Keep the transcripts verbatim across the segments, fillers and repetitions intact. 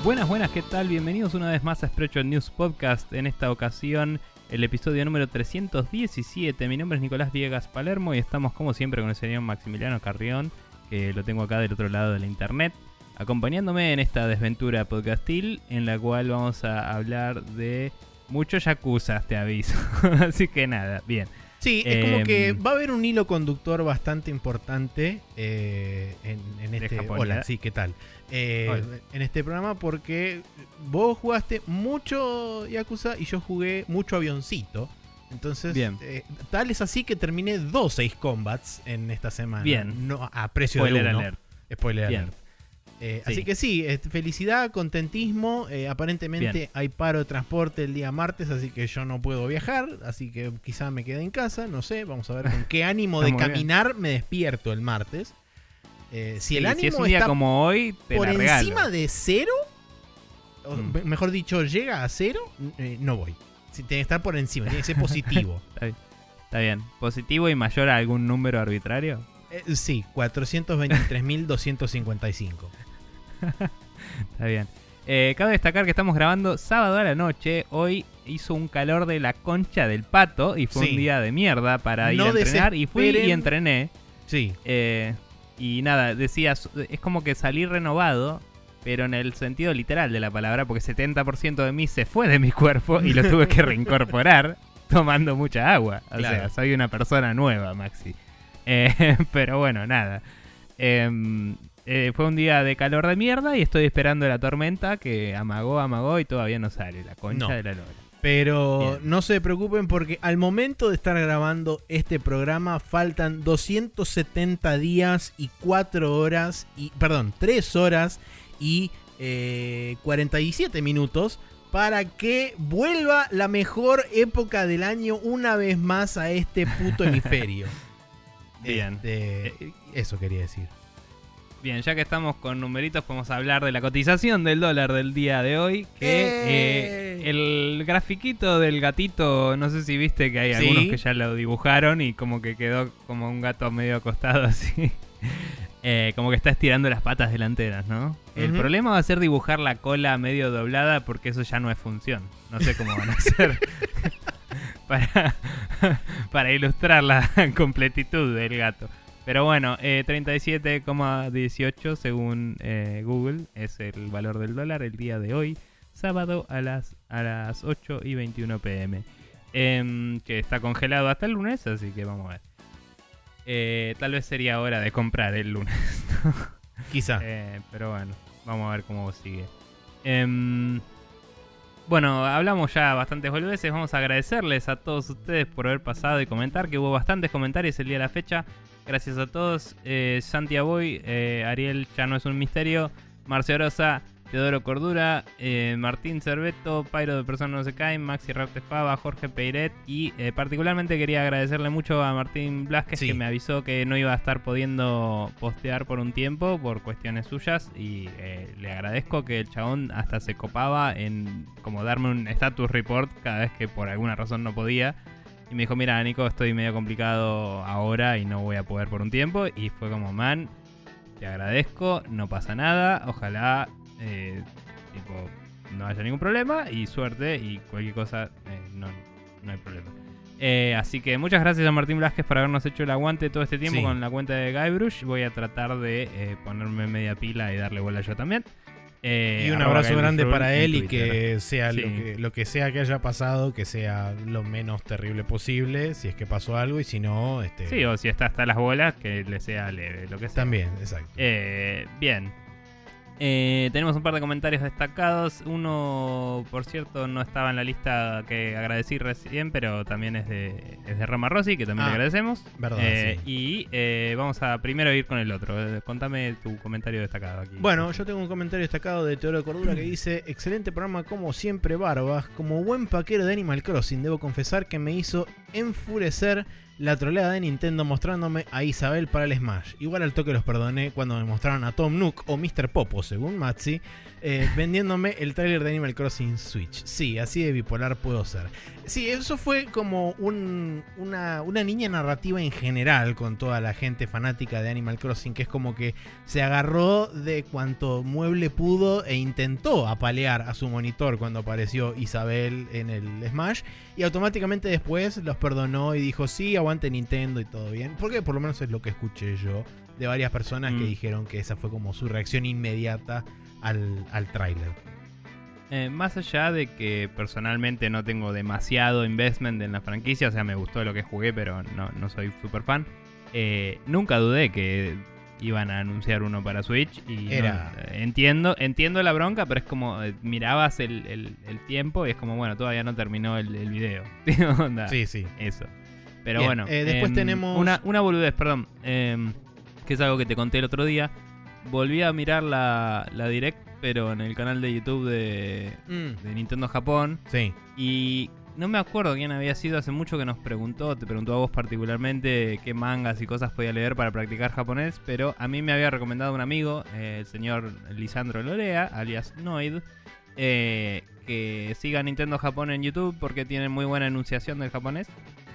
Buenas, buenas, ¿qué tal? Bienvenidos una vez más a Spreadshot News Podcast. En esta ocasión, el episodio número trescientos diecisiete. Mi nombre es Nicolás Viegas Palermo y estamos como siempre con el señor Maximiliano Carrión, que lo tengo acá del otro lado de la internet, acompañándome en esta desventura podcastil en la cual vamos a hablar de muchos yakuza, te aviso. Así que nada, bien. Sí, es eh, como que va a haber un hilo conductor bastante importante eh, en, en este... Hola, sí, ¿qué tal? Eh, en este programa porque vos jugaste mucho Yakuza y yo jugué mucho avioncito. Entonces, bien. Eh, tal es así que terminé dos Ace Combats en esta semana. Bien. No, a precio Spoiler de uno. alert. Spoiler Bien. alert. Eh, Sí. Así que sí, eh, felicidad, contentismo. Eh, aparentemente Bien. hay paro de transporte el día martes, así que yo no puedo viajar. Así que quizá me quede en casa, no sé. Vamos a ver con qué ánimo de caminar me despierto el martes. Eh, si Sí, el ánimo si es un día está como hoy, te por la regalo. encima de cero, o Mm. me- mejor dicho, llega a cero, eh, no voy. Si tiene que estar por encima, tiene que ser positivo. Está bien. Está bien. ¿Positivo y mayor a algún número arbitrario? Eh, sí, cuatrocientos veintitrés mil doscientos cincuenta y cinco. Está bien. Eh, cabe destacar que estamos grabando sábado a la noche. Hoy hizo un calor de la concha del pato y fue Sí. un día de mierda para ir No a entrenar. Y fui desesperen. y entrené. Sí. Eh, y nada, decías, es como que salí renovado, pero en el sentido literal de la palabra, porque setenta por ciento de mí se fue de mi cuerpo y lo tuve que reincorporar tomando mucha agua. O Claro. sea, soy una persona nueva, Maxi. Eh, pero bueno, nada. Eh, eh, fue un día de calor de mierda y estoy esperando la tormenta que amagó, amagó y todavía no sale. La concha No. de la lora. Pero Bien. no se preocupen porque al momento de estar grabando este programa faltan doscientos setenta días y cuatro horas, y perdón, tres horas y eh, cuarenta y siete minutos para que vuelva la mejor época del año una vez más a este puto hemisferio. Bien. Este, eso quería decir. Bien, ya que estamos con numeritos, podemos hablar de la cotización del dólar del día de hoy. Que ¡Eh! eh, el grafiquito del gatito, no sé si viste que hay Sí. algunos que ya lo dibujaron y como que quedó como un gato medio acostado así. Eh, como que está estirando las patas delanteras, ¿no? El Ujú. problema va a ser dibujar la cola medio doblada porque eso ya no es función. No sé cómo van a hacer para, para ilustrar la completitud del gato. Pero bueno, eh, treinta y siete coma dieciocho según eh, Google es el valor del dólar el día de hoy, sábado a las, a las ocho y veintiuno pm. Em, que está congelado hasta el lunes, así que vamos a ver. Eh, tal vez sería hora de comprar el lunes, ¿no? Quizá. Eh, pero bueno, vamos a ver cómo sigue. Em, bueno, hablamos ya bastantes boludeces. Vamos a agradecerles a todos ustedes por haber pasado y comentar, que hubo bastantes comentarios el día de la fecha. Gracias a todos. Eh, Santi Aboy, eh, Ariel Ya No Es Un Misterio, Marcio Rosa, Teodoro Cordura, eh, Martín Cerveto, Pairo de Persona No Se Caen, Maxi Rautefaba, Jorge Peiret y eh, particularmente quería agradecerle mucho a Martín Blasquez, Sí. que me avisó que no iba a estar pudiendo postear por un tiempo por cuestiones suyas y eh, le agradezco que el chabón hasta se copaba en como darme un status report cada vez que por alguna razón no podía. Y me dijo, mira Nico, estoy medio complicado ahora y no voy a poder por un tiempo. Y fue como, man, te agradezco, no pasa nada, ojalá eh, tipo, no haya ningún problema y suerte y cualquier cosa, eh, no, no hay problema. Eh, así que muchas gracias a Martín Blasquez por habernos hecho el aguante todo este tiempo Sí. con la cuenta de Guybrush. Voy a tratar de eh, ponerme media pila y darle bola yo también. Eh, Y un arroba abrazo Guybrush grande Rule para en él y Twitter. que sea Sí. lo, que, lo que sea que haya pasado, que sea lo menos terrible posible, si es que pasó algo, y si no, este Sí, o si está hasta las bolas, que le sea leve, lo que sea. también, exacto. Eh, bien. Eh, tenemos un par de comentarios destacados. Uno, por cierto, no estaba en la lista que agradecí recién, pero también es de, es de Roma Rossi, que también Ah, le agradecemos. verdad, Eh, sí. Y eh, vamos a primero ir con el otro. Eh, contame tu comentario destacado aquí. Bueno, yo tengo un comentario destacado de Teodoro Cordura que dice: excelente programa como siempre, Barbas. Como buen paquero de Animal Crossing, debo confesar que me hizo enfurecer la troleada de Nintendo mostrándome a Isabel para el Smash. Igual al toque los perdoné cuando me mostraron a Tom Nook o mister Popo, según Matzi, eh, vendiéndome el tráiler de Animal Crossing Switch. Sí, así de bipolar puedo ser. Sí, eso fue como un, una, una niña narrativa en general con toda la gente fanática de Animal Crossing, que es como que se agarró de cuanto mueble pudo e intentó apalear a su monitor cuando apareció Isabel en el Smash, y automáticamente después los perdonó y dijo sí, aguante Nintendo y todo bien, porque por lo menos es lo que escuché yo de varias personas mm. que dijeron que esa fue como su reacción inmediata al, al tráiler. Eh, más allá de que personalmente no tengo demasiado investment en la franquicia, o sea, me gustó lo que jugué, pero no, no soy super fan, eh, nunca dudé que iban a anunciar uno para Switch y Era... no, eh, entiendo entiendo la bronca, pero es como eh, mirabas el, el, el tiempo y es como, bueno, todavía no terminó el, el video. Onda, sí, sí. Eso. Pero Bien, bueno, eh, después eh, tenemos una, una boludez, perdón, eh, que es algo que te conté el otro día. Volví a mirar la, la Direct, pero en el canal de YouTube de, mm. de Nintendo Japón. Sí. Y no me acuerdo quién había sido, hace mucho que nos preguntó, te preguntó a vos particularmente qué mangas y cosas podía leer para practicar japonés, pero a mí me había recomendado un amigo, eh, el señor Lisandro Lorea, alias Noid, eh, que siga Nintendo Japón en YouTube porque tiene muy buena enunciación del japonés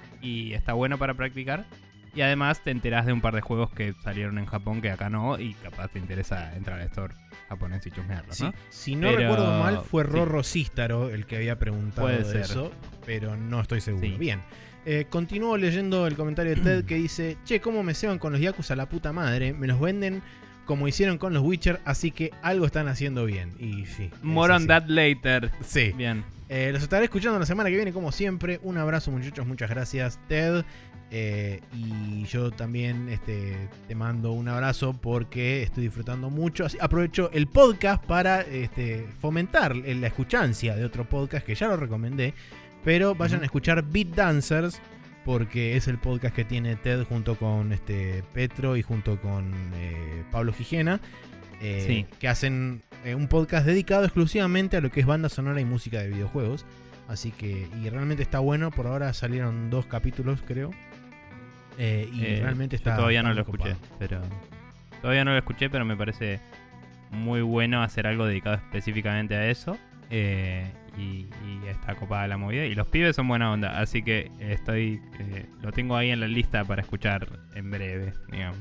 y está bueno para practicar. Y además te enterás de un par de juegos que salieron en Japón que acá no, y capaz te interesa entrar al store japonés y chusmearlos, sí, ¿no? Si no pero, recuerdo mal, fue Rorro sí. Cístaro el que había preguntado de eso, pero no estoy seguro. Sí. Bien, eh, continúo leyendo el comentario de Ted que dice: che, cómo me ceban con los Yakuza la puta madre, me los venden como hicieron con los Witcher, así que algo están haciendo bien. Y sí. More on that later. Sí. Bien. Eh, los estaré escuchando la semana que viene, como siempre. Un abrazo, muchachos, muchas gracias, Ted. Eh, y yo también este, te mando un abrazo porque estoy disfrutando mucho. Así, aprovecho el podcast para este, fomentar la escuchancia de otro podcast que ya lo recomendé. Pero vayan uh-huh. a escuchar Beat Dancers, porque es el podcast que tiene Ted junto con este, Petro y junto con eh, Pablo Gijena. Eh, sí. Que hacen eh, un podcast dedicado exclusivamente a lo que es banda sonora y música de videojuegos. Así que, y realmente está bueno. Por ahora salieron dos capítulos, creo. Eh, y eh, realmente está. Todavía está no lo escuché, pero. Todavía no lo escuché, pero me parece muy bueno hacer algo dedicado específicamente a eso. Eh, y, y está copada la movida. Y los pibes son buena onda. Así que estoy. Eh, lo tengo ahí en la lista para escuchar en breve, digamos.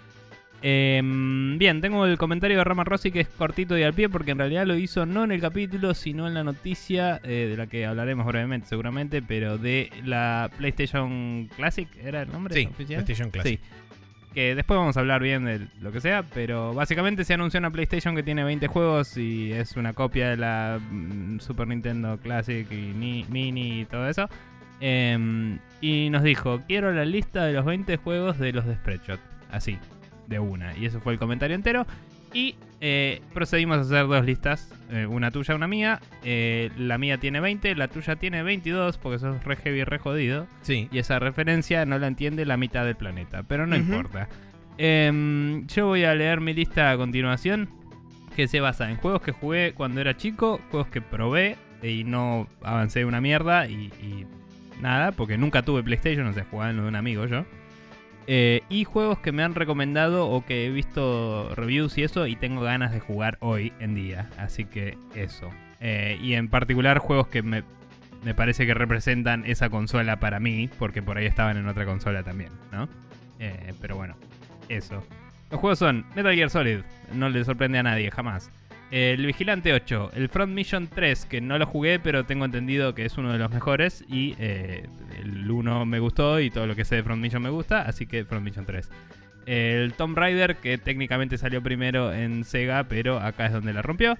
Eh, bien, tengo el comentario de Rama Rossi que es cortito y al pie porque en realidad lo hizo no en el capítulo sino en la noticia eh, de la que hablaremos brevemente seguramente, pero de la PlayStation Classic, ¿era el nombre sí, oficial? PlayStation Classic. Sí, que después vamos a hablar bien de lo que sea, pero básicamente se anunció una PlayStation que tiene veinte juegos y es una copia de la mm, Super Nintendo Classic y ni, Mini y todo eso. Eh, y nos dijo, quiero la lista de los veinte juegos de los de Spreadshot, así de una, y eso fue el comentario entero. Y eh, procedimos a hacer dos listas, eh, una tuya, una mía. eh, La mía tiene veinte, la tuya tiene veintidós, porque sos re heavy, re jodido. Sí. Y esa referencia no la entiende la mitad del planeta, pero no uh-huh. importa. eh, Yo voy a leer mi lista a continuación, que se basa en juegos que jugué cuando era chico, juegos que probé y no avancé una mierda y, y nada, porque nunca tuve PlayStation, o sea, jugaba en lo de un amigo yo. Eh, y juegos que me han recomendado o que he visto reviews y eso y tengo ganas de jugar hoy en día. Así que eso. Eh, y en particular juegos que me, me parece que representan esa consola para mí, porque por ahí estaban en otra consola también, ¿no? Eh, pero bueno, eso. Los juegos son Metal Gear Solid, no le sorprende a nadie, jamás. El Vigilante ocho, el Front Mission tres, que no lo jugué, pero tengo entendido que es uno de los mejores. Y eh, el uno me gustó y todo lo que sé de Front Mission me gusta, así que Front Mission tres. El Tomb Raider, que técnicamente salió primero en Sega, pero acá es donde la rompió.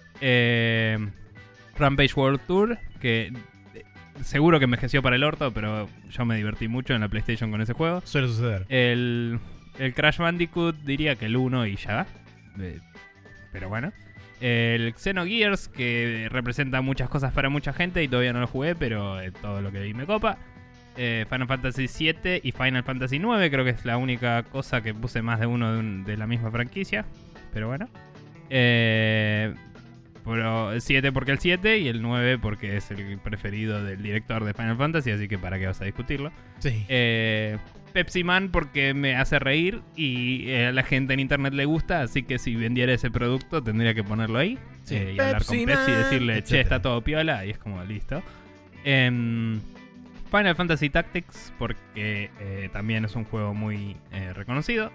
Eh, Rampage World Tour, que seguro que envejeció para el orto, pero yo me divertí mucho en la PlayStation con ese juego. Suele suceder. El, el Crash Bandicoot, diría que el uno y ya. Eh, pero bueno. El Xenogears, que representa muchas cosas para mucha gente y todavía no lo jugué, pero eh, todo lo que vi me copa. Eh, Final Fantasy siete y Final Fantasy nueve, creo que es la única cosa que puse más de uno de, un, de la misma franquicia. Pero bueno. Eh, pero siete porque el siete y el nueve porque es el preferido del director de Final Fantasy, así que para qué vas a discutirlo. Sí. Eh, Pepsi Man porque me hace reír y eh, a la gente en internet le gusta, así que si vendiera ese producto tendría que ponerlo ahí. Sí. Eh, y hablar con Pepsi Pepsi y Man, decirle, che, etcétera. está todo piola, y es como, listo. Em, Final Fantasy Tactics porque eh, también es un juego muy eh, reconocido.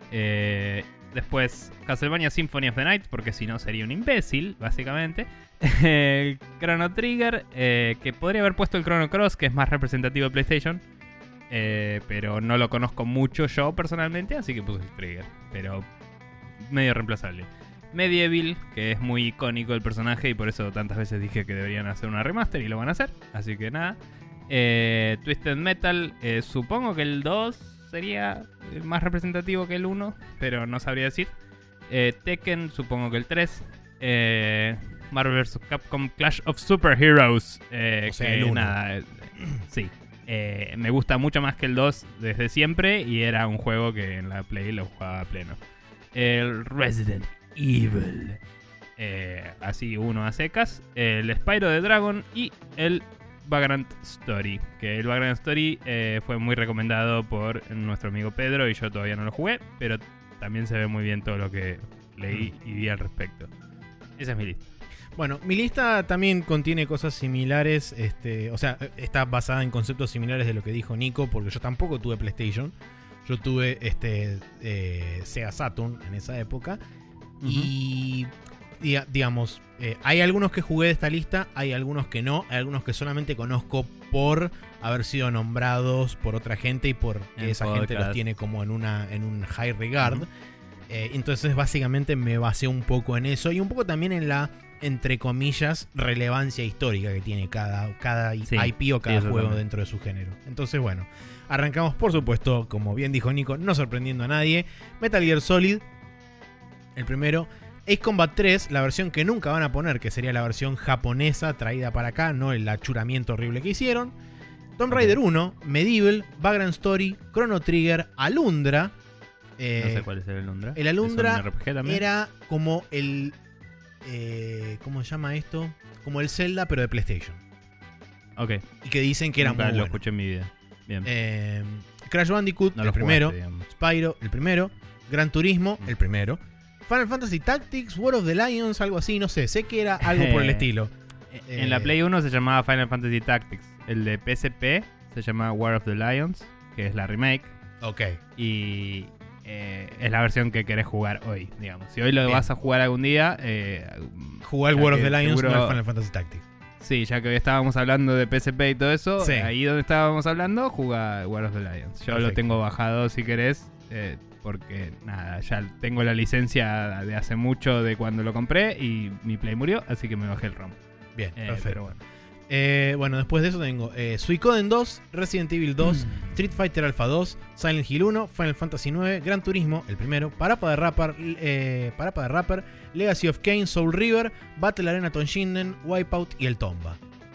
Eh, después Castlevania Symphony of the Night porque si no sería un imbécil, básicamente. El Chrono Trigger, eh, que podría haber puesto el Chrono Cross, que es más representativo de PlayStation. Eh, pero no lo conozco mucho yo personalmente, así que puse el Trigger. Pero medio reemplazable. Medieval, que es muy icónico el personaje y por eso tantas veces dije que deberían hacer una remaster y lo van a hacer. Así que nada. Eh, Twisted Metal, eh, supongo que el dos sería más representativo que el uno, pero no sabría decir. Eh, Tekken, supongo que el tres. Eh, Marvel versus. Capcom Clash of Superheroes. Eh, O sea, que el uno. nada, eh, sí. Eh, me gusta mucho más que el dos desde siempre y era un juego que en la Play lo jugaba a pleno. El Resident Evil. Eh, así uno a secas. El Spyro the Dragon y el Vagrant Story. Que el Vagrant Story eh, fue muy recomendado por nuestro amigo Pedro y yo todavía no lo jugué, pero también se ve muy bien todo lo que leí y vi al respecto. Esa es mi lista. Bueno, mi lista también contiene cosas similares, este, o sea, está basada en conceptos similares de lo que dijo Nico, porque yo tampoco tuve PlayStation. Yo tuve este eh, Sega Saturn en esa época. Uh-huh. Y diga, digamos, eh, hay algunos que jugué de esta lista, hay algunos que no, hay algunos que solamente conozco por haber sido nombrados por otra gente y por que esa podcast. gente los tiene como en una en un high regard. Uh-huh. eh, entonces básicamente me basé un poco en eso y un poco también en la, entre comillas, relevancia histórica que tiene cada, cada sí, I P o cada sí, juego también. Dentro de su género. Entonces, bueno, arrancamos, por supuesto, como bien dijo Nico, no sorprendiendo a nadie, Metal Gear Solid, el primero. Ace Combat tres, la versión que nunca van a poner, que sería la versión japonesa traída para acá, no el achuramiento horrible que hicieron. Tomb Raider okay. uno, Medieval, Vagrant Story, Chrono Trigger, Alundra. Eh, no sé cuál es el Alundra. El Alundra era como el... Eh, ¿Cómo se llama esto? Como el Zelda, pero de PlayStation. Ok. Y que dicen que era Nunca muy lo bueno. escuché en mi vida. Bien. Eh, Crash Bandicoot, no el primero. Jugaste, Spyro, el primero. Gran Turismo, mm. el primero. Final Fantasy Tactics, War of the Lions, algo así, no sé. Sé que era algo por el estilo. En eh, la Play uno se llamaba Final Fantasy Tactics. El de P S P se llama War of the Lions, que es la remake. Ok. Y... Eh, es la versión que querés jugar hoy, digamos. Si hoy lo Bien. vas a jugar algún día, eh, jugar el War of the Lions, seguro, no el Final Fantasy Tactics. Sí, ya que hoy estábamos hablando de P S P y todo eso, sí. ahí donde estábamos hablando, juega War of the Lions. Yo Perfecto. lo tengo bajado si querés, eh, porque nada, ya tengo la licencia de hace mucho de cuando lo compré y mi Play murió, así que me bajé el ROM. Bien, eh, perfecto. Pero bueno. Eh, bueno, después de eso tengo eh, Suicoden dos, Resident Evil dos, mm. Street Fighter Alpha dos, Silent Hill uno, Final Fantasy nueve, Gran Turismo, el primero, Parappa the Rapper, eh, Parappa the Rapper, Legacy of Kain, Soul River, Battle Arena Tonshinden, Wipeout y el Tomba.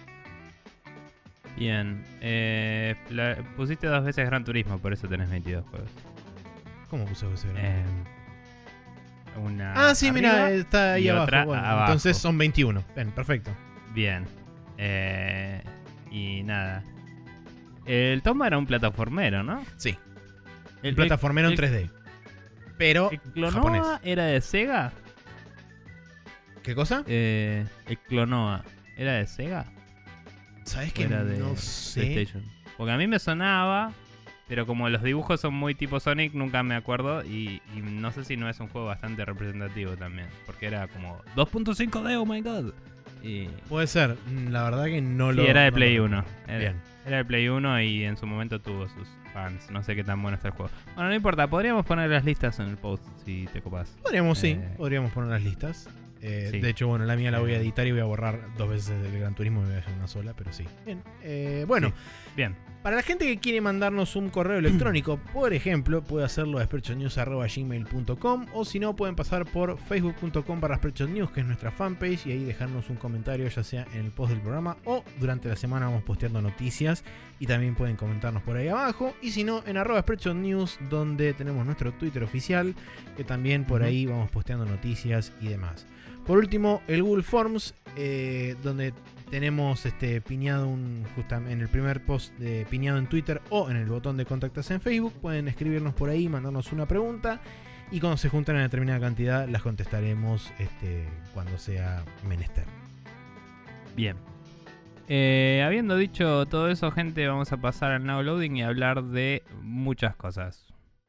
Bien, eh, la, pusiste dos veces Gran Turismo, por eso tenés veintidós juegos. ¿Cómo puse dos veces Gran eh, Turismo? Una ah, sí, mira, está ahí abajo. Bueno, abajo. Entonces son veintiuno. Bien, perfecto. Bien. Eh, y nada. El Tomba era un plataformero, ¿no? Sí. El un plataformero el, en tres D. Pero ¿El Clonoa japonés. era de Sega? ¿Qué cosa? Eh, el Clonoa era de Sega. ¿Sabes que era de no sé? PlayStation. Porque a mí me sonaba, pero como los dibujos son muy tipo Sonic, nunca me acuerdo. Y, y no sé si no es un juego bastante representativo también. Porque era como dos punto cinco D, oh my god. Y... Puede ser, la verdad que no sí, lo... era de no Play lo... uno. Era, Bien. Era de Play uno y en su momento tuvo sus fans. No sé qué tan bueno está el juego. Bueno, no importa, podríamos poner las listas en el post si te copas. Podríamos, eh... sí, podríamos poner las listas. Eh, sí. De hecho, bueno, la mía la voy a editar y voy a borrar dos veces el Gran Turismo y voy a dejar una sola, pero sí. Bien, eh, bueno. Sí. Bien. Para la gente que quiere mandarnos un correo electrónico, por ejemplo, puede hacerlo a spreadshotnews arroba gmail punto com o si no, pueden pasar por facebook punto com barra spreadshotnews, que es nuestra fanpage, y ahí dejarnos un comentario, ya sea en el post del programa o durante la semana vamos posteando noticias y también pueden comentarnos por ahí abajo. Y si no, en arroba spreadshotnews, donde tenemos nuestro Twitter oficial, que también por ahí vamos posteando noticias y demás. Por último, el Google Forms, eh, donde tenemos este piñado un, justamente en el primer post de piñado en Twitter o en el botón de contactarse en Facebook. Pueden escribirnos por ahí, mandarnos una pregunta y cuando se junten a determinada cantidad las contestaremos este, cuando sea menester. Bien. Eh, habiendo dicho todo eso, gente, vamos a pasar al Now Loading y hablar de muchas cosas.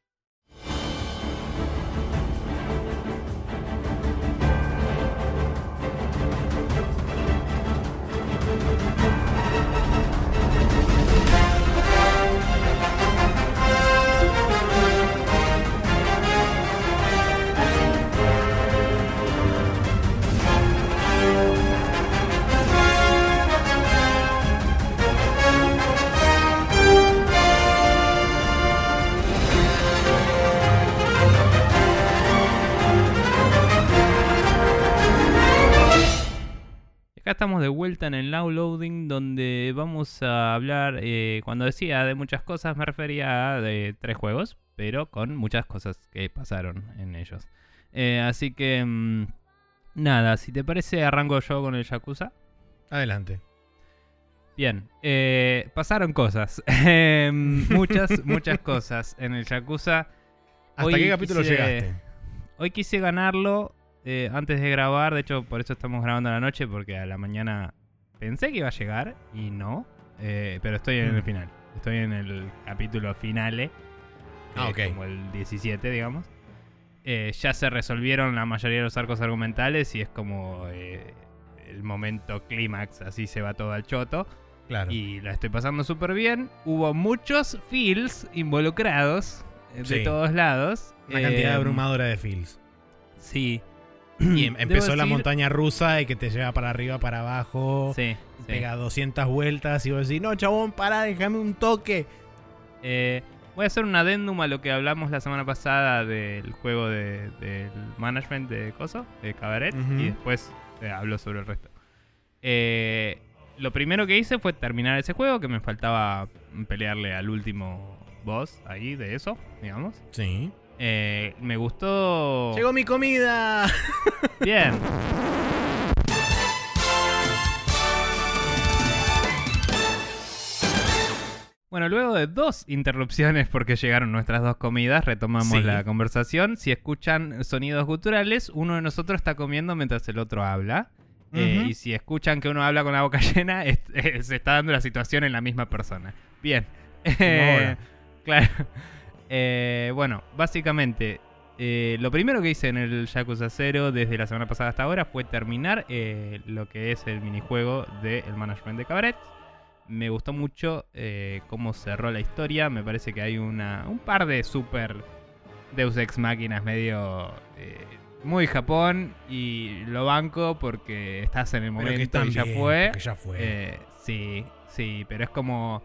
Acá estamos de vuelta en el Now Loading, donde vamos a hablar, eh, cuando decía de muchas cosas me refería a de tres juegos, pero con muchas cosas que pasaron en ellos. Eh, así que, mmm, nada, si te parece arranco yo con el Yakuza. Adelante. Bien, eh, pasaron cosas, muchas, muchas cosas en el Yakuza. ¿Hasta Hoy qué capítulo quise, llegaste? Hoy quise ganarlo. Eh, antes de grabar, de hecho por eso estamos grabando a la noche, porque a la mañana pensé que iba a llegar y no, eh, pero estoy en el final, estoy en el capítulo finale, ah, okay. Como el diecisiete, digamos. Eh, ya se resolvieron la mayoría de los arcos argumentales y es como eh, el momento clímax, así se va todo al choto. Claro. Y la estoy pasando súper bien. Hubo muchos feels involucrados eh, sí. de todos lados. Una cantidad eh, abrumadora de feels. Sí. Y em- empezó Debo la decir... montaña rusa y que te lleva para arriba, para abajo. Sí, sí. Pega doscientas vueltas y vos decís, no, chabón, pará, déjame un toque. Eh, voy a hacer un adendum a lo que hablamos la semana pasada del juego de, del management de Coso, de Cabaret, uh-huh. Y después eh, hablo sobre el resto. Eh, lo primero que hice fue terminar ese juego, que me faltaba pelearle al último boss ahí de eso, digamos. Sí. Eh, me gustó... ¡Llegó mi comida! Bien. Bueno, luego de dos interrupciones porque llegaron nuestras dos comidas, retomamos sí. la conversación. Si escuchan sonidos guturales, uno de nosotros está comiendo mientras el otro habla. Uh-huh. eh, y si escuchan que uno habla con la boca llena, es, eh, se está dando la situación en la misma persona. Bien. Eh, claro. Eh, bueno, básicamente, eh, lo primero que hice en el Yakuza cero desde la semana pasada hasta ahora fue terminar eh, lo que es el minijuego del management de Cabaret. Me gustó mucho eh, cómo cerró la historia. Me parece que hay una un par de super Deus Ex máquinas medio eh, muy Japón y lo banco porque estás en el momento y ya bien, fue. ya fue. Eh, sí, sí, pero es como...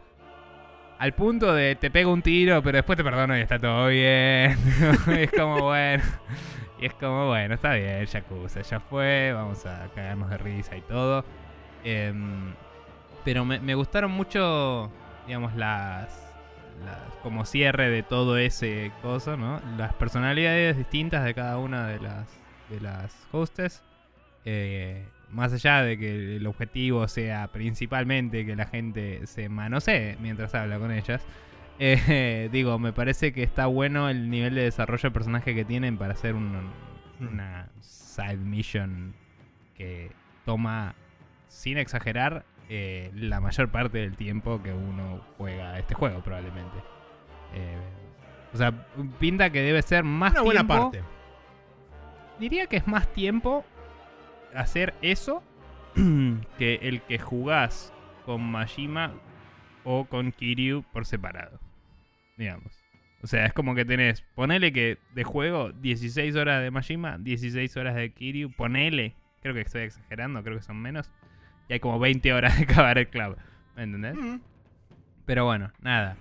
Al punto de te pego un tiro, pero después te perdono y está todo bien. Es como bueno. Y es como bueno, está bien, Yakuza, ya fue. Vamos a cagarnos de risa y todo. Eh, pero me, me gustaron mucho, digamos, las, las. Como cierre de todo ese coso, ¿no? Las personalidades distintas de cada una de las, de las hostes. Eh. Más allá de que el objetivo sea principalmente que la gente se manosee mientras habla con ellas, eh, digo, me parece que está bueno el nivel de desarrollo de personaje que tienen para hacer un, una side mission que toma, sin exagerar, eh, la mayor parte del tiempo que uno juega este juego, probablemente. Eh, o sea, pinta que debe ser más una tiempo. buena parte. Diría que es más tiempo hacer eso que el que jugás con Majima o con Kiryu por separado, digamos. O sea, es como que tenés, ponele que de juego dieciséis horas de Majima, dieciséis horas de Kiryu, ponele, creo que estoy exagerando, creo que son menos, y hay como veinte horas de Cabaret Club, ¿me entendés? Mm. Pero bueno, nada.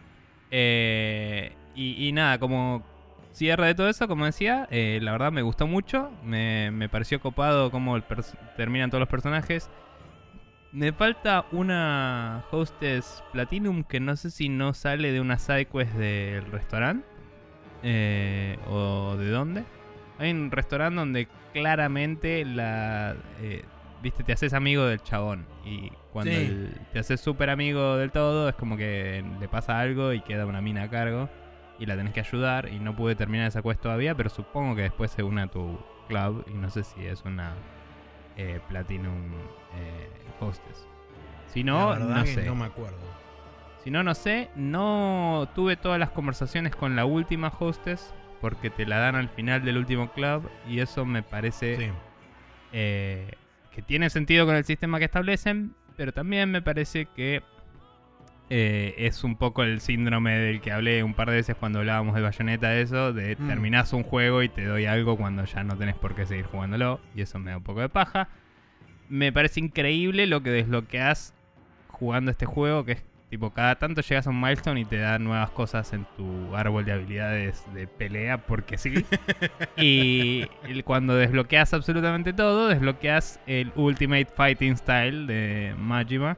Eh, y, y nada, como cierre de todo eso, como decía, eh, la verdad me gustó mucho. Me, me pareció copado cómo el pers- terminan todos los personajes. Me falta una hostess Platinum que no sé si no sale de una sidequest del restaurante. Eh, o de dónde. Hay un restaurante donde claramente la... Eh, viste, te haces amigo del chabón. Y cuando Sí. el- te haces súper amigo del todo, es como que le pasa algo y queda una mina a cargo. Y la tenés que ayudar. Y no pude terminar esa quest todavía, pero supongo que después se une a tu club. Y no sé si es una eh, Platinum eh, Hostess. Si no, La verdad no que sé. no me acuerdo. Si no, no sé. No tuve todas las conversaciones con la última Hostess. Porque te la dan al final del último club. Y eso me parece Sí. eh, que tiene sentido con el sistema que establecen. Pero también me parece que eh, es un poco el síndrome del que hablé un par de veces cuando hablábamos de Bayonetta. Eso, de Mm. terminás un juego y te doy algo cuando ya no tenés por qué seguir jugándolo. Y eso me da un poco de paja. Me parece increíble lo que desbloqueas jugando este juego, que es tipo, cada tanto llegas a un milestone y te da nuevas cosas en tu árbol de habilidades de pelea, porque sí. Y el- cuando desbloqueas absolutamente todo, desbloqueas el Ultimate Fighting Style de Majima,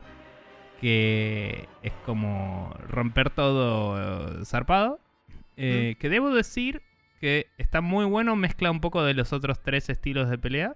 que es como romper todo eh, zarpado. Eh, que debo decir que está muy bueno, mezcla un poco de los otros tres estilos de pelea.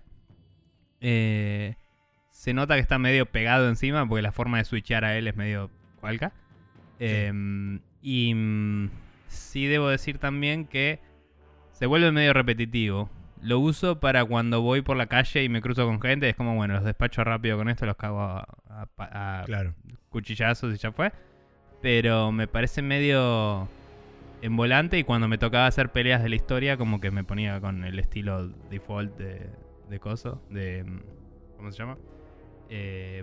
Eh, se nota que está medio pegado encima, porque la forma de switchear a él es medio cualca. Eh, y mm, sí debo decir también que se vuelve medio repetitivo. Lo uso para cuando voy por la calle y me cruzo con gente. Es como, bueno, los despacho rápido con esto, los cago a, a- a Claro. cuchillazos y ya fue. Pero me parece medio en volante, y cuando me tocaba hacer peleas de la historia, como que me ponía con el estilo default de, de coso, de... ¿Cómo se llama? Eh,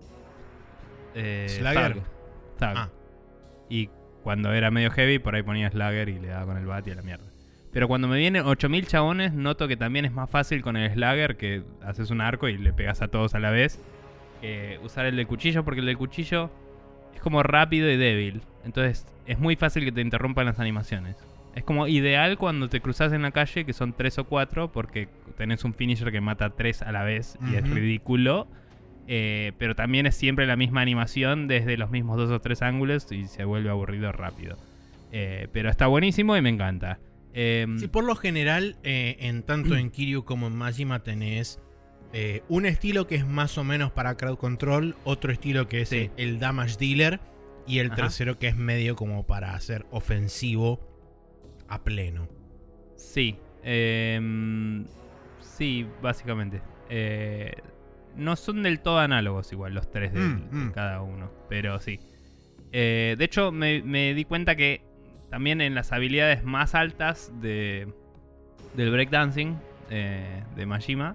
eh, Slugger. Thug. Thug. Ah. Y cuando era medio heavy, por ahí ponía Slugger y le daba con el bat y a la mierda. Pero cuando me vienen ocho mil chabones, noto que también es más fácil con el Slugger, que haces un arco y le pegas a todos a la vez, que usar el del cuchillo, porque el del cuchillo es como rápido y débil. Entonces es muy fácil que te interrumpan las animaciones. Es como ideal cuando te cruzas en la calle, que son tres o cuatro, porque tenés un finisher que mata tres a la vez y es Ujú. ridículo. Eh, pero también es siempre la misma animación desde los mismos dos o tres ángulos y se vuelve aburrido rápido. Eh, pero está buenísimo y me encanta. Eh, Sí, por lo general, eh, en tanto en Kiryu como en Majima tenés eh, un estilo que es más o menos para crowd control, otro estilo que es Sí. el damage dealer, y el Ajá. tercero que es medio como para hacer ofensivo a pleno. Sí. eh, sí, básicamente. Eh, no son del todo análogos igual los tres de, Mm, de mm. cada uno, pero sí. Eh, de hecho, me, me di cuenta que también en las habilidades más altas de, del breakdancing eh, de Majima,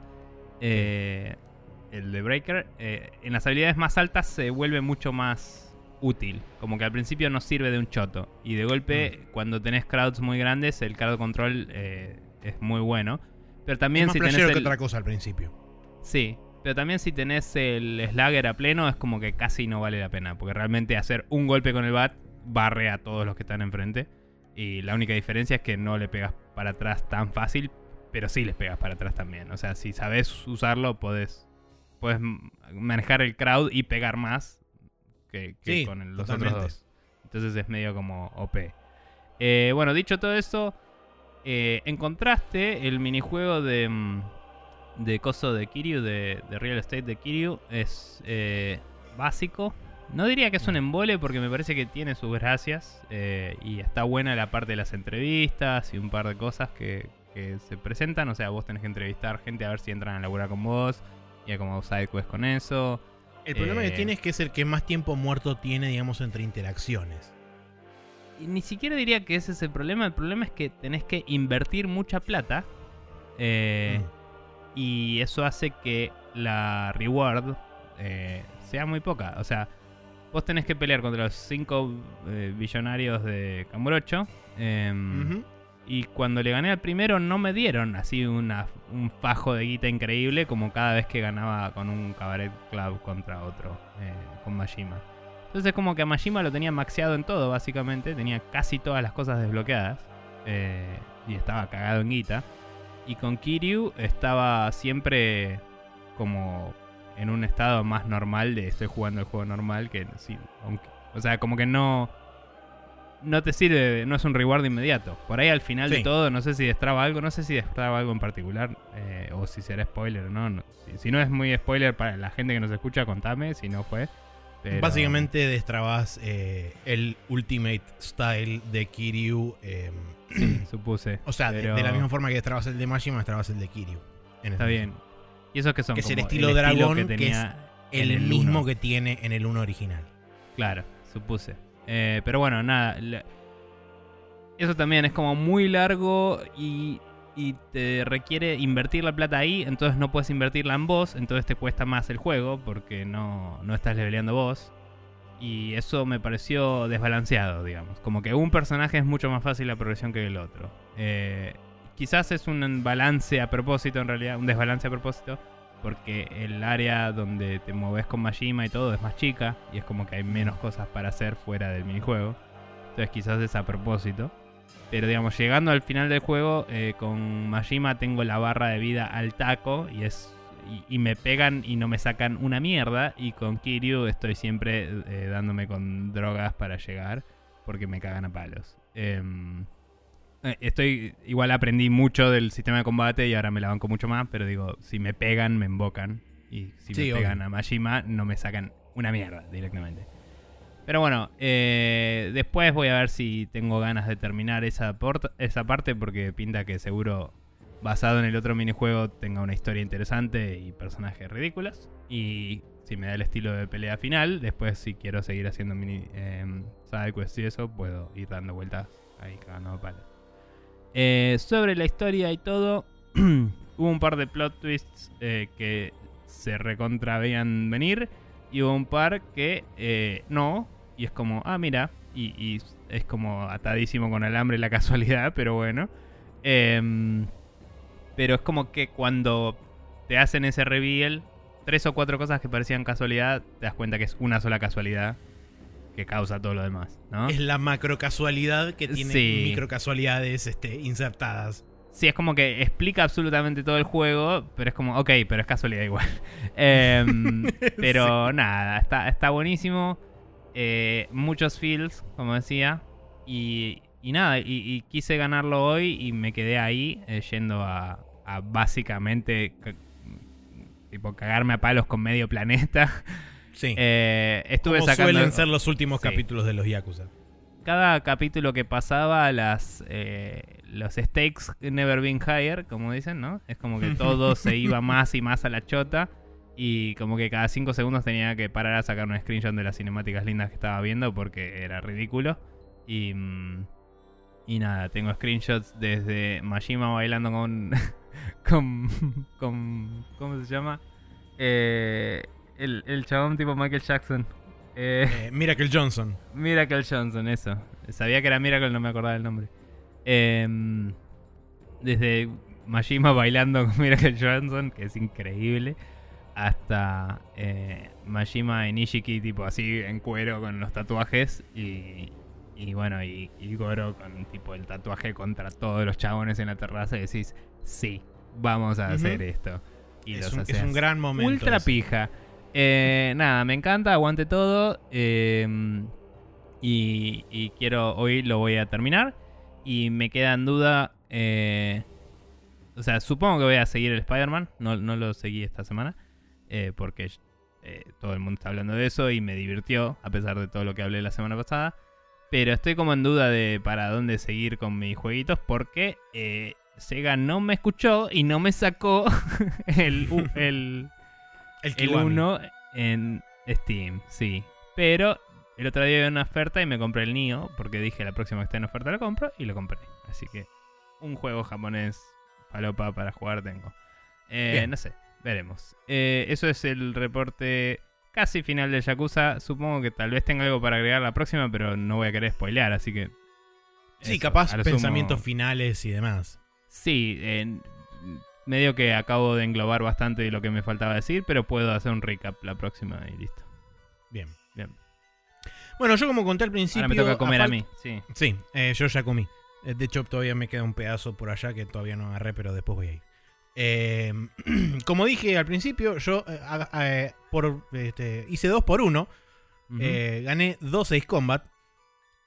eh, el de Breaker, eh, en las habilidades más altas se vuelve mucho más útil. Como que al principio no sirve de un choto. Y de golpe, Mm. cuando tenés crowds muy grandes, el crowd control eh, es muy bueno. Pero también es más si tenés flashero que el... otra cosa al principio. Sí, pero también si tenés el Slugger a pleno, es como que casi no vale la pena. Porque realmente hacer un golpe con el bat barre a todos los que están enfrente. Y la única diferencia es que no le pegas para atrás tan fácil, pero sí les pegas para atrás también. O sea, si sabes usarlo, podés, podés manejar el crowd y pegar más que, que Sí, con el- los totalmente. otros dos. Entonces es medio como O P. Eh, bueno, dicho todo eso, eh, en contraste, el minijuego de, mm, de coso de Kiryu, de, de Real Estate de Kiryu, es eh, básico. No diría que es un embole, porque me parece que tiene sus gracias. eh, y está buena la parte de las entrevistas y un par de cosas que, que se presentan. O sea, vos tenés que entrevistar gente a ver si entran a laburar con vos. Y hay como sidequests con eso. El problema Eh, que tiene es que es el que más tiempo muerto tiene, digamos, entre interacciones. Y ni siquiera diría que ese es el problema. El problema es que tenés que invertir mucha plata. Eh, Mm. Y eso hace que la reward eh, sea muy poca. O sea, vos tenés que pelear contra los cinco eh, billonarios de Kamurocho. em, Ujú. Y cuando le gané al primero no me dieron así una, un fajo de guita increíble como cada vez que ganaba con un Cabaret Club contra otro, eh, con Majima. Entonces como que a Majima lo tenía maxeado en todo básicamente, tenía casi todas las cosas desbloqueadas eh, y estaba cagado en guita. Y con Kiryu estaba siempre como en un estado más normal de estoy jugando el juego normal que sí, aunque, o sea, como que no... no te sirve, no es un reward inmediato. Por ahí al final Sí. de todo, no sé si destraba algo, no sé si destraba algo en particular, eh, o si será spoiler o no. no. Si, si no es muy spoiler para la gente que nos escucha, contame, si no fue. Pero... Básicamente destrabas eh, el Ultimate Style de Kiryu. Eh, Sí, supuse. o sea, de- pero... de, la misma forma que destrabas el de Majima, destrabas el de Kiryu. En Está este bien. ¿Y esos que son? Que es el como estilo dragón, que que tenía es en el, el mismo uno. que tiene en el uno original. Claro, supuse. Eh, pero bueno, nada. la- Eso también es como muy largo y, y te requiere invertir la plata ahí. Entonces no puedes invertirla en vos. Entonces te cuesta más el juego porque no, no estás leveleando vos. Y eso me pareció desbalanceado, digamos. Como que un personaje es mucho más fácil la progresión que el otro. Eh, quizás es un balance a propósito, en realidad, un desbalance a propósito. Porque el área donde te mueves con Majima y todo es más chica. Y es como que hay menos cosas para hacer fuera del minijuego. Entonces quizás es a propósito. Pero digamos, llegando al final del juego, eh, con Majima tengo la barra de vida al taco. Y es y, y me pegan y no me sacan una mierda. Y con Kiryu estoy siempre eh, dándome con drogas para llegar. Porque me cagan a palos. Eh, Estoy, igual aprendí mucho del sistema de combate y ahora me la banco mucho más, pero digo, si me pegan, me embocan. Y si Sí, me pegan obvio. a Majima, no me sacan una mierda directamente. Pero bueno, eh, después voy a ver si tengo ganas de terminar esa, porta- esa parte, porque pinta que seguro, basado en el otro minijuego, tenga una historia interesante y personajes ridículos. Y si me da el estilo de pelea final, después si quiero seguir haciendo mini eh, sidequests y eso, puedo ir dando vueltas ahí cagando a palos. Eh, sobre la historia y todo, hubo un par de plot twists eh, que se recontra veían venir y hubo un par que eh, no, y es como, ah, mira, y, y es como atadísimo con alambre la casualidad, pero bueno. Eh, pero es como que cuando te hacen ese reveal, tres o cuatro cosas que parecían casualidad, te das cuenta que es una sola casualidad que causa todo lo demás, ¿no? Es la macro casualidad que tiene Sí. micro casualidades este, insertadas. Sí, es como que explica absolutamente todo el juego, pero es como, ok, pero es casualidad igual. Em, pero nada, está, está buenísimo. Eh, muchos feels, como decía. Y, y nada, y, y quise ganarlo hoy y me quedé ahí eh, yendo a, a básicamente ca- tipo cagarme a palos con medio planeta. Sí. Eh, estuve Como sacando... suelen ser los últimos Sí. capítulos de los Yakuza. Cada capítulo que pasaba, las eh, los stakes never been higher, como dicen, ¿no? Es como que todo se iba más y más a la chota. Y como que cada cinco segundos tenía que parar a sacar un screenshot de las cinemáticas lindas que estaba viendo porque era ridículo. Y, mm, y nada, tengo screenshots desde Majima bailando con... con, con ¿cómo se llama? Eh, el, el chabón tipo Michael Jackson. Eh, Eh, Miracle Johnson. Miracle Johnson, eso. Sabía que era Miracle, no me acordaba el nombre. Eh, desde Majima bailando con Miracle Johnson, que es increíble, hasta eh, Majima en Ishiki, tipo así en cuero con los tatuajes. Y, y bueno, y, y Goro con tipo el tatuaje contra todos los chabones en la terraza. Y decís, sí, vamos a Ujú. hacer esto. Y Es los un, haces es un gran momento. ultra ese. pija. Eh, nada, me encanta, aguante todo. eh, y, y quiero, hoy lo voy a terminar. Y me queda en duda. eh, o sea, supongo que voy a seguir el Spider-Man. No, no lo seguí esta semana. eh, porque eh, todo el mundo está hablando de eso y me divirtió, a pesar de todo lo que hablé la semana pasada. Pero estoy como en duda de para dónde seguir con mis jueguitos. Porque eh, Sega no me escuchó y no me sacó el, u- el, El el Kiwami. uno en Steam, sí. Pero el otro día había una oferta y me compré el Nioh porque dije la próxima que esté en oferta lo compro y lo compré. Así que un juego japonés falopa para jugar tengo. Eh, Bien. no sé, veremos. Eh, eso es el reporte casi final de Yakuza. Supongo que tal vez tenga algo para agregar la próxima, pero no voy a querer spoilear, así que... Sí, eso, capaz a lo pensamientos sumo- finales y demás. Sí, eh, medio que acabo de englobar bastante de lo que me faltaba decir, pero puedo hacer un recap la próxima y listo. Bien. Bien. Bueno, yo como conté al principio... Ahora me toca comer a, fal- mí, sí. Sí, eh, yo ya comí. Eh, De hecho, todavía me queda un pedazo por allá que todavía no agarré, pero después voy a ir. Eh, como dije al principio, yo eh, haga- eh, por, este, hice dos por uno. Ujú. Eh, gané dos Ace Combat.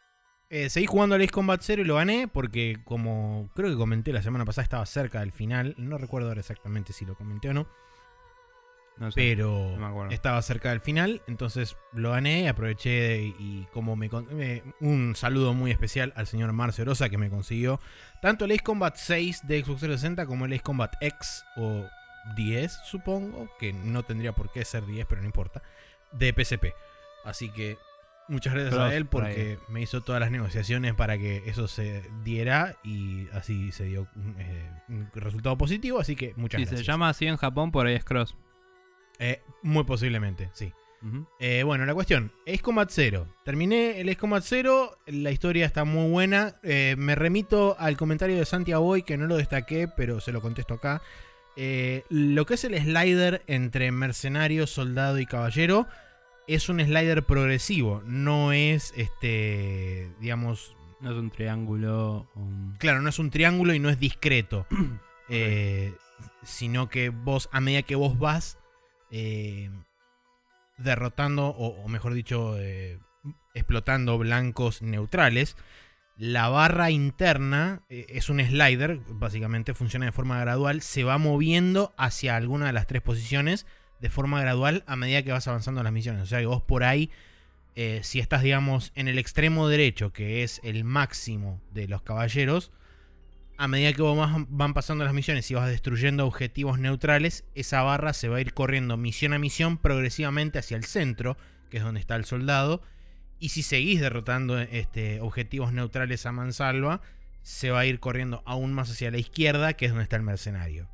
Eh, seguí jugando al Ace Combat cero y lo gané porque, como creo que comenté la semana pasada, estaba cerca del final. No recuerdo ahora exactamente si lo comenté o no. No sé, pero no me acuerdo. estaba cerca del final, entonces lo gané, aproveché y, y como me, me un saludo muy especial al señor Marcio Rosa que me consiguió tanto el Ace Combat seis de Xbox trescientos sesenta como el Ace Combat X o diez, supongo, que no tendría por qué ser diez, pero no importa, de P S P. Así que muchas gracias Cross, a él por porque me hizo todas las negociaciones para que eso se diera y así se dio eh, un resultado positivo, así que muchas Si gracias. se llama así en Japón, por ahí es Cross. Eh, muy posiblemente, sí. Uh-huh. Eh, bueno, la cuestión, Ace Combat cero. Terminé el Ace Combat cero, la historia está muy buena. Eh, me remito al comentario de Santiago Boy, que no lo destaqué, pero se lo contesto acá. Eh, lo que es el slider entre mercenario, soldado y caballero es un slider progresivo, no es este, digamos... No es un triángulo. Un... Claro, no es un triángulo y no es discreto. eh, sino que vos, a medida que vos vas... Eh, derrotando o, o mejor dicho eh, explotando blancos neutrales, la barra interna eh, es un slider, básicamente funciona de forma gradual, se va moviendo hacia alguna de las tres posiciones de forma gradual a medida que vas avanzando en las misiones. O sea que vos por ahí eh, si estás digamos en el extremo derecho, que es el máximo de los caballeros, a medida que vas, van pasando las misiones y vas destruyendo objetivos neutrales, esa barra se va a ir corriendo misión a misión progresivamente hacia el centro, que es donde está el soldado. Y si seguís derrotando este, objetivos neutrales a mansalva, se va a ir corriendo aún más hacia la izquierda, que es donde está el mercenario.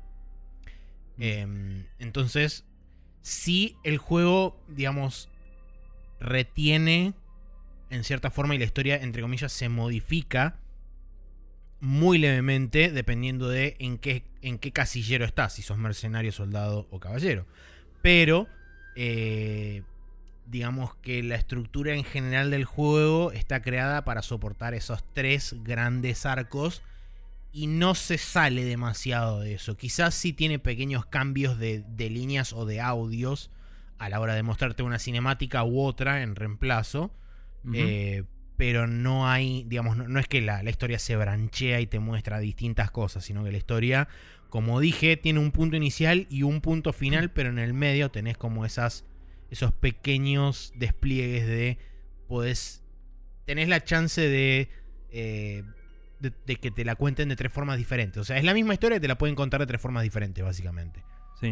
Mm. Eh, entonces, sí, el juego, digamos, retiene en cierta forma y la historia, entre comillas, se modifica muy levemente dependiendo de en qué, en qué casillero estás, si sos mercenario, soldado o caballero. Pero eh, digamos que la estructura en general del juego está creada para soportar esos tres grandes arcos y no se sale demasiado de eso. Quizás sí tiene pequeños cambios de, de líneas o de audios a la hora de mostrarte una cinemática u otra en reemplazo. Uh-huh. eh, pero no hay, digamos, no, no es que la, la historia se branchea y te muestra distintas cosas, sino que la historia, como dije, tiene un punto inicial y un punto final, pero en el medio tenés como esas, esos pequeños despliegues de, podés, tenés la chance de, eh, de, de que te la cuenten de tres formas diferentes. O sea, es la misma historia y te la pueden contar de tres formas diferentes, básicamente. Sí.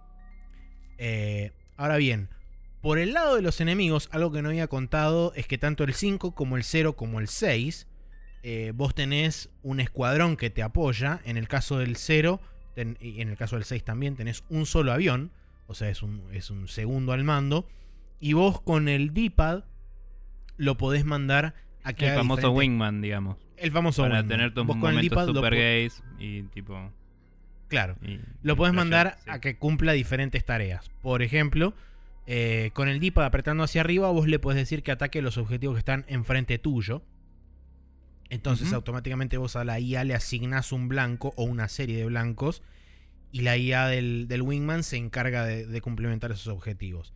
Eh, ahora bien, por el lado de los enemigos, algo que no había contado es que tanto el cinco como el cero como el seis, eh, vos tenés un escuadrón que te apoya. En el caso del cero ten, y en el caso del seis también tenés un solo avión, o sea, es un, es un segundo al mando. Y vos con el D-pad lo podés mandar a que el haga famoso diferentes... wingman, digamos. El famoso para wingman. tener tus vos con momentos el super lo... gays y tipo... Claro, y, lo y podés mandar sí. a que cumpla diferentes tareas. Por ejemplo... Eh, con el D-pad apretando hacia arriba, vos le podés decir que ataque los objetivos que están enfrente tuyo. Entonces, uh-huh. automáticamente vos a la I A le asignás un blanco o una serie de blancos. Y la I A del, del Wingman se encarga de, de complementar esos objetivos.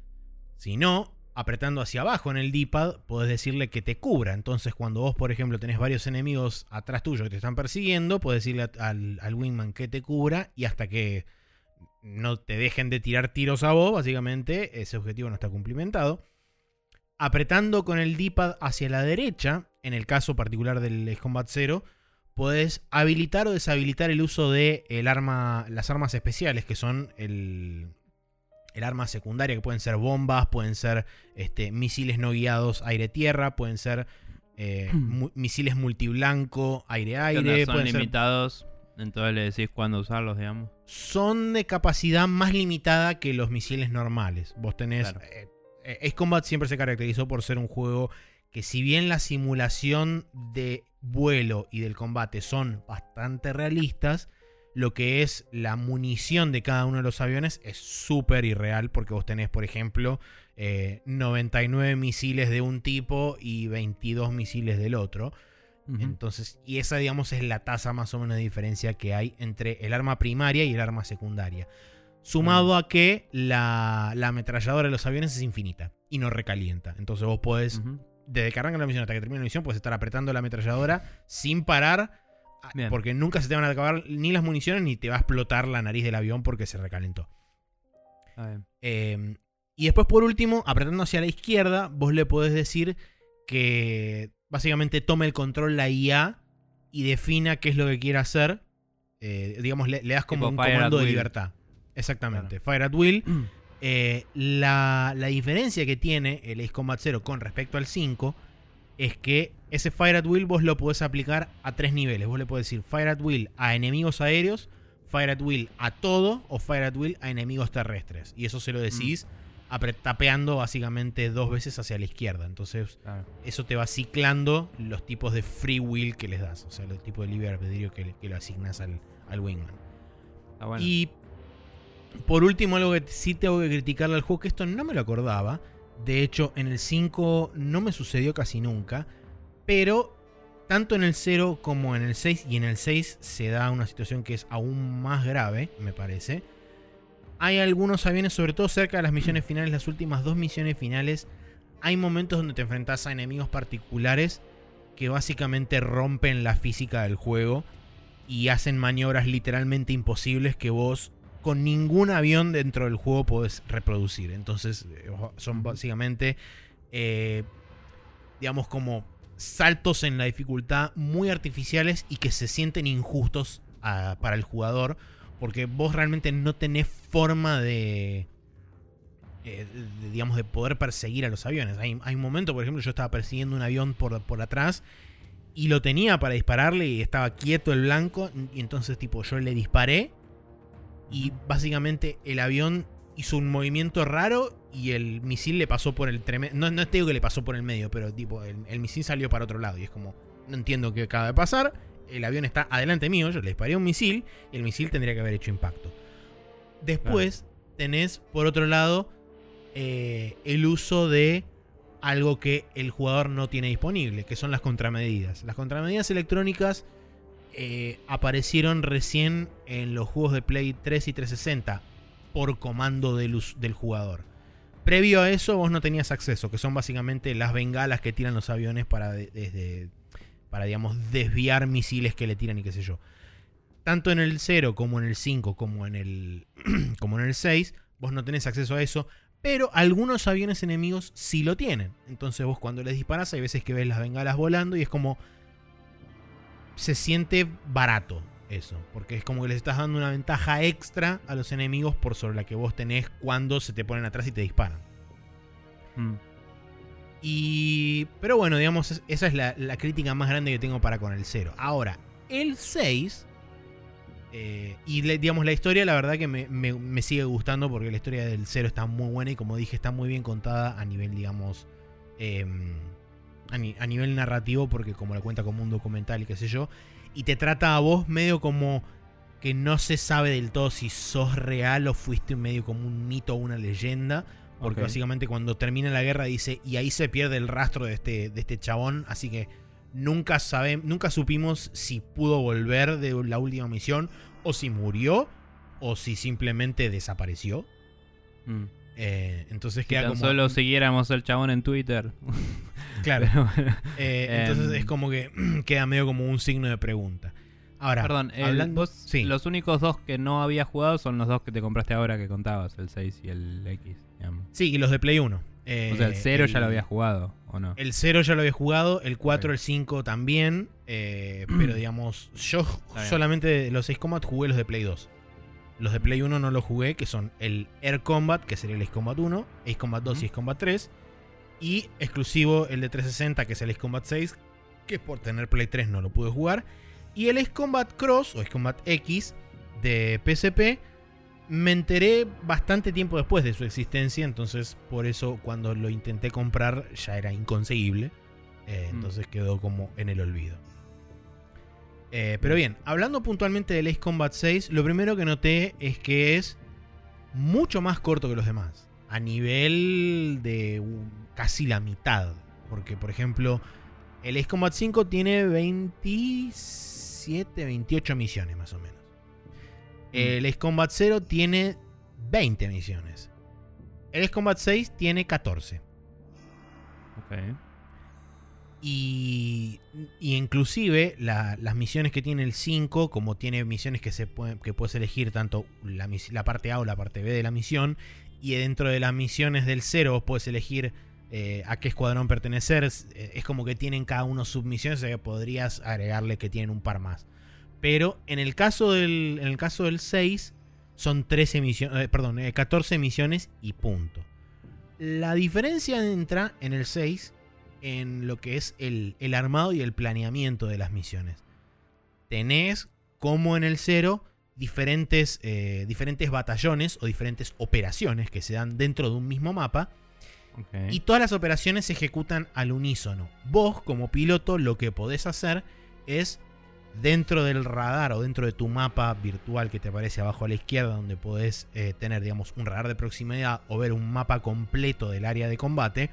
Si no, apretando hacia abajo en el D-pad, podés decirle que te cubra. Entonces, cuando vos, por ejemplo, tenés varios enemigos atrás tuyo que te están persiguiendo, podés decirle al, al Wingman que te cubra. Y hasta que no te dejen de tirar tiros a vos, básicamente, ese objetivo no está cumplimentado. Apretando con el D-pad hacia la derecha, en el caso particular del Ace Combat cero, podés habilitar o deshabilitar el uso de el arma, las armas especiales, que son el, el arma secundaria, que pueden ser bombas, pueden ser este, misiles no guiados aire-tierra, pueden ser eh, mu- misiles multiblanco aire-aire. Son pueden limitados... ser... Entonces le decís cuándo usarlos, digamos. Son de capacidad más limitada que los misiles normales. Vos tenés... Claro. Eh, eh, Ace Combat siempre se caracterizó por ser un juego que, si bien la simulación de vuelo y del combate son bastante realistas, lo que es la munición de cada uno de los aviones es súper irreal, porque vos tenés, por ejemplo, eh, noventa y nueve misiles de un tipo y veintidós misiles del otro. Uh-huh. Entonces, y esa, digamos, es la tasa más o menos de diferencia que hay entre el arma primaria y el arma secundaria. Sumado uh-huh. a que la, la ametralladora de los aviones es infinita y no recalienta. Entonces vos podés uh-huh. desde que arranca la misión hasta que termina la misión, puedes estar apretando la ametralladora sin parar. Bien. Porque nunca se te van a acabar ni las municiones ni te va a explotar la nariz del avión porque se recalentó. Eh, y después, por último, apretando hacia la izquierda, vos le podés decir que básicamente tome el control la I A y defina qué es lo que quiere hacer. Eh, digamos, le, le das como tipo un comando de libertad. Exactamente. Claro. Fire at Will. eh, la, la diferencia que tiene el Ace Combat cero con respecto al cinco es que ese Fire at Will vos lo podés aplicar a tres niveles. Vos le podés decir Fire at Will a enemigos aéreos, Fire at Will a todo o Fire at Will a enemigos terrestres. Y eso se lo decís mm. tapeando básicamente dos veces hacia la izquierda. Entonces claro. eso te va ciclando los tipos de free will que les das. O sea, los tipos de libre albedrío que, que le asignas al, al Wingman. Ah, bueno. Y por último, algo que sí tengo que criticarle al juego, que esto no me lo acordaba. De hecho, en el cinco no me sucedió casi nunca. Pero tanto en el cero como en el seis, y en el seis se da una situación que es aún más grave, me parece. Hay algunos aviones, sobre todo cerca de las misiones finales, las últimas dos misiones finales, hay momentos donde te enfrentas a enemigos particulares que básicamente rompen la física del juego y hacen maniobras literalmente imposibles que vos con ningún avión dentro del juego podés reproducir. Entonces son básicamente, eh, digamos, como saltos en la dificultad muy artificiales y que se sienten injustos a, para el jugador, porque vos realmente no tenés forma de, eh, de, digamos, de poder perseguir a los aviones. Hay, hay un momento, por ejemplo, yo estaba persiguiendo un avión por, por atrás y lo tenía para dispararle y estaba quieto el blanco, y entonces tipo yo le disparé y básicamente el avión hizo un movimiento raro y el misil le pasó por el tremendo... No, no te digo que le pasó por el medio, pero tipo el, el misil salió para otro lado y es como, no entiendo qué acaba de pasar. El avión está adelante mío, yo le disparé un misil y el misil tendría que haber hecho impacto. Después claro. tenés, por otro lado, eh, el uso de algo que el jugador no tiene disponible, que son las contramedidas. Las contramedidas electrónicas eh, aparecieron recién en los juegos de Play tres y trescientos sesenta por comando del, del jugador. Previo a eso vos no tenías acceso, que son básicamente las bengalas que tiran los aviones para, desde, para digamos, desviar misiles que le tiran y qué sé yo. Tanto en el cero como en el cinco como en el, como en el seis, vos no tenés acceso a eso, pero algunos aviones enemigos sí lo tienen. Entonces vos cuando les disparás hay veces que ves las bengalas volando y es como... se siente barato eso, porque es como que les estás dando una ventaja extra a los enemigos por sobre la que vos tenés cuando se te ponen atrás y te disparan. Mm. Y... pero bueno, digamos, esa es la, la crítica más grande que tengo para con el cero. Ahora, el seis... Eh, y le, digamos, la historia la verdad que me, me, me sigue gustando porque la historia del cero está muy buena y como dije está muy bien contada a nivel, digamos, eh, a, ni, a nivel narrativo, porque como la cuenta como un documental y qué sé yo, y te trata a vos medio como que no se sabe del todo si sos real o fuiste medio como un mito o una leyenda, porque okay. básicamente cuando termina la guerra dice, y ahí se pierde el rastro de este, de este chabón, así que Nunca, sabe, nunca supimos si pudo volver de la última misión, o si murió, o si simplemente desapareció. Mm. Eh, entonces queda si tan como... solo siguiéramos al chabón en Twitter. Claro. Bueno, eh, entonces um, es como que queda medio como un signo de pregunta. Ahora, perdón, hablando, vos, sí. los únicos dos que no había jugado son los dos que te compraste ahora que contabas, el seis y el X. Digamos. Sí, y los de Play uno. Eh, o sea, el cero el, ya lo había jugado, ¿o no? El cero ya lo había jugado, el cuatro, okay. el cinco también, eh, pero digamos, yo solamente los Ace Combat jugué los de Play dos. Los de Play uno no los jugué, que son el Air Combat, que sería el Ace Combat uno, Ace Combat dos uh-huh. y Ace Combat tres, y exclusivo el de trescientos sesenta, que es el Ace Combat seis, que por tener Play tres no lo pude jugar, y el Ace Combat Cross, o Ace Combat X, de P S P, me enteré bastante tiempo después de su existencia, entonces por eso cuando lo intenté comprar ya era inconseguible, eh, mm. entonces quedó como en el olvido. Eh, pero bien, hablando puntualmente del Ace Combat seis, lo primero que noté es que es mucho más corto que los demás, a nivel de um, casi la mitad, porque por ejemplo el Ace Combat cinco tiene veintisiete, veintiocho misiones más o menos. El Ace Combat cero tiene veinte misiones. El Ace Combat seis tiene catorce. Okay. Y, y inclusive la, las misiones que tiene el cinco, como tiene misiones que, se pueden, que puedes elegir tanto la, la parte A o la parte B de la misión, y dentro de las misiones del cero vos podés elegir eh, a qué escuadrón pertenecer, es, es como que tienen cada uno submisiones, o sea que podrías agregarle que tienen un par más. Pero en el caso del, en el caso del seis son trece misiones, eh, perdón, eh, catorce misiones y punto. La diferencia entra en el seis en lo que es el, el armado y el planeamiento de las misiones. Tenés, como en el cero, diferentes, eh, diferentes batallones o diferentes operaciones que se dan dentro de un mismo mapa. Okay. Y todas las operaciones se ejecutan al unísono. Vos, como piloto, lo que podés hacer es, dentro del radar o dentro de tu mapa virtual que te aparece abajo a la izquierda, donde podés eh, tener, digamos, un radar de proximidad o ver un mapa completo del área de combate,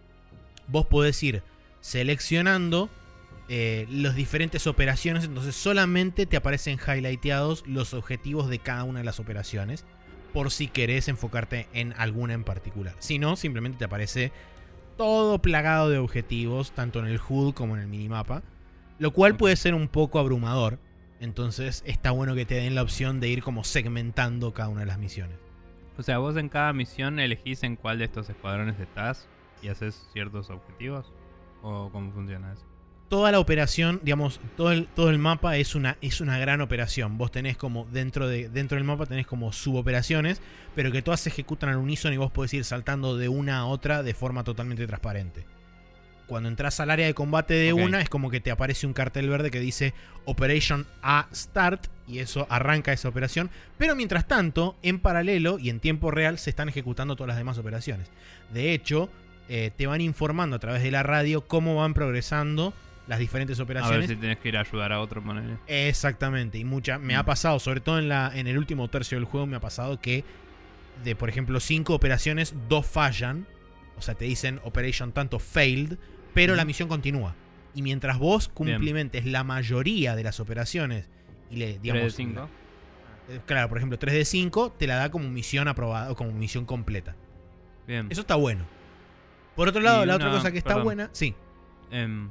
vos podés ir seleccionando eh, las diferentes operaciones. Entonces solamente te aparecen highlighteados los objetivos de cada una de las operaciones, por si querés enfocarte en alguna en particular. Si no, simplemente te aparece todo plagado de objetivos, tanto en el H U D como en el minimapa, lo cual puede ser un poco abrumador. Entonces está bueno que te den la opción de ir como segmentando cada una de las misiones. O sea, vos en cada misión elegís en cuál de estos escuadrones estás y haces ciertos objetivos, ¿o cómo funciona eso? Toda la operación, digamos, todo el, todo el mapa es una, es una gran operación. Vos tenés como, dentro, de, dentro del mapa tenés como suboperaciones, pero que todas se ejecutan al unísono y vos podés ir saltando de una a otra de forma totalmente transparente. Cuando entras al área de combate de okay. una, es como que te aparece un cartel verde que dice Operation A Start, y eso arranca esa operación. Pero mientras tanto, en paralelo y en tiempo real, se están ejecutando todas las demás operaciones. De hecho, eh, te van informando a través de la radio cómo van progresando las diferentes operaciones. A ver si tenés que ir a ayudar a otro manera. Exactamente, y mucha, me mm. ha pasado, sobre todo en, la, en el último tercio del juego, me ha pasado que de, por ejemplo, cinco operaciones, dos fallan. O sea, te dicen Operation tanto failed, pero mm. la misión continúa. Y mientras vos cumplimentes Bien. la mayoría de las operaciones y le, digamos, tres de cinco. La, claro, por ejemplo, tres de cinco te la da como misión aprobada o como misión completa. Bien. Eso está bueno. Por otro lado, y la una, otra cosa que está perdón. buena, sí. Um,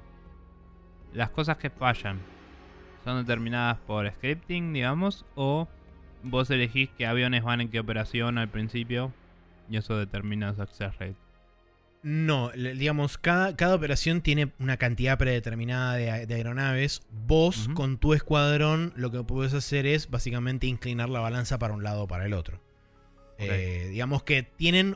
las cosas que fallan son determinadas por scripting, digamos, o vos elegís qué aviones van en qué operación al principio y eso determina su success rate. No, digamos, cada, cada operación tiene una cantidad predeterminada de, de aeronaves. Vos, uh-huh. con tu escuadrón, lo que podés hacer es básicamente inclinar la balanza para un lado o para el otro. Okay. Eh, digamos que tienen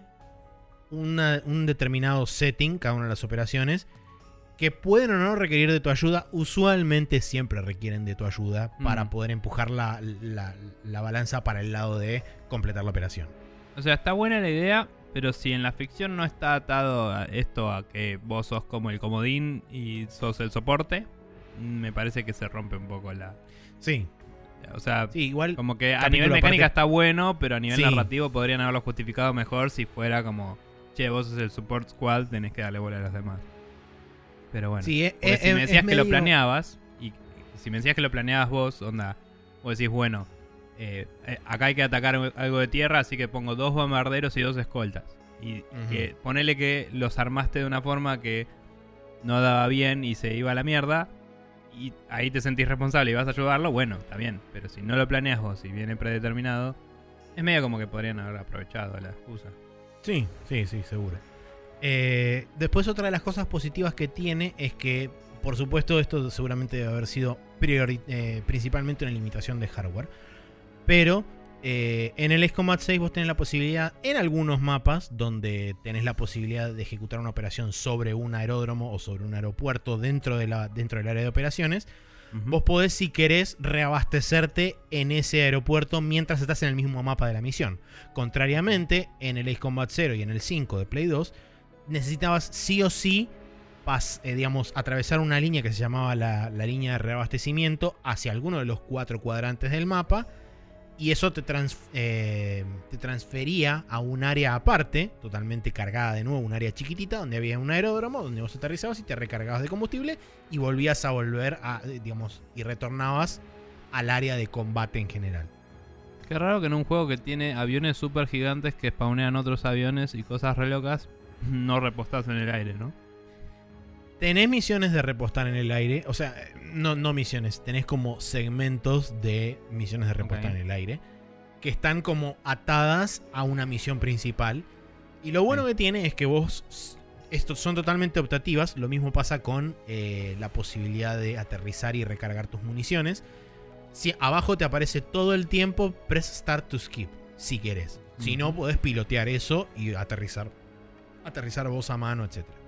una, un determinado setting cada una de las operaciones que pueden o no requerir de tu ayuda. Usualmente siempre requieren de tu ayuda mm. para poder empujar la, la, la balanza para el lado de completar la operación. O sea, está buena la idea, pero si en la ficción no está atado a esto a que vos sos como el comodín y sos el soporte, me parece que se rompe un poco la... Sí. O sea, sí, igual como que a nivel mecánica aparte... está bueno, pero a nivel sí. narrativo podrían haberlo justificado mejor si fuera como, che, vos sos el support squad, tenés que darle bola a los demás. Pero bueno, sí, es, si es, me decías que medio... lo planeabas, y si me decías que lo planeabas vos, onda, vos decís, bueno, eh, eh, acá hay que atacar algo de tierra, así que pongo dos bombarderos y dos escoltas. Y uh-huh. que ponele que los armaste de una forma que no daba bien y se iba a la mierda, y ahí te sentís responsable y vas a ayudarlo, bueno, está bien. Pero si no lo planeas vos y viene predeterminado, es medio como que podrían haber aprovechado la excusa. Sí, sí, sí, seguro. Eh, después otra de las cosas positivas que tiene es que, por supuesto, esto seguramente debe haber sido priori- eh, principalmente una limitación de hardware, pero eh, en el Ace Combat seis vos tenés la posibilidad, en algunos mapas donde tenés la posibilidad de ejecutar una operación sobre un aeródromo o sobre un aeropuerto dentro, de la, dentro del área de operaciones, uh-huh. vos podés, si querés, reabastecerte en ese aeropuerto mientras estás en el mismo mapa de la misión. Contrariamente, en el Ace Combat cero y en el cinco de Play dos, necesitabas sí o sí pas, eh, digamos, atravesar una línea que se llamaba la, la línea de reabastecimiento hacia alguno de los cuatro cuadrantes del mapa, y eso te, trans, eh, te transfería a un área aparte, totalmente cargada de nuevo, un área chiquitita donde había un aeródromo donde vos aterrizabas y te recargabas de combustible y volvías a volver a, digamos, y retornabas al área de combate en general. Qué raro que en un juego que tiene aviones super gigantes que spawnean otros aviones y cosas re locas, no repostas en el aire, ¿no? Tenés misiones de repostar en el aire. O sea, no, no misiones. Tenés como segmentos de misiones de repostar Ok. en el aire. Que están como atadas a una misión principal. Y lo bueno Sí. que tiene es que vos... Estos son totalmente optativas. Lo mismo pasa con eh, la posibilidad de aterrizar y recargar tus municiones. Si abajo te aparece todo el tiempo, press start to skip, si querés. Si no, Ujú. podés pilotear eso y aterrizar. Aterrizar vos a mano, etcétera.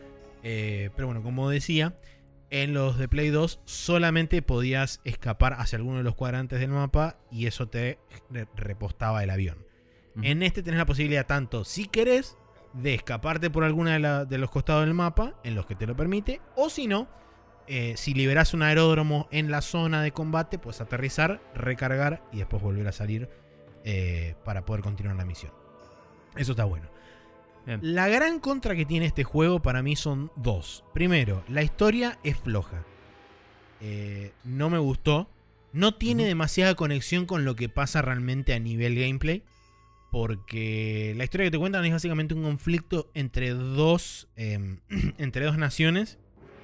Eh, pero bueno, como decía, en los de Play dos solamente podías escapar hacia alguno de los cuadrantes del mapa y eso te re- repostaba el avión. Ujú. En este tenés la posibilidad tanto, si querés, de escaparte por alguno de, la- de los costados del mapa, en los que te lo permite, o si no, eh, si liberás un aeródromo en la zona de combate, puedes aterrizar, recargar y después volver a salir eh, para poder continuar la misión. Eso está bueno. Bien. La gran contra que tiene este juego para mí son dos. Primero, la historia es floja. Eh, no me gustó. No tiene Ujú. demasiada conexión con lo que pasa realmente a nivel gameplay. Porque la historia que te cuentan es básicamente un conflicto entre dos, eh, entre dos naciones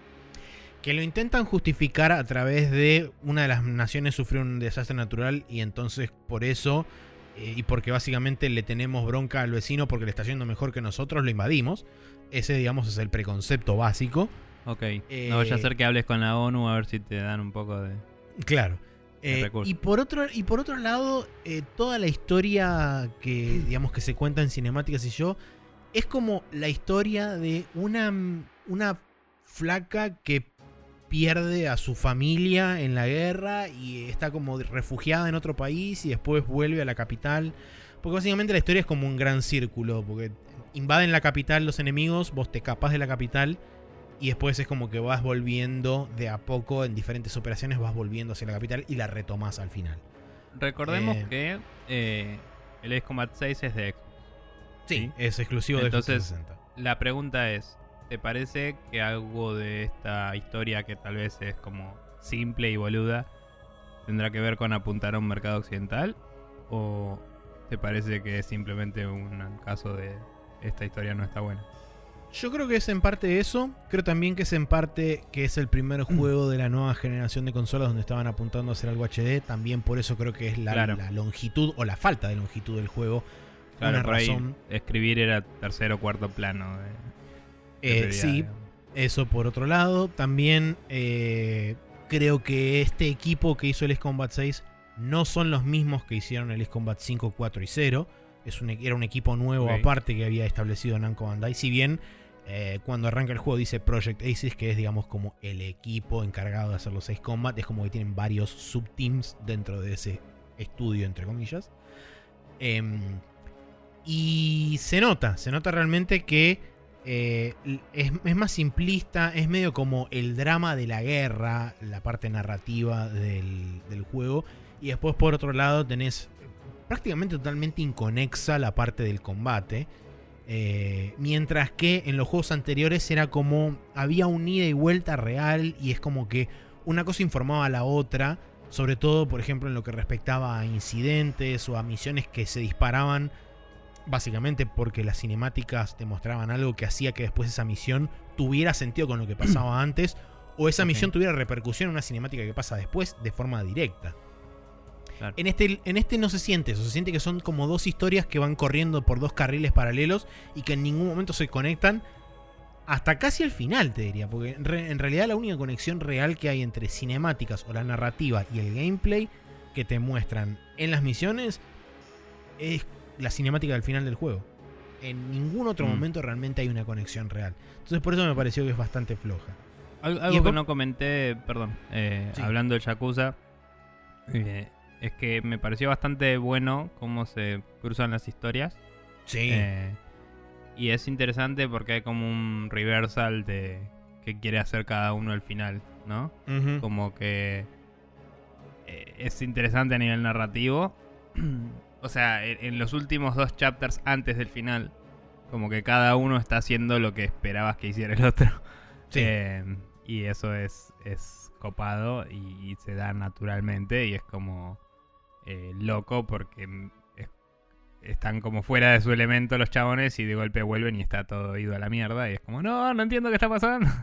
que lo intentan justificar a través de una de las naciones sufrió un desastre natural y entonces por eso, eh, y porque básicamente le tenemos bronca al vecino porque le está yendo mejor que nosotros, lo invadimos. Ese, digamos, es el preconcepto básico. Ok. Eh, No vaya a ser que hables con la ONU a ver si te dan un poco de... Claro. de Eh, recursos. y, por otro, y por otro lado, eh, toda la historia que, digamos, que se cuenta en cinemáticas y yo, es como la historia de una, una flaca que pierde a su familia en la guerra y está como refugiada en otro país y después vuelve a la capital. Porque básicamente la historia es como un gran círculo, porque invaden la capital los enemigos, vos te escapás de la capital y después es como que vas volviendo de a poco en diferentes operaciones, vas volviendo hacia la capital y la retomás al final. Recordemos Eh, que eh, el Ace Combat seis es de Xbox. Sí, es exclusivo de Xbox Entonces, trescientos sesenta. La pregunta es, ¿te parece que algo de esta historia que tal vez es como simple y boluda tendrá que ver con apuntar a un mercado occidental? ¿O te parece que es simplemente un caso de esta historia no está buena? Yo creo que es en parte eso. Creo también que es en parte que es el primer juego de la nueva generación de consolas donde estaban apuntando a hacer algo H D. También por eso creo que es la, Claro. la longitud o la falta de longitud del juego. Claro, una por razón. ahí escribir era tercer o cuarto plano. De, Eh, de sí, digamos. eso por otro lado. También eh, creo que este equipo que hizo el Ace Combat seis no son los mismos que hicieron el Ace Combat cinco, cuatro y cero. Es un, era un equipo nuevo Ok. aparte que había establecido Namco Bandai. Si bien eh, cuando arranca el juego dice Project Aces, que es digamos como el equipo encargado de hacer los Ace Combat, es como que tienen varios subteams dentro de ese estudio, entre comillas. Em, y se nota, se nota realmente que eh, es, es más simplista, es medio como el drama de la guerra, la parte narrativa del, del juego. Y después por otro lado tenés prácticamente totalmente inconexa la parte del combate. Eh, mientras que en los juegos anteriores era como había un ida y vuelta real y es como que una cosa informaba a la otra. Sobre todo, por ejemplo, en lo que respectaba a incidentes o a misiones que se disparaban básicamente porque las cinemáticas te mostraban algo que hacía que después esa misión tuviera sentido con lo que pasaba antes, o esa Ok. misión tuviera repercusión en una cinemática que pasa después de forma directa. Claro. En este, en este no se siente eso, se siente que son como dos historias que van corriendo por dos carriles paralelos y que en ningún momento se conectan hasta casi el final, te diría, porque en, re- en realidad la única conexión real que hay entre cinemáticas o la narrativa y el gameplay que te muestran en las misiones es la cinemática del final del juego. En ningún otro Mm. momento realmente hay una conexión real. Entonces por eso me pareció que es bastante floja. Al- Y Algo después- que no comenté, perdón, eh, Sí. hablando de Yakuza, eh, es que me pareció bastante bueno cómo se cruzan las historias. Sí. Eh, y es interesante porque hay como un reversal de qué quiere hacer cada uno al final, ¿no? Ujú. Como que eh, es interesante a nivel narrativo. O sea, en, en los últimos dos chapters antes del final, como que cada uno está haciendo lo que esperabas que hiciera el otro. Sí. Eh, y eso es, es copado y, y se da naturalmente y es como eh, loco porque mm, es- están como fuera de su elemento los chabones y de golpe vuelven y está todo ido a la mierda y es como, no, no entiendo qué está pasando.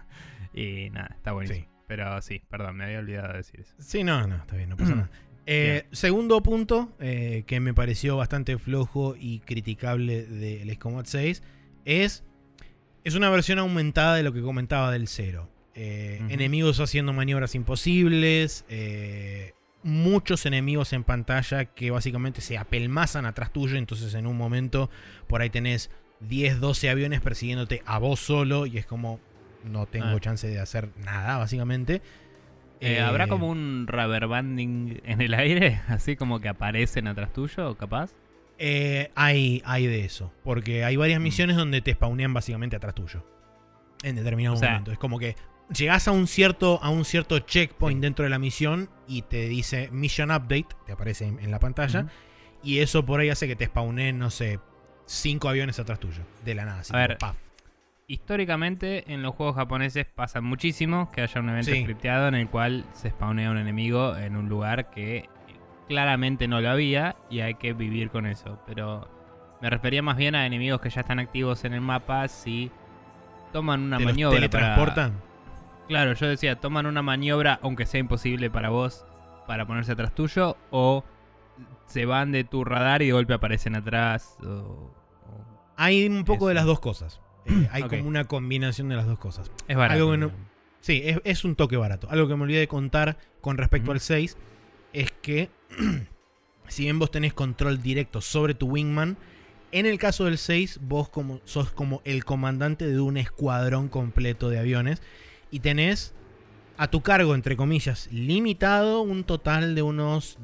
Y nada, está buenísimo. Sí. Pero sí, perdón, me había olvidado de decir eso. Sí, no, no, está bien, no pasa nada. Eh, segundo punto, eh, que me pareció bastante flojo y criticable del Ace Combat seis, es, es una versión aumentada de lo que comentaba del cero. Eh, uh-huh. Enemigos haciendo maniobras imposibles, eh, muchos enemigos en pantalla que básicamente se apelmazan atrás tuyo, entonces en un momento por ahí tenés diez, doce aviones persiguiéndote a vos solo y es como no tengo ah. chance de hacer nada, básicamente. Eh, Eh, ¿Habrá como un rubber banding en el aire? Así como que aparecen atrás tuyo, capaz. Eh, hay, hay de eso. Porque hay varias misiones mm. donde te spawnean básicamente atrás tuyo. En determinado o sea, momento. Es como que llegás a un cierto, a un cierto checkpoint sí. dentro de la misión y te dice Mission Update, te aparece en, en la pantalla. Mm-hmm. Y eso por ahí hace que te spawneen, no sé, cinco aviones atrás tuyo. De la nada. Así a ver, paf. Históricamente en los juegos japoneses pasa muchísimo que haya un evento sí. scripteado en el cual se spawnea un enemigo en un lugar que claramente no lo había y hay que vivir con eso. Pero me refería más bien a enemigos que ya están activos en el mapa si toman una ¿Te maniobra los teletransportan? Para... Claro, yo decía, toman una maniobra aunque sea imposible para vos para ponerse atrás tuyo o se van de tu radar y de golpe aparecen atrás. O, o... Hay un poco eso. De las dos cosas. Eh, hay okay. como una combinación de las dos cosas. Es barato. Algo que no, sí, es, es un toque barato. Algo que me olvidé de contar con respecto uh-huh. al seis es que si bien vos tenés control directo sobre tu wingman, en el caso del seis vos como, sos como el comandante de un escuadrón completo de aviones y tenés a tu cargo, entre comillas, limitado un total de unos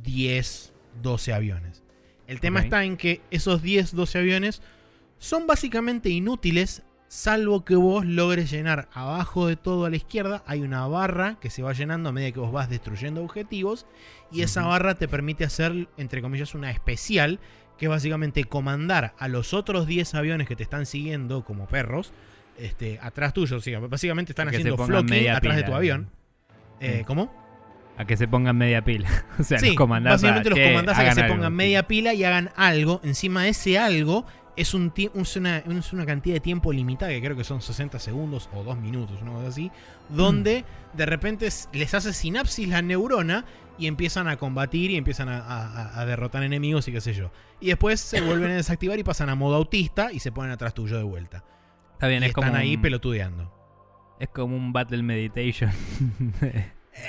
diez, doce aviones. El tema okay. está en que esos diez, doce aviones son básicamente inútiles, salvo que vos logres llenar abajo de todo a la izquierda. Hay una barra que se va llenando a medida que vos vas destruyendo objetivos. Y uh-huh. esa barra te permite hacer, entre comillas, una especial, que es básicamente comandar a los otros diez aviones que te están siguiendo como perros, este, atrás tuyo. O sea, básicamente están haciendo flocking atrás pila, de tu avión. Eh, sí. ¿Cómo? A que se pongan media pila. O sea, sí, los comandás básicamente a los que comandás a que se algo, pongan sí. media pila y hagan algo. Encima de ese algo es, un es, una, es una cantidad de tiempo limitada, que creo que son sesenta segundos o dos minutos, una cosa así, donde mm. de repente les hace sinapsis la neurona y empiezan a combatir y empiezan a, a, a derrotar enemigos y qué sé yo. Y después se vuelven a desactivar y pasan a modo autista y se ponen atrás tuyo de vuelta. Está bien, y es están como ahí un, pelotudeando. Es como un Battle Meditation. eh,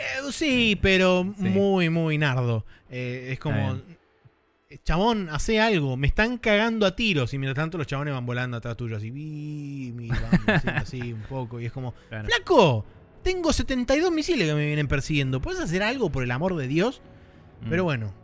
sí, pero sí. muy, muy nardo. Eh, es como... Chabón, hace algo, me están cagando a tiros. Y mientras tanto los chabones van volando atrás tuyo así, y van así, así un poco. Y es como, claro. ¡Flaco! Tengo setenta y dos misiles que me vienen persiguiendo. ¿Puedes hacer algo por el amor de Dios? Mm. Pero bueno,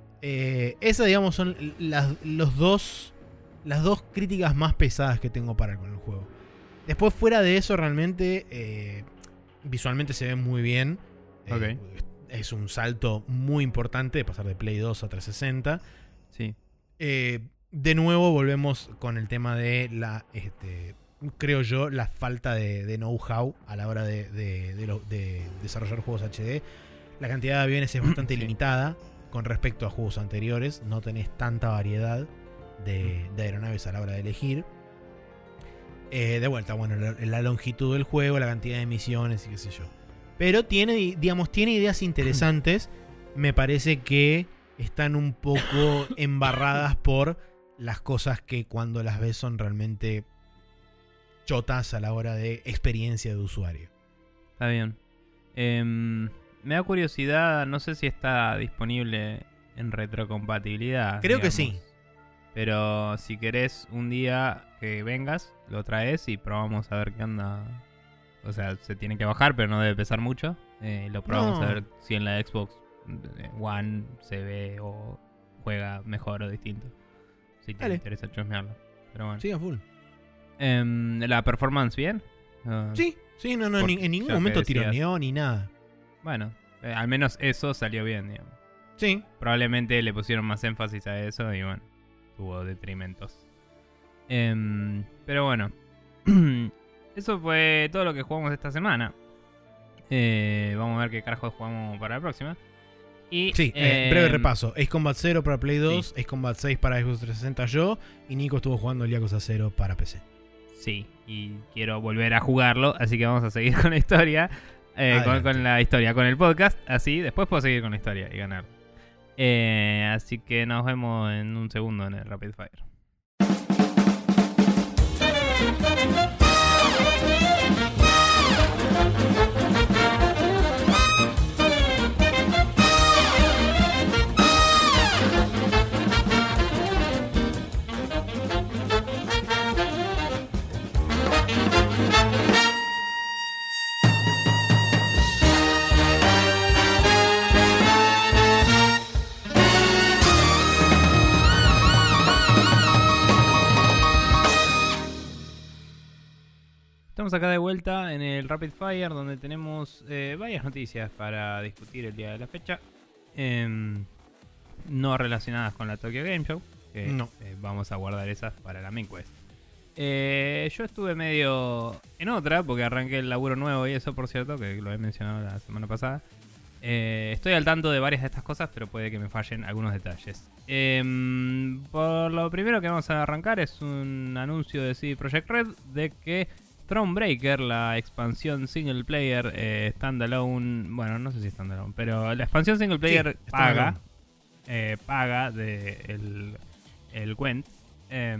eh, esas digamos son las, los dos, las dos críticas más pesadas que tengo para con el juego. Después fuera de eso realmente eh, visualmente se ve muy bien. Okay. Eh, es un salto muy importante de pasar de Play dos a trescientos sesenta. Sí. Eh, de nuevo volvemos con el tema de la, este, creo yo, la falta de, de know-how a la hora de, de, de, lo, de desarrollar juegos H D. La cantidad de aviones es bastante sí. limitada con respecto a juegos anteriores. No tenés tanta variedad de, de aeronaves a la hora de elegir. Eh, de vuelta, bueno, la, la longitud del juego, la cantidad de misiones y qué sé yo. Pero tiene, digamos, tiene ideas interesantes. Me parece que están un poco embarradas por las cosas que cuando las ves son realmente chotas a la hora de experiencia de usuario. Está bien. Eh, me da curiosidad, no sé si está disponible en retrocompatibilidad. Creo digamos. que sí. Pero si querés un día que vengas, lo traes y probamos a ver qué onda. O sea, se tiene que bajar, pero no debe pesar mucho. Eh, lo probamos no. a ver si en la Xbox One se ve o juega mejor o distinto. Si te Dale. interesa chusmearlo. Pero bueno. Sí, a full. Eh, ¿La performance bien? Uh, sí, sí, no, no, en ningún momento tironeó ni nada. Bueno, eh, al menos eso salió bien, digamos. Sí. Probablemente le pusieron más énfasis a eso y bueno, tuvo detrimentos. Eh, pero bueno. Eso fue todo lo que jugamos esta semana. Eh, vamos a ver qué carajo jugamos para la próxima. Y, sí, eh, eh, breve repaso. Ace Combat cero para Play dos, sí. Ace Combat seis para Xbox trescientos sesenta yo, y Nico estuvo jugando el Yakuza cero para P C. Sí, y quiero volver a jugarlo, así que vamos a seguir con la historia. Eh, con, con la historia, con el podcast. Así, después puedo seguir con la historia y ganar. Eh, así que nos vemos en un segundo en el Rapid Fire. Estamos acá de vuelta en el Rapid Fire, donde tenemos eh, varias noticias para discutir el día de la fecha. Eh, no relacionadas con la Tokyo Game Show, que no. eh, vamos a guardar esas para la main quest. Eh, yo estuve medio en otra, porque arranqué el laburo nuevo y eso, por cierto, que lo he mencionado la semana pasada. Eh, estoy al tanto de varias de estas cosas, pero puede que me fallen algunos detalles. Eh, por lo primero que vamos a arrancar es un anuncio de C D Projekt Red de que Thronebreaker, la expansión single player eh, standalone, bueno, no sé si standalone, pero la expansión single player sí, paga, eh, paga de el, el Gwent, eh,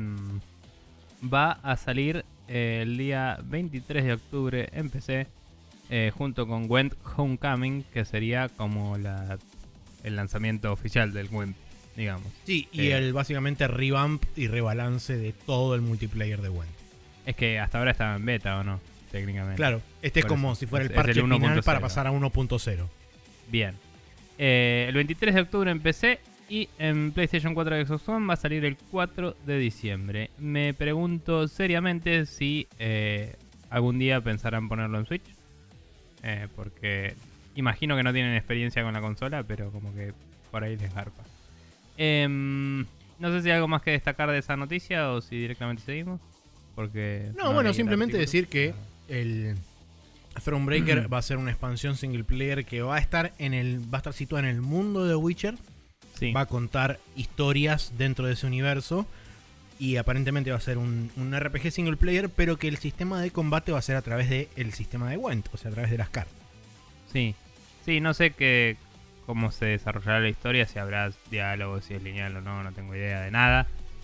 va a salir eh, el día veintitrés de octubre en P C, eh, junto con Gwent Homecoming, que sería como la, el lanzamiento oficial del Gwent, digamos. Sí, y eh, el básicamente revamp y rebalance de todo el multiplayer de Gwent. Es que hasta ahora estaba en beta, ¿o no? Técnicamente. Claro, este Por es como eso, si fuera el es, parche es el final para pasar a uno punto cero. Bien. Eh, el veintitrés de octubre en P C y en PlayStation cuatro y Xbox One va a salir el cuatro de diciembre. Me pregunto seriamente si eh, algún día pensarán ponerlo en Switch. Eh, porque imagino que no tienen experiencia con la consola, pero como que por ahí les garpa. Eh, no sé si hay algo más que destacar de esa noticia o si directamente seguimos. Porque no, no bueno, simplemente decir que el Thronebreaker va a ser una expansión single player que va a estar en el va a estar situada en el mundo de Witcher. Sí. Va a contar historias dentro de ese universo y aparentemente va a ser un, un R P G single player, pero que el sistema de combate va a ser a través del sistema de Gwent, o sea, a través de las cartas. Sí, sí, no sé qué cómo se desarrollará la historia, si habrá diálogo, si es lineal o no, no tengo idea de nada.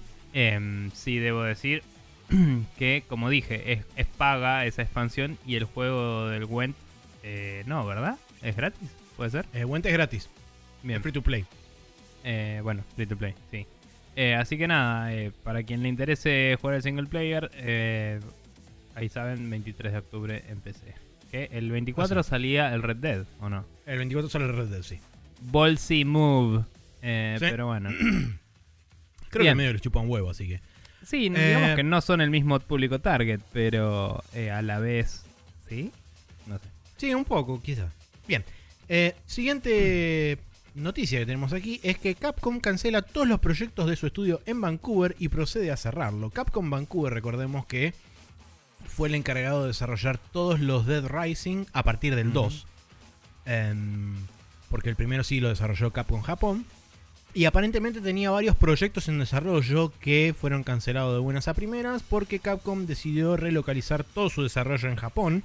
Eh, sí debo decir que, como dije, es, es paga esa expansión y el juego del Gwent eh, no, ¿verdad? ¿Es gratis? ¿Puede ser? Eh, Gwent es gratis. Bien. Es free to play. Eh, bueno, free to play, sí. Eh, así que nada, eh, para quien le interese jugar el single player, eh, ahí saben, veintitrés de octubre en P C. Que el veinticuatro ah, sí. salía el Red Dead, ¿o no? El veinticuatro sale el Red Dead, sí. Ballsy move. Eh, ¿Sí? Pero bueno. Creo Bien. que medio les chupa un huevo, así que... Sí, digamos eh, que no son el mismo público target, pero eh, a la vez, ¿sí? No sé. Sí, un poco, quizás. Bien. Eh, siguiente noticia que tenemos aquí es que Capcom cancela todos los proyectos de su estudio en Vancouver y procede a cerrarlo. Capcom Vancouver, recordemos que fue el encargado de desarrollar todos los Dead Rising a partir del uh-huh. dos. Eh, porque el primero sí lo desarrolló Capcom Japón. Y aparentemente tenía varios proyectos en desarrollo que fueron cancelados de buenas a primeras porque Capcom decidió relocalizar todo su desarrollo en Japón.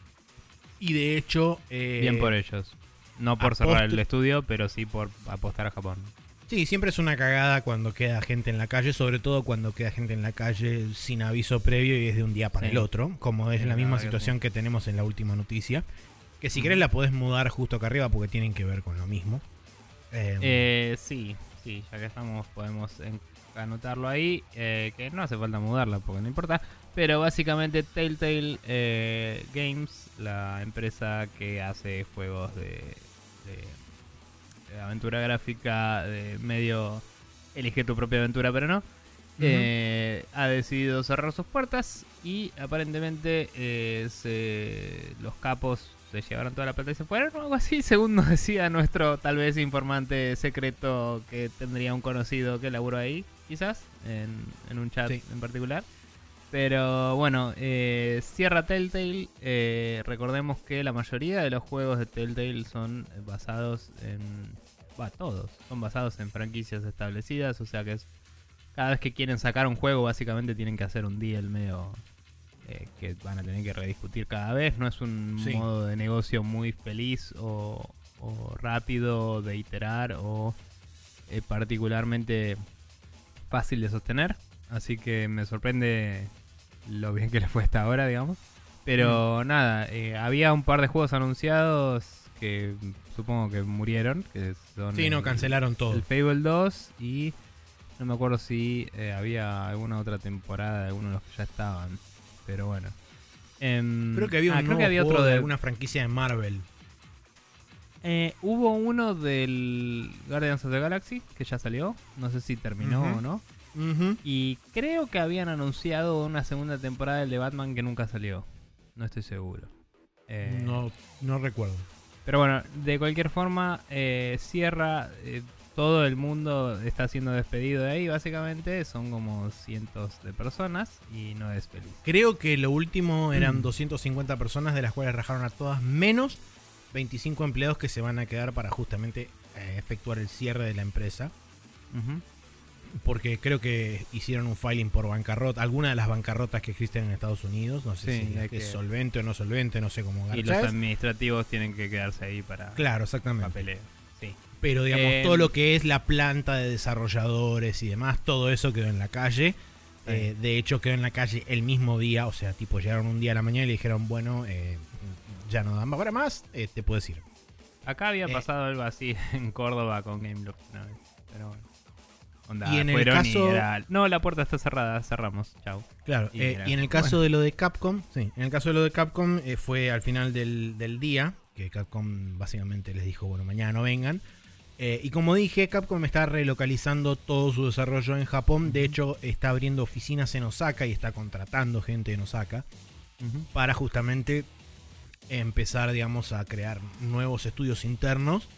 Y de hecho... Eh, Bien por ellos. No por cerrar el estudio, pero sí por apostar a Japón. Sí, siempre es una cagada cuando queda gente en la calle, sobre todo cuando queda gente en la calle sin aviso previo y es de un día para sí. el otro, como es sí, la misma no, situación sí. que tenemos en la última noticia. Que si mm. querés la podés mudar justo acá arriba porque tienen que ver con lo mismo. Eh, eh, sí, sí, ya que estamos podemos anotarlo ahí, eh, que no hace falta mudarla porque no importa, pero básicamente Telltale eh, Games, la empresa que hace juegos de, de, de aventura gráfica, de medio elige tu propia aventura pero no, uh-huh. eh, ha decidido cerrar sus puertas y aparentemente eh, se, los capos se llevaron toda la plata y se fueron o algo así, según nos decía nuestro tal vez informante secreto que tendría un conocido que laburó ahí, quizás, en, en un chat sí. en particular. Pero bueno, eh, cierra Telltale. Eh, recordemos que la mayoría de los juegos de Telltale son basados en... Va, todos. Son basados en franquicias establecidas, o sea que es, cada vez que quieren sacar un juego básicamente tienen que hacer un deal medio eh, que van a tener que rediscutir cada vez. No es un Sí. modo de negocio muy feliz o, o rápido de iterar o eh, particularmente fácil de sostener. Así que me sorprende lo bien que le fue hasta ahora, digamos. Pero mm. nada, eh, había un par de juegos anunciados que supongo que murieron. Que son sí, no, el, cancelaron todo. El Fable dos y no me acuerdo si eh, había alguna otra temporada de alguno de los que ya estaban. Pero bueno. Eh, creo que había un ah, nuevo creo que había juego otro de de alguna franquicia de Marvel. Eh, hubo uno del Guardians of the Galaxy que ya salió. No sé si terminó uh-huh. o no. Uh-huh. Y creo que habían anunciado una segunda temporada del de Batman que nunca salió. No estoy seguro. Eh, no, no recuerdo. Pero bueno, de cualquier forma, eh, cierra. Eh, todo el mundo está siendo despedido de ahí, básicamente. Son como cientos de personas y no es feliz. Creo que lo último eran mm. doscientas cincuenta personas, de las cuales rajaron a todas, menos veinticinco empleados que se van a quedar para justamente eh, efectuar el cierre de la empresa. Uh-huh. Porque creo que hicieron un filing por bancarrota, alguna de las bancarrotas que existen en Estados Unidos, no sé sí, si es que... solvente o no solvente, no sé cómo garchar. Y los administrativos tienen que quedarse ahí para claro, exactamente. papeleo. Sí. Pero digamos, eh, todo lo que es la planta de desarrolladores y demás, todo eso quedó en la calle. Sí. Eh, de hecho, quedó en la calle el mismo día, o sea, tipo, llegaron un día a la mañana y le dijeron, bueno, eh, ya no dan para más, eh, te puedes ir. Acá había eh, pasado algo así en Córdoba con GameLoft una vez, pero bueno. Onda, y en el caso... Y era, no, la puerta está cerrada, cerramos, chau. Claro, y, eh, y en el caso bueno. de lo de Capcom, sí, en el caso de lo de Capcom eh, fue al final del, del día, que Capcom básicamente les dijo, bueno, mañana no vengan. Eh, y como dije, Capcom está relocalizando todo su desarrollo en Japón. De hecho, está abriendo oficinas en Osaka y está contratando gente en Osaka uh-huh. para justamente empezar, digamos, a crear nuevos estudios internos.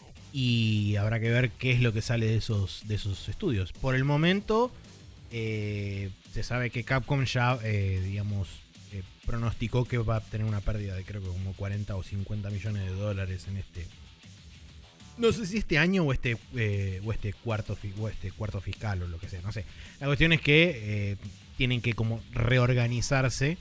Y habrá que ver qué es lo que sale de esos, de esos estudios. Por el momento, eh, se sabe que Capcom ya, eh, digamos, eh, pronosticó que va a tener una pérdida de creo que como cuarenta o cincuenta millones de dólares en este... No sé si este año o este, eh, o este, cuarto, o este cuarto fiscal o lo que sea, no sé. La cuestión es que eh, tienen que como reorganizarse.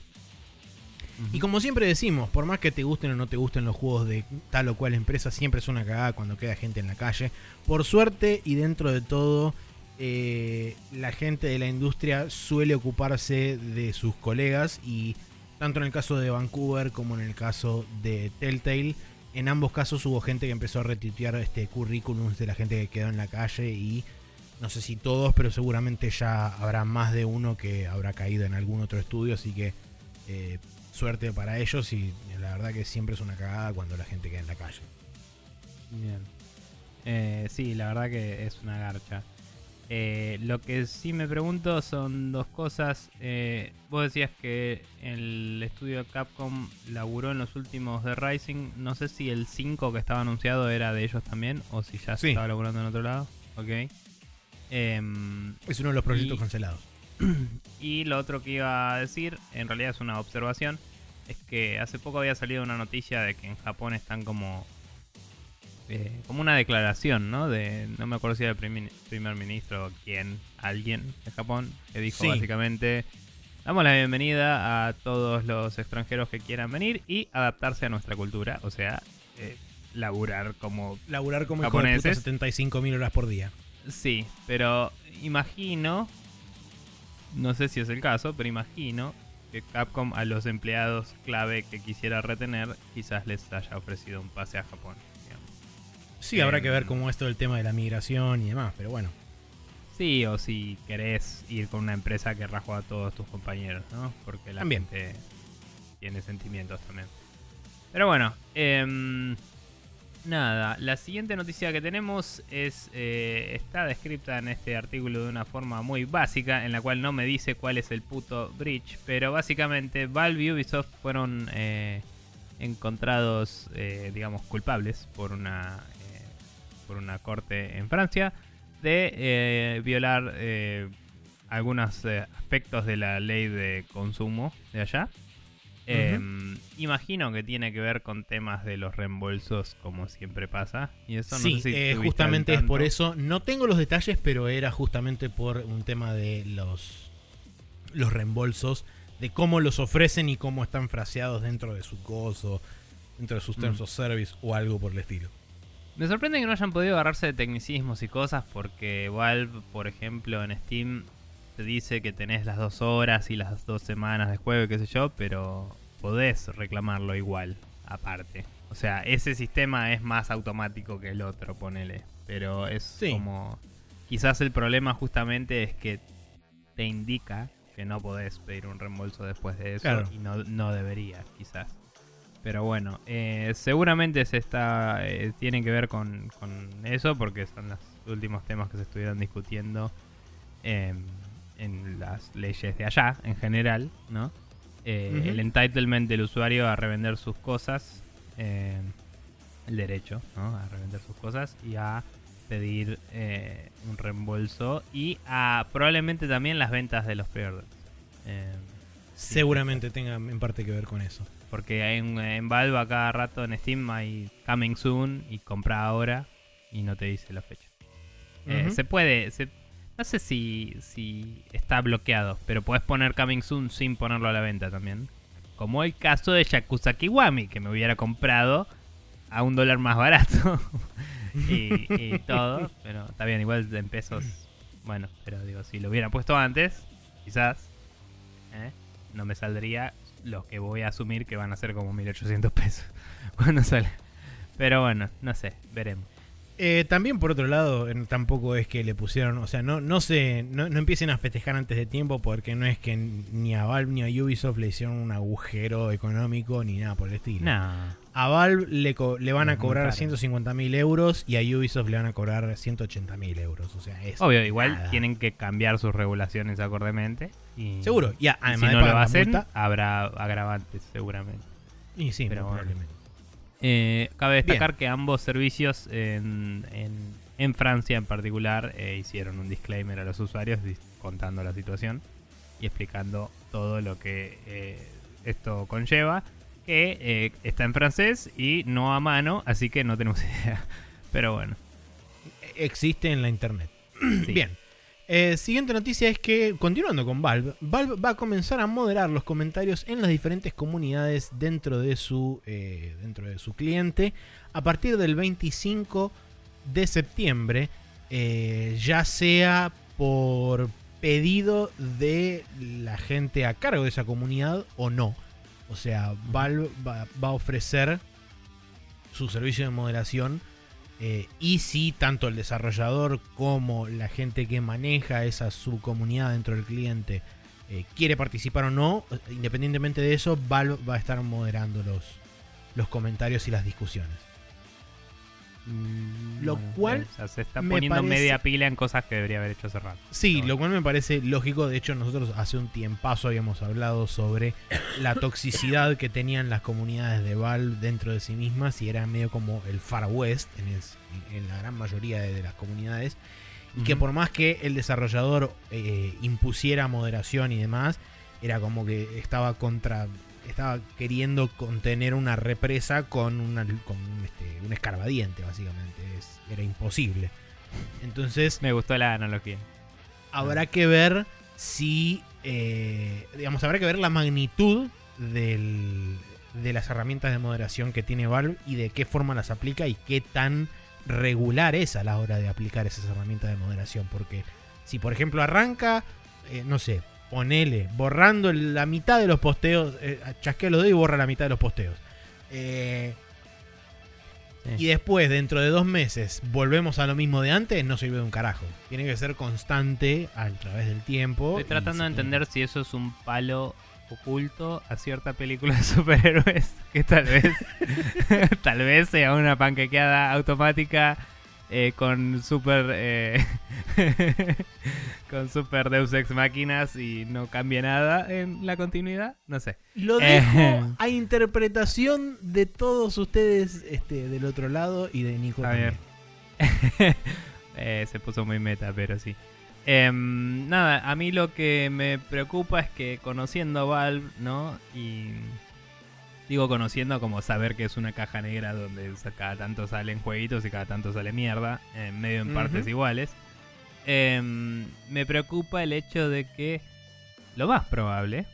Y como siempre decimos, por más que te gusten o no te gusten los juegos de tal o cual empresa, siempre es una cagada cuando queda gente en la calle. Por suerte y dentro de todo, eh, la gente de la industria suele ocuparse de sus colegas. Y tanto en el caso de Vancouver como en el caso de Telltale, en ambos casos hubo gente que empezó a retuitear este currículums de la gente que quedó en la calle. Y no sé si todos, pero seguramente ya habrá más de uno que habrá caído en algún otro estudio. Así que... Eh, suerte para ellos y la verdad que siempre es una cagada cuando la gente queda en la calle. Bien. Eh, sí, la verdad que es una garcha. Eh, lo que sí me pregunto son dos cosas. Eh, vos decías que el estudio de Capcom laburó en los últimos de Rising. No sé si el cinco que estaba anunciado era de ellos también o si ya se sí. estaba laburando en otro lado. Ok. Eh, es uno de los proyectos y... cancelados. Y lo otro que iba a decir, en realidad es una observación, es que hace poco había salido una noticia de que en Japón están como eh, como una declaración, ¿no? De no me acuerdo si era el primer, primer ministro o quién, alguien de Japón, que dijo sí. básicamente damos la bienvenida a todos los extranjeros que quieran venir y adaptarse a nuestra cultura, o sea, eh, laburar como laburar como japoneses. Hijo de puta setenta y cinco mil horas por día. Sí, pero imagino... No sé si es el caso, pero imagino que Capcom a los empleados clave que quisiera retener quizás les haya ofrecido un pase a Japón. Digamos. Sí, eh, habrá que ver cómo es todo el tema de la migración y demás, pero bueno. Sí, o si querés ir con una empresa que rajó a todos tus compañeros, ¿no? Porque la también. gente tiene sentimientos también. Pero bueno, eh, nada, la siguiente noticia que tenemos es eh, está descrita en este artículo de una forma muy básica, en la cual no me dice cuál es el puto breach, pero básicamente Valve y Ubisoft fueron eh, encontrados, eh, digamos, culpables por una eh, por una corte en Francia de eh, violar eh, algunos eh, aspectos de la ley de consumo de allá. Eh, uh-huh. Imagino que tiene que ver con temas de los reembolsos, como siempre pasa. Y eso no sí, sé si eh, justamente es por eso. No tengo los detalles, pero era justamente por un tema de los, los reembolsos de cómo los ofrecen y cómo están fraseados dentro de su coso, dentro de sus terms Mm. of service o algo por el estilo. Me sorprende que no hayan podido agarrarse de tecnicismos y cosas porque Valve, por ejemplo, en Steam te dice que tenés las dos horas y las dos semanas de juego, qué sé yo, pero podés reclamarlo igual, aparte. O sea, ese sistema es más automático que el otro, ponele. Pero es Sí. como... Quizás el problema justamente es que te indica que no podés pedir un reembolso después de eso. Claro. Y no, no deberías, quizás. Pero bueno, eh, seguramente se está eh, tiene que ver con, con eso porque son los últimos temas que se estuvieron discutiendo eh, en las leyes de allá en general, ¿no? Eh, Ujú. El entitlement del usuario a revender sus cosas, eh, el derecho, ¿no? A revender sus cosas y a pedir eh, un reembolso y a probablemente también las ventas de los pre-orders. Eh, Seguramente tenga en parte que ver con eso. Porque en, en Valve a cada rato en Steam hay Coming Soon y compra ahora y no te dice la fecha. Eh, Ujú. se puede, se, no sé si, si está bloqueado, pero puedes poner Coming Soon sin ponerlo a la venta también. Como el caso de Yakuza Kiwami, que me hubiera comprado a un dólar más barato y, y todo. Pero está bien, igual en pesos, bueno, pero digo, si lo hubiera puesto antes, quizás, ¿eh? no me saldría los que voy a asumir que van a ser como mil ochocientos pesos cuando sale. Pero bueno, no sé, veremos. Eh, también por otro lado, en- tampoco es que le pusieron, o sea, no, no se, no, no empiecen a festejar antes de tiempo porque no es que ni a Valve ni a Ubisoft le hicieron un agujero económico ni nada por el estilo. No, A Valve le, co- le van a Es muy cobrar caro. ciento cincuenta mil euros y a Ubisoft le van a cobrar ciento ochenta mil euros. O sea, es obvio, igual nada. tienen que cambiar sus regulaciones acordemente. Y, Seguro. Y a- y además si de no pagar lo la hacen, multa, habrá agravantes seguramente. y sí, pero muy bueno. probablemente. Eh, cabe destacar que ambos servicios en, en, en Francia en particular eh, hicieron un disclaimer a los usuarios dis- contando la situación y explicando todo lo que eh, esto conlleva, que eh, está en francés y no a mano, así que no tenemos idea. Pero bueno, Existe en la internet. sí. Bien. Eh, siguiente noticia es que, continuando con Valve, Valve va a comenzar a moderar los comentarios en las diferentes comunidades dentro de su, eh, dentro de su cliente a partir del veinticinco de septiembre, eh, ya sea por pedido de la gente a cargo de esa comunidad o no. O sea, Valve va, va a ofrecer su servicio de moderación. Eh, y si tanto el desarrollador como la gente que maneja esa subcomunidad dentro del cliente eh, quiere participar o no, independientemente de eso, Valve va a estar moderando los, los comentarios y las discusiones. Mm, Lo cual o sea, se está me poniendo parece- media pila en cosas que debería haber hecho hace rato. Sí, Pero lo cual me parece lógico. De hecho, nosotros hace un tiempazo habíamos hablado sobre la toxicidad que tenían las comunidades de Valve dentro de sí mismas y era medio como el Far West en, el- en la gran mayoría de, de las comunidades. Y que Ujú. por más que el desarrollador eh, impusiera moderación y demás, era como que estaba contra estaba queriendo contener una represa con, una, con un, este, un escarbadiente, básicamente. Es- era imposible. Entonces, Me gustó la analogía. habrá que ver si, eh, digamos, habrá que ver la magnitud del, de las herramientas de moderación que tiene Valve y de qué forma las aplica y qué tan regular es a la hora de aplicar esas herramientas de moderación. Porque si, por ejemplo, arranca, eh, no sé, ponele, borrando la mitad de los posteos, eh, chasquea los dedos y borra la mitad de los posteos. Eh, Sí. y después, dentro de dos meses, volvemos a lo mismo de antes, no sirve de un carajo. Tiene que ser constante a través del tiempo. Estoy y tratando de se tiene entender si eso es un palo oculto a cierta película de superhéroes que tal vez tal vez sea una panquequeada automática eh, con super eh, con super Deus Ex máquinas y no cambia nada en la continuidad, no sé. que- Lo Eh. dejo a interpretación de todos ustedes este, del otro lado y de Nico A también. ver. Eh, se puso muy meta, pero sí. Em, nada, a mí lo que me preocupa es que conociendo a Valve, ¿no? Y digo conociendo como saber que es una caja negra donde sa- cada tanto salen jueguitos y cada tanto sale mierda, en medio en Ujú. partes iguales. Em, me preocupa el hecho de que lo más probable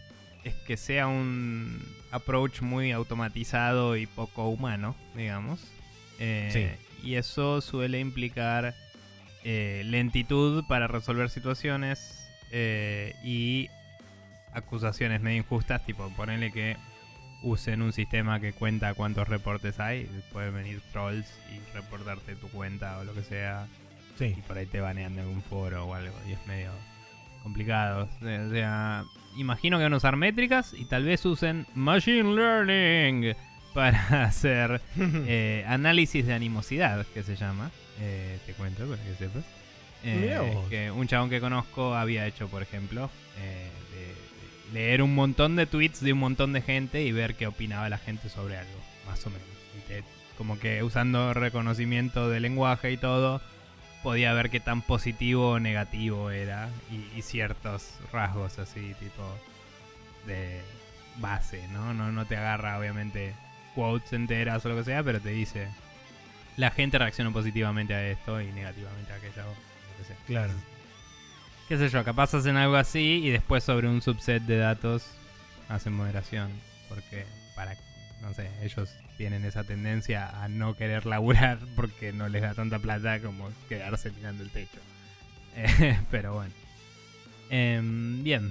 es que sea un approach muy automatizado y poco humano, digamos. Eh, sí. Y eso suele implicar eh, lentitud para resolver situaciones eh, y acusaciones medio injustas, tipo ponerle que usen un sistema que cuenta cuántos reportes hay, pueden venir trolls y reportarte tu cuenta o lo que sea, sí. Y por ahí te banean de algún foro o algo, y es medio complicado. O sea, imagino que van a usar métricas y tal vez usen Machine Learning para hacer eh, análisis de animosidad, que se llama, eh, te cuento para que sepas. Eh, que un chabón que conozco había hecho, por ejemplo, eh, de, leer un montón de tweets de un montón de gente y ver qué opinaba la gente sobre algo, más o menos. Y te, como que usando reconocimiento de lenguaje y todo, podía ver qué tan positivo o negativo era. Y, y ciertos rasgos así, tipo, de base, ¿no? No, no te agarra, obviamente, quotes enteras o lo que sea, pero te dice, la gente reaccionó positivamente a esto y negativamente a aquello, lo que sea. Claro. Qué sé yo, capaz hacen algo así y después sobre un subset de datos hacen moderación. Porque para, no sé, ellos tienen esa tendencia a no querer laburar porque no les da tanta plata como quedarse mirando el techo. Eh, pero bueno. Eh, bien.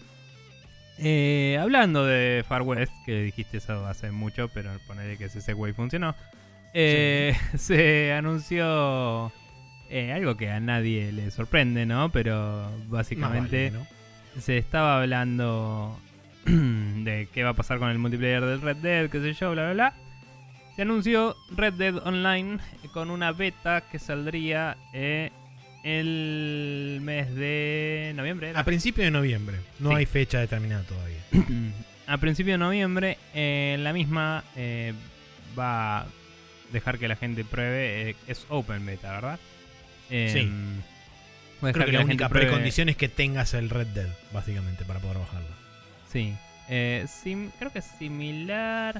Eh, hablando de Far West, que dijiste eso hace mucho, pero ponerle que ese segue funcionó. Eh, sí. Se anunció... Eh, algo que a nadie le sorprende, ¿no? Pero básicamente vale, ¿no? Se estaba hablando de qué va a pasar con el multiplayer del Red Dead, qué sé yo, bla, bla, bla. Se anunció Red Dead Online con una beta que saldría eh, el mes de noviembre. ¿Era? A principio de noviembre. No sí. hay fecha determinada todavía. A principio de noviembre, eh, la misma eh, va a dejar que la gente pruebe. Eh, es open beta, ¿verdad? Eh, sí. Creo que, que la, la única pruebe... precondición es que tengas el Red Dead, básicamente, para poder bajarlo. Sí. Eh, sim... Creo que es similar.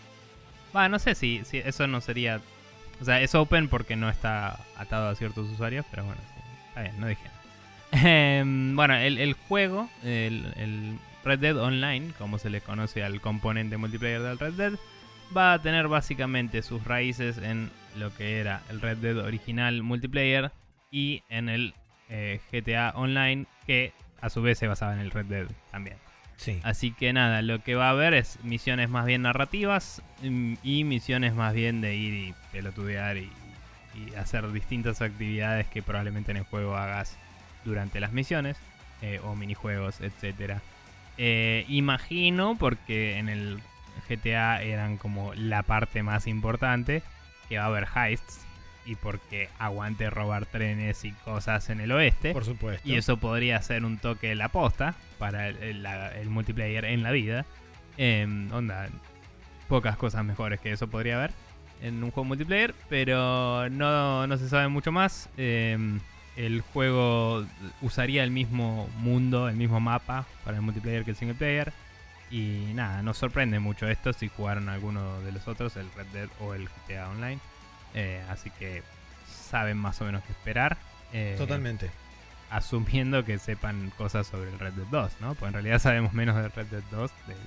Va, no sé si, si eso no sería... O sea, es open porque no está atado a ciertos usuarios, pero bueno, sí. Está bien, no dije nada. Eh, bueno, el, el juego, el, el Red Dead Online, como se le conoce al componente multiplayer del Red Dead, va a tener básicamente sus raíces en lo que era el Red Dead original multiplayer y en el eh, G T A Online, que a su vez se basaba en el Red Dead también. Sí. Así que nada, lo que va a haber es misiones más bien narrativas y misiones más bien de ir y pelotudear y, y hacer distintas actividades que probablemente en el juego hagas durante las misiones eh, o minijuegos, etcétera. Eh, imagino, porque en el G T A eran como la parte más importante, que va a haber heists y porque aguante robar trenes y cosas en el oeste. Por supuesto. Y eso podría ser un toque de la posta para el, el, la, el multiplayer en la vida. Eh, onda, pocas cosas mejores que eso podría haber en un juego multiplayer, pero no, no se sabe mucho más. Eh, el juego usaría el mismo mundo, el mismo mapa para el multiplayer que el single player. Y nada, nos sorprende mucho esto si jugaron alguno de los otros, el Red Dead o el G T A Online. Eh, así que saben más o menos qué esperar. Eh, Totalmente. Asumiendo que sepan cosas sobre el Red Dead dos, ¿no? Pues en realidad sabemos menos del Red Dead dos de,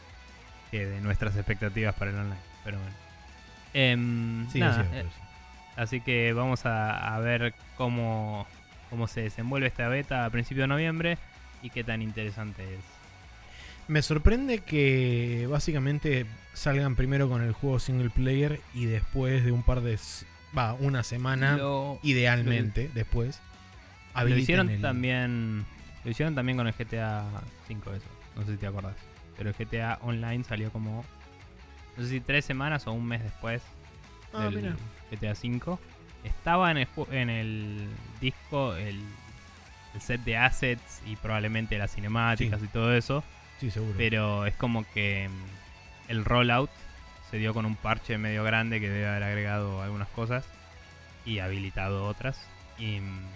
que de nuestras expectativas para el online. Pero bueno. Eh, sí, nada, es cierto, eh, sí. Así que vamos a, a ver cómo, cómo se desenvuelve esta beta a principios de noviembre y qué tan interesante es. Me sorprende que básicamente salgan primero con el juego single player y después de un par de... Va, una semana, lo, idealmente, lo, después. Lo hicieron, el... también, lo hicieron también con el G T A cinco, eso. No sé si te acordás. Pero el G T A Online salió como... No sé si tres semanas o un mes después ah, del mira. G T A cinco. Estaba en el, en el disco el, el set de assets y probablemente las cinemáticas sí. y todo eso. Sí, seguro. Pero es como que el rollout se dio con un parche medio grande que debe haber agregado algunas cosas y habilitado otras. Y,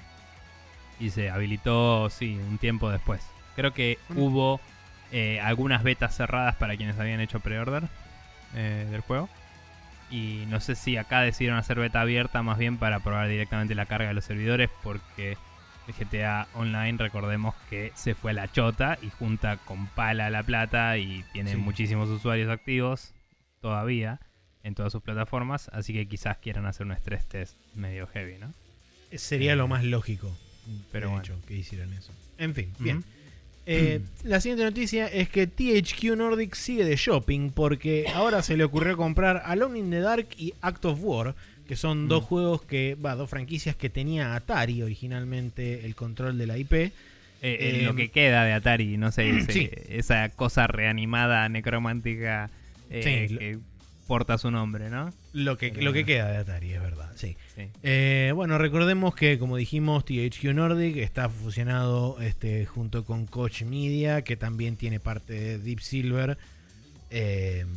y se habilitó, sí, un tiempo después. Creo que mm. hubo eh, algunas betas cerradas para quienes habían hecho pre-order eh, del juego. Y no sé si acá decidieron hacer beta abierta más bien para probar directamente la carga de los servidores, porque G T A Online, recordemos que se fue a la chota y junta con pala la plata y tiene Sí. muchísimos usuarios activos todavía en todas sus plataformas, así que quizás quieran hacer un stress test medio heavy, ¿no? Sería Eh, lo más lógico, pero de bueno. hecho, que hicieran eso. En fin, bien. Ujú. Eh, la siguiente noticia es que T H Q Nordic sigue de shopping porque ahora se le ocurrió comprar Alone in the Dark y Act of War, que son Mm. dos juegos que, va, dos franquicias que tenía Atari originalmente el control de la I P. Eh, eh, Eh, lo que queda de Atari, no sé, ese- sí. esa cosa reanimada, necromántica eh, Sí, lo- que porta su nombre, ¿no? Lo que, Pero lo que bueno. queda de Atari, es verdad, sí. Sí. Eh, bueno, recordemos que, como dijimos, T H Q Nordic está fusionado este, junto con Koch Media, que también tiene parte de Deep Silver. Eh,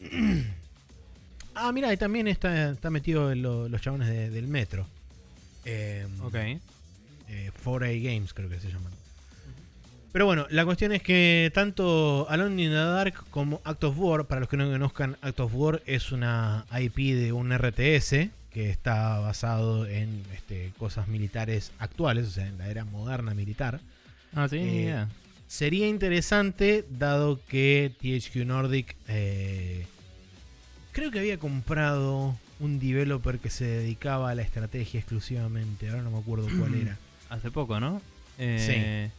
ah, mira, y también está, está metido en lo- los chabones de- del Metro. Eh, Ok. eh, cuatro A Games creo que se llaman. Pero bueno, la cuestión es que tanto Alone in the Dark como Act of War, para los que no conozcan, Act of War es una I P de un R T S que está basado en este, cosas militares actuales, o sea, en la era moderna militar. Ah, sí, ni Eh, idea. Sería interesante, dado que T H Q Nordic eh, creo que había comprado un developer que se dedicaba a la estrategia exclusivamente, ahora no me acuerdo cuál era. Hace poco, ¿no? Eh,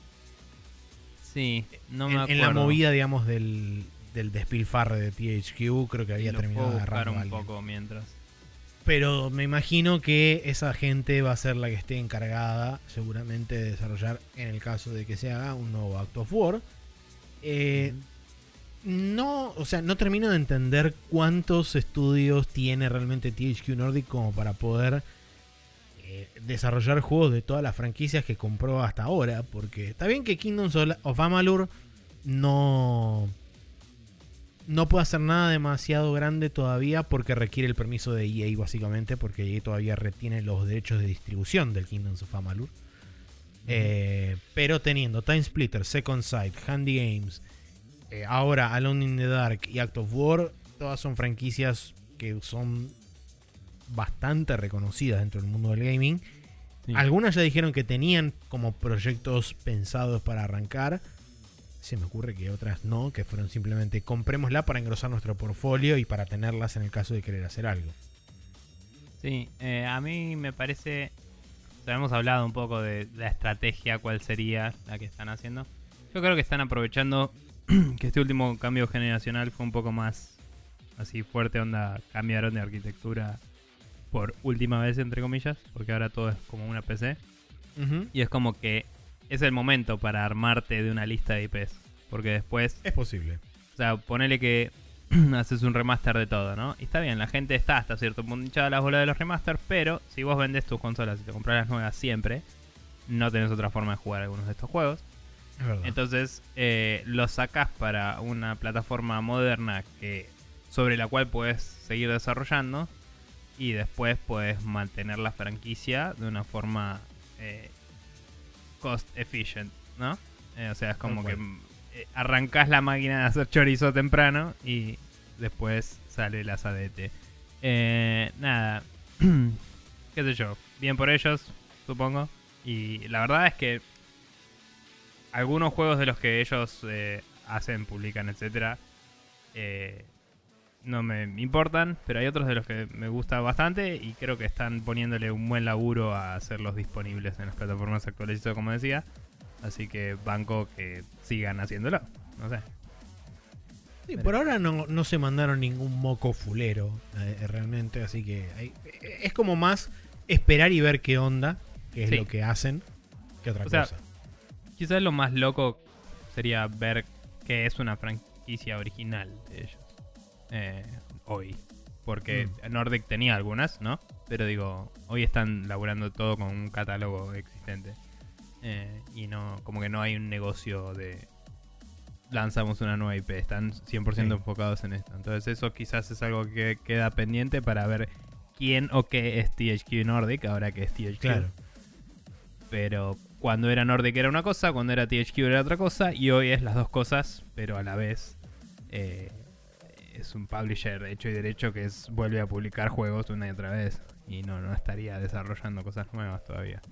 sí. no me en, acuerdo. en la movida, digamos, del, del despilfarre de T H Q, creo que había Lo terminado puedo buscar agarrando a un alguien. poco mientras. Pero me imagino que esa gente va a ser la que esté encargada, seguramente, de desarrollar, en el caso de que se haga un nuevo Act of War. Eh, no, o sea, no termino de entender cuántos estudios tiene realmente T H Q Nordic como para poder eh, desarrollar juegos de todas las franquicias que compró hasta ahora. Porque está bien que Kingdoms of Amalur no, no puede hacer nada demasiado grande todavía porque requiere el permiso de E A, básicamente, porque E A todavía retiene los derechos de distribución del Kingdoms of Amalur. Eh, pero teniendo Time Splitter, Second Sight, Handy Games, eh, ahora Alone in the Dark y Act of War, todas son franquicias que son bastante reconocidas dentro del mundo del gaming. Sí. Algunas ya dijeron que tenían como proyectos pensados para arrancar. Se me ocurre que otras no, que fueron simplemente comprémosla para engrosar nuestro portfolio y para tenerlas en el caso de querer hacer algo. Sí, eh, a mí me parece... O sea, hemos hablado un poco de la estrategia, cuál sería la que están haciendo. Yo creo que están aprovechando que este último cambio generacional fue un poco más así fuerte, onda, cambiaron de arquitectura por última vez, entre comillas, porque ahora todo es como una P C. Uh-huh. Y es como que es el momento para armarte de una lista de I Ps. Porque después, Es posible. o sea, ponele que haces un remaster de todo, ¿no? Y está bien, la gente está hasta cierto punto hinchada a las bolas de los remasters, pero si vos vendés tus consolas y te compras las nuevas siempre, no tenés otra forma de jugar algunos de estos juegos. Es verdad. Entonces, eh, los sacás para una plataforma moderna que sobre la cual puedes seguir desarrollando y después puedes mantener la franquicia de una forma eh, cost efficient, ¿no? Eh, o sea, es como Tal que cual. eh, arrancás la máquina de hacer chorizo temprano y después sale el asadete. Eh, nada, qué sé yo, bien por ellos, supongo. Y la verdad es que algunos juegos de los que ellos eh, hacen, publican, etcétera, eh, no me importan, pero hay otros de los que me gusta bastante y creo que están poniéndole un buen laburo a hacerlos disponibles en las plataformas actuales, como decía. Así que banco que sigan haciéndolo. No sé. Sí, por ahora no, no se mandaron ningún moco fulero, eh, realmente, así que hay- es como más esperar y ver qué onda, qué es Sí. lo que hacen, que otra O sea, cosa. Quizás lo más loco sería ver qué es una franquicia original de ellos eh, hoy. Porque Nordic tenía algunas, ¿no? Pero digo, hoy están laburando todo con un catálogo existente. Eh, y no, como que no hay un negocio de lanzamos una nueva I P. Están cien por ciento Sí. enfocados en esto. Entonces eso quizás es algo que queda pendiente para ver quién o qué es T H Q Nordic, ahora que es T H Q. Claro. Pero cuando era Nordic era una cosa, cuando era T H Q era otra cosa, y hoy es las dos cosas, pero a la vez eh, es un publisher hecho y derecho que es, vuelve a publicar juegos una y otra vez. Y no, no estaría desarrollando cosas nuevas todavía.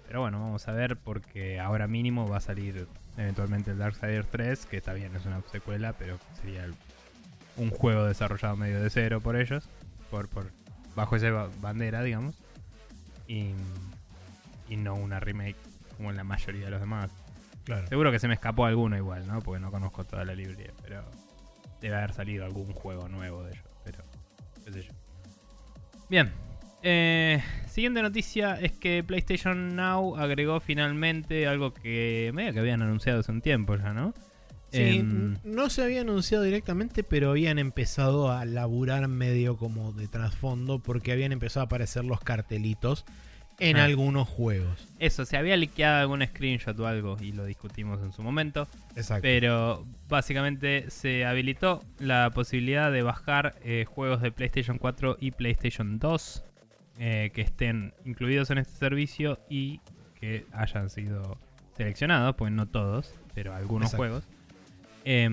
pero bueno, vamos a ver porque ahora mínimo va a salir eventualmente el Darksiders tres, que está bien, es una secuela, pero sería el, un juego desarrollado medio de cero por ellos, por, por bajo esa bandera, digamos, y, y no una remake como en la mayoría de los demás. Claro. Seguro que se me escapó alguno igual, ¿no? Porque no conozco toda la librería, pero debe haber salido algún juego nuevo de ellos, pero qué sé yo. Bien. Eh, siguiente noticia es que PlayStation Now agregó finalmente algo que medio que habían anunciado hace un tiempo ya, ¿no? Sí, Eh, no se había anunciado directamente, pero habían empezado a laburar medio como de trasfondo porque habían empezado a aparecer los cartelitos en ah, algunos juegos. Eso, se había liqueado algún screenshot o algo y lo discutimos en su momento. Exacto. Pero básicamente se habilitó la posibilidad de bajar eh, juegos de PlayStation cuatro y PlayStation dos eh, que estén incluidos en este servicio y que hayan sido seleccionados, pues no todos, pero algunos Exacto. juegos. Eh,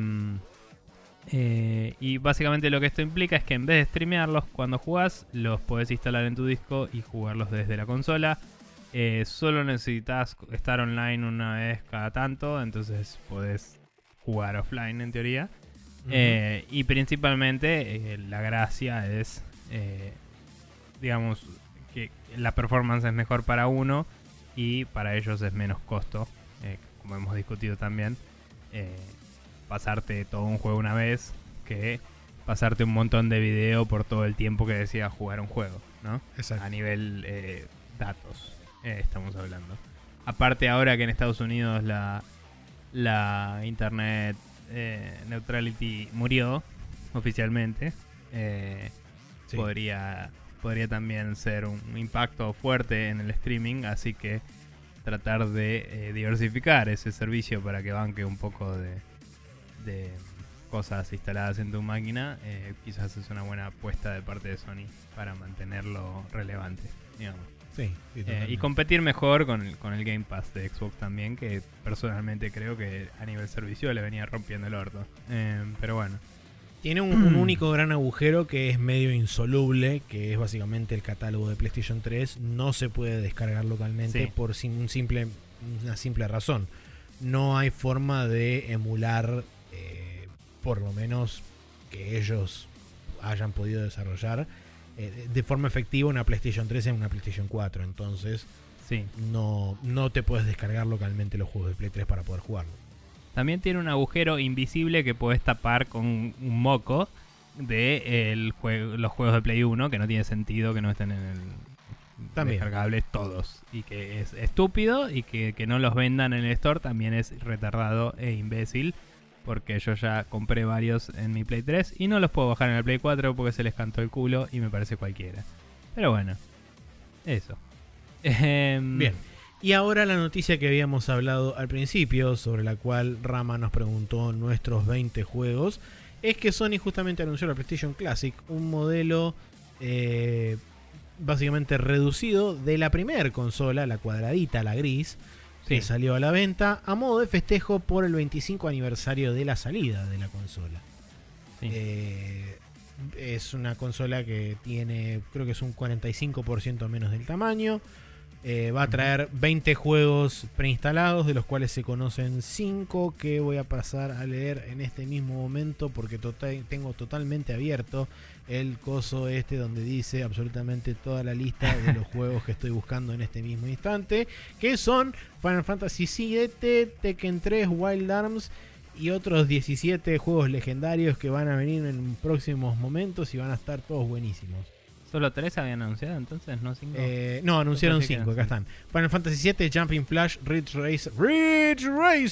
eh, y básicamente lo que esto implica es que en vez de streamearlos cuando jugás, los podés instalar en tu disco y jugarlos desde la consola. Eh, solo necesitas estar online una vez cada tanto, entonces podés jugar offline en teoría. Uh-huh. Eh, y principalmente eh, la gracia es, eh, digamos, que la performance es mejor para uno y para ellos es menos costo, eh, como hemos discutido también. Eh, pasarte todo un juego una vez que pasarte un montón de video por todo el tiempo que decidas jugar un juego, ¿no? Exacto. A nivel eh, datos eh, estamos hablando. Aparte ahora que en Estados Unidos la, la Internet eh, Neutrality murió oficialmente, eh, sí. podría, podría también ser un impacto fuerte en el streaming, así que tratar de eh, diversificar ese servicio para que banque un poco de de cosas instaladas en tu máquina, eh, quizás es una buena apuesta de parte de Sony para mantenerlo relevante, digamos. Sí, sí, eh, y competir mejor con el, con el Game Pass de Xbox también, que personalmente creo que a nivel servicio le venía rompiendo el orto. Eh, pero bueno. Tiene un, un único gran agujero que es medio insoluble, que es básicamente el catálogo de PlayStation tres. No se puede descargar localmente sí. por sin, un simple, una simple razón. No hay forma de emular, eh, por lo menos que ellos hayan podido desarrollar eh, de forma efectiva una PlayStation tres en una PlayStation cuatro. Entonces sí. no, no te puedes descargar localmente los juegos de Play tres para poder jugarlo. También tiene un agujero invisible que puedes tapar con un moco de eh, el juego, los juegos de Play uno, que no tiene sentido que no estén en el... También. Descargables todos, y que es estúpido, y que, que no los vendan en el store también es retardado e imbécil, porque yo ya compré varios en mi Play tres y no los puedo bajar en el Play cuatro porque se les cantó el culo y me parece cualquiera. Pero bueno, eso. Bien, y ahora la noticia que habíamos hablado al principio, sobre la cual Rama nos preguntó nuestros veinte juegos, es que Sony justamente anunció la PlayStation Classic, un modelo eh, básicamente reducido de la primera consola, la cuadradita, la gris, que sí. salió a la venta a modo de festejo por el veinticinco aniversario de la salida de la consola. Sí. Eh, es una consola que tiene, creo que es un cuarenta y cinco por ciento menos del tamaño. Eh, va a traer veinte juegos preinstalados, de los cuales se conocen cinco que voy a pasar a leer en este mismo momento porque total, tengo totalmente abierto el coso este donde dice absolutamente toda la lista de los juegos que estoy buscando en este mismo instante, que son Final Fantasy siete, Tekken tres, Wild Arms y otros diecisiete juegos legendarios que van a venir en próximos momentos y van a estar todos buenísimos. ¿Solo tres habían anunciado entonces? ¿No cinco? Eh, no, anunciaron cinco, acá están. Final Fantasy siete, Jumping Flash, Ridge Racer, Ridge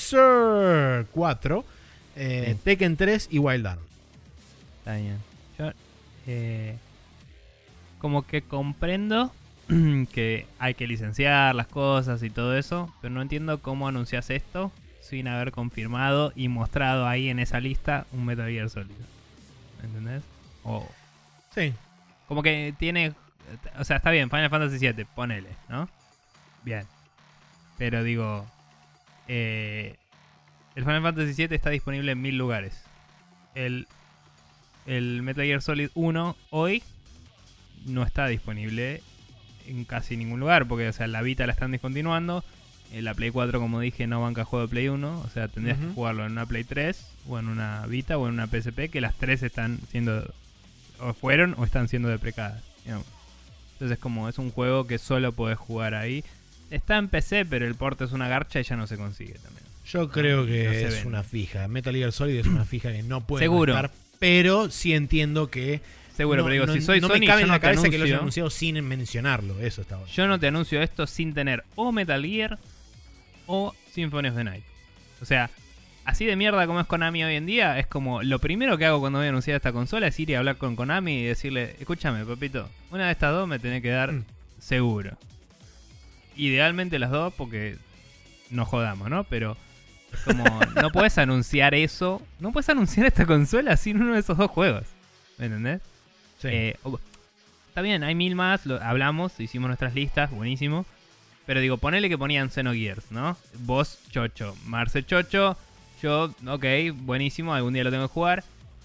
Racer cuatro, eh, Tekken tres y Wild Arms. Está bien. Yo eh, como que comprendo que hay que licenciar las cosas y todo eso, pero no entiendo cómo anuncias esto sin haber confirmado y mostrado ahí en esa lista un Metal Gear Solid. ¿Entendés? O... Sí. Como que tiene... O sea, está bien, Final Fantasy siete, ponele, ¿no? Bien. Pero digo... Eh, el Final Fantasy siete está disponible en mil lugares. El, el Metal Gear Solid uno hoy no está disponible en casi ningún lugar, porque o sea, la Vita la están discontinuando. Eh, la Play cuatro, como dije, no banca juego de Play uno. O sea, tendrías uh-huh. que jugarlo en una Play tres, o en una Vita, o en una P S P, que las tres están siendo, o fueron, o están siendo deprecadas, digamos. Entonces, como es un juego que solo podés jugar ahí. Está en P C, pero el port es una garcha y ya no se consigue también. Yo creo que no es vende. una fija. Metal Gear Solid es una fija que no puede Seguro. Estar, pero sí entiendo que... Seguro, no, pero digo, no, si soy no Sony, me cabe yo en no la cabeza anuncio, que lo hayan anunciado sin mencionarlo. Eso está bueno. Yo no te anuncio esto sin tener o Metal Gear o Symphony of the Night. O sea, así de mierda como es Konami hoy en día, es como lo primero que hago cuando voy a anunciar esta consola es ir y hablar con Konami y decirle, escúchame, papito, una de estas dos me tenés que dar mm. seguro. Idealmente las dos, porque no jodamos, ¿no? Pero como no puedes anunciar eso, no puedes anunciar esta consola sin uno de esos dos juegos. ¿Me entendés? Sí. Eh, está bien, hay mil más, lo, hablamos, hicimos nuestras listas, buenísimo. Pero digo, ponele que ponían Xenogears, ¿no? Vos, chocho, Marce, chocho, yo, ok, buenísimo, algún día lo tengo que jugar.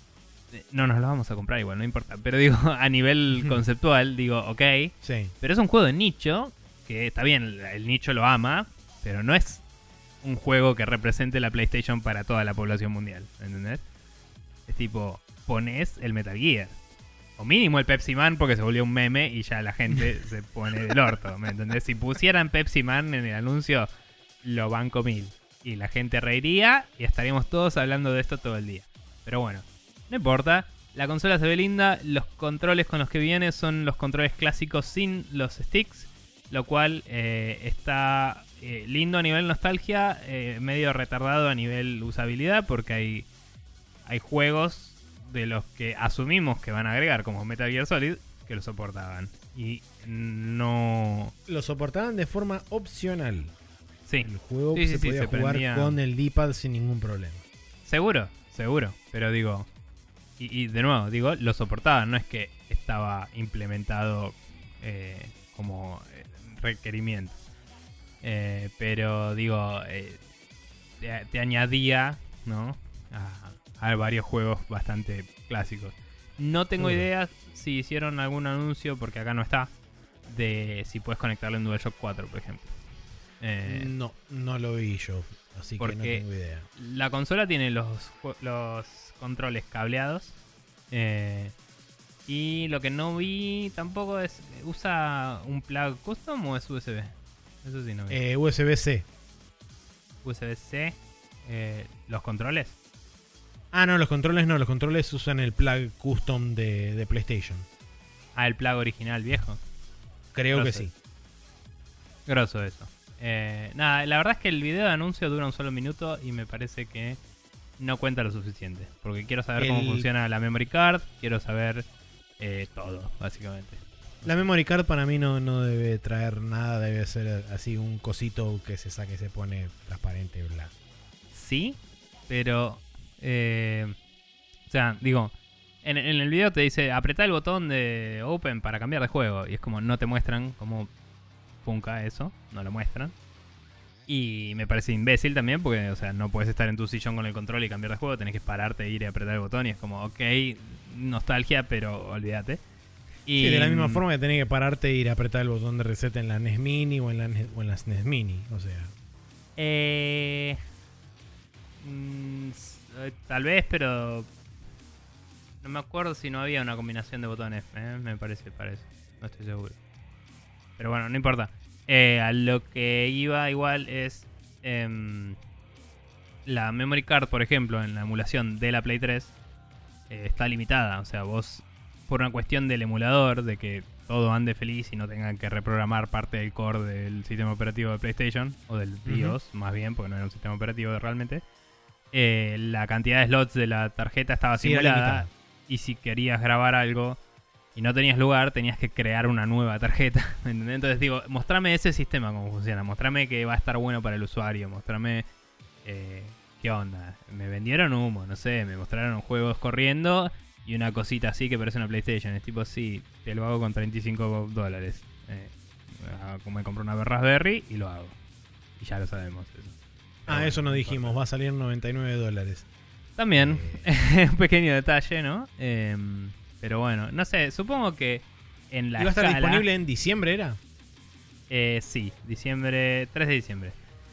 No nos lo vamos a comprar igual, no importa. Pero digo, a nivel conceptual, digo, ok. Sí. Pero es un juego de nicho, que está bien, el nicho lo ama, pero no es un juego que represente la PlayStation para toda la población mundial, ¿entendés? Es tipo, pones el Metal Gear. O mínimo el Pepsi Man, porque se volvió un meme y ya la gente se pone del orto, ¿me entendés? Si pusieran Pepsi Man en el anuncio, lo banco mil. Y la gente reiría y estaríamos todos hablando de esto todo el día. Pero bueno, no importa. La consola se ve linda. Los controles con los que viene son los controles clásicos sin los sticks. Lo cual eh, está eh, lindo a nivel nostalgia, eh, medio retardado a nivel usabilidad, porque hay, hay juegos de los que asumimos que van a agregar, como Metal Gear Solid, que lo soportaban. Y no... Lo soportaban de forma opcional. Sí. El juego sí, se sí, podía sí, se jugar prendía... con el D-pad sin ningún problema. Seguro, seguro. Pero digo... Y, y de nuevo, digo, lo soportaban. No es que estaba implementado eh, como... Eh, requerimiento, eh, pero digo eh, te, te añadía, ¿no? A, a varios juegos bastante clásicos. No tengo idea si hicieron algún anuncio, porque acá no está, de si puedes conectarlo en DualShock cuatro, por ejemplo. Eh, no, no lo vi yo, así que no tengo idea. La consola tiene los, los controles cableados. Eh, Y lo que no vi tampoco es... ¿Usa un plug custom o es U S B? Eso sí no vi. Eh, U S B-C. U S B-C. Eh, ¿Los controles? Ah, no, los controles no. Los controles usan el plug custom de, de PlayStation. Ah, el plug original viejo. Creo Grosso. que sí. Grosso eso. Eh, nada, la verdad es que el video de anuncio dura un solo minuto y me parece que no cuenta lo suficiente. Porque quiero saber el... cómo funciona la memory card. Quiero saber... Eh, todo, básicamente. La memory card para mí no, no debe traer nada, debe ser así un cosito que se saque y se pone transparente, bla. Sí, pero... Eh, o sea, digo, en, en el video te dice, apretá el botón de Open para cambiar de juego. Y es como, no te muestran cómo funca eso, no lo muestran. Y me parece imbécil también, porque, o sea, no puedes estar en tu sillón con el control y cambiar de juego, tenés que pararte, ir y apretar el botón y es como, ok, nostalgia, pero olvídate. Y, sí, de la misma forma que tenés que pararte e ir a apretar el botón de reset en la N E S Mini o en, la, o en las N E S Mini, o sea. Eh, mmm, tal vez, pero no me acuerdo si no había una combinación de botones, ¿eh? Me parece, parece, no estoy seguro. Pero bueno, no importa. Eh, a lo que iba igual es eh, la memory card, por ejemplo, en la emulación de la Play tres eh, está limitada. O sea, vos, por una cuestión del emulador, de que todo ande feliz y no tengan que reprogramar parte del core del sistema operativo de PlayStation, o del BIOS, uh-huh. más bien, porque no era un sistema operativo realmente, eh, la cantidad de slots de la tarjeta estaba sí, simulada. Y si querías grabar algo y no tenías lugar, tenías que crear una nueva tarjeta. ¿Entendés? Entonces digo, mostrame ese sistema cómo funciona, mostrame que va a estar bueno para el usuario, mostrame eh, qué onda. Me vendieron humo, no sé, me mostraron juegos corriendo y una cosita así que parece una PlayStation. Es tipo, sí, te lo hago con treinta y cinco dólares. Eh, como me compro una Raspberry y lo hago. Y ya lo sabemos. Eso. Ah, bueno, eso no dijimos, va a salir noventa y nueve dólares. También, eh. un pequeño detalle, ¿no? Eh, Pero bueno, no sé, supongo que en la ¿Iba a estar escala, disponible en diciembre, era? Eh, sí, diciembre, tres de diciembre.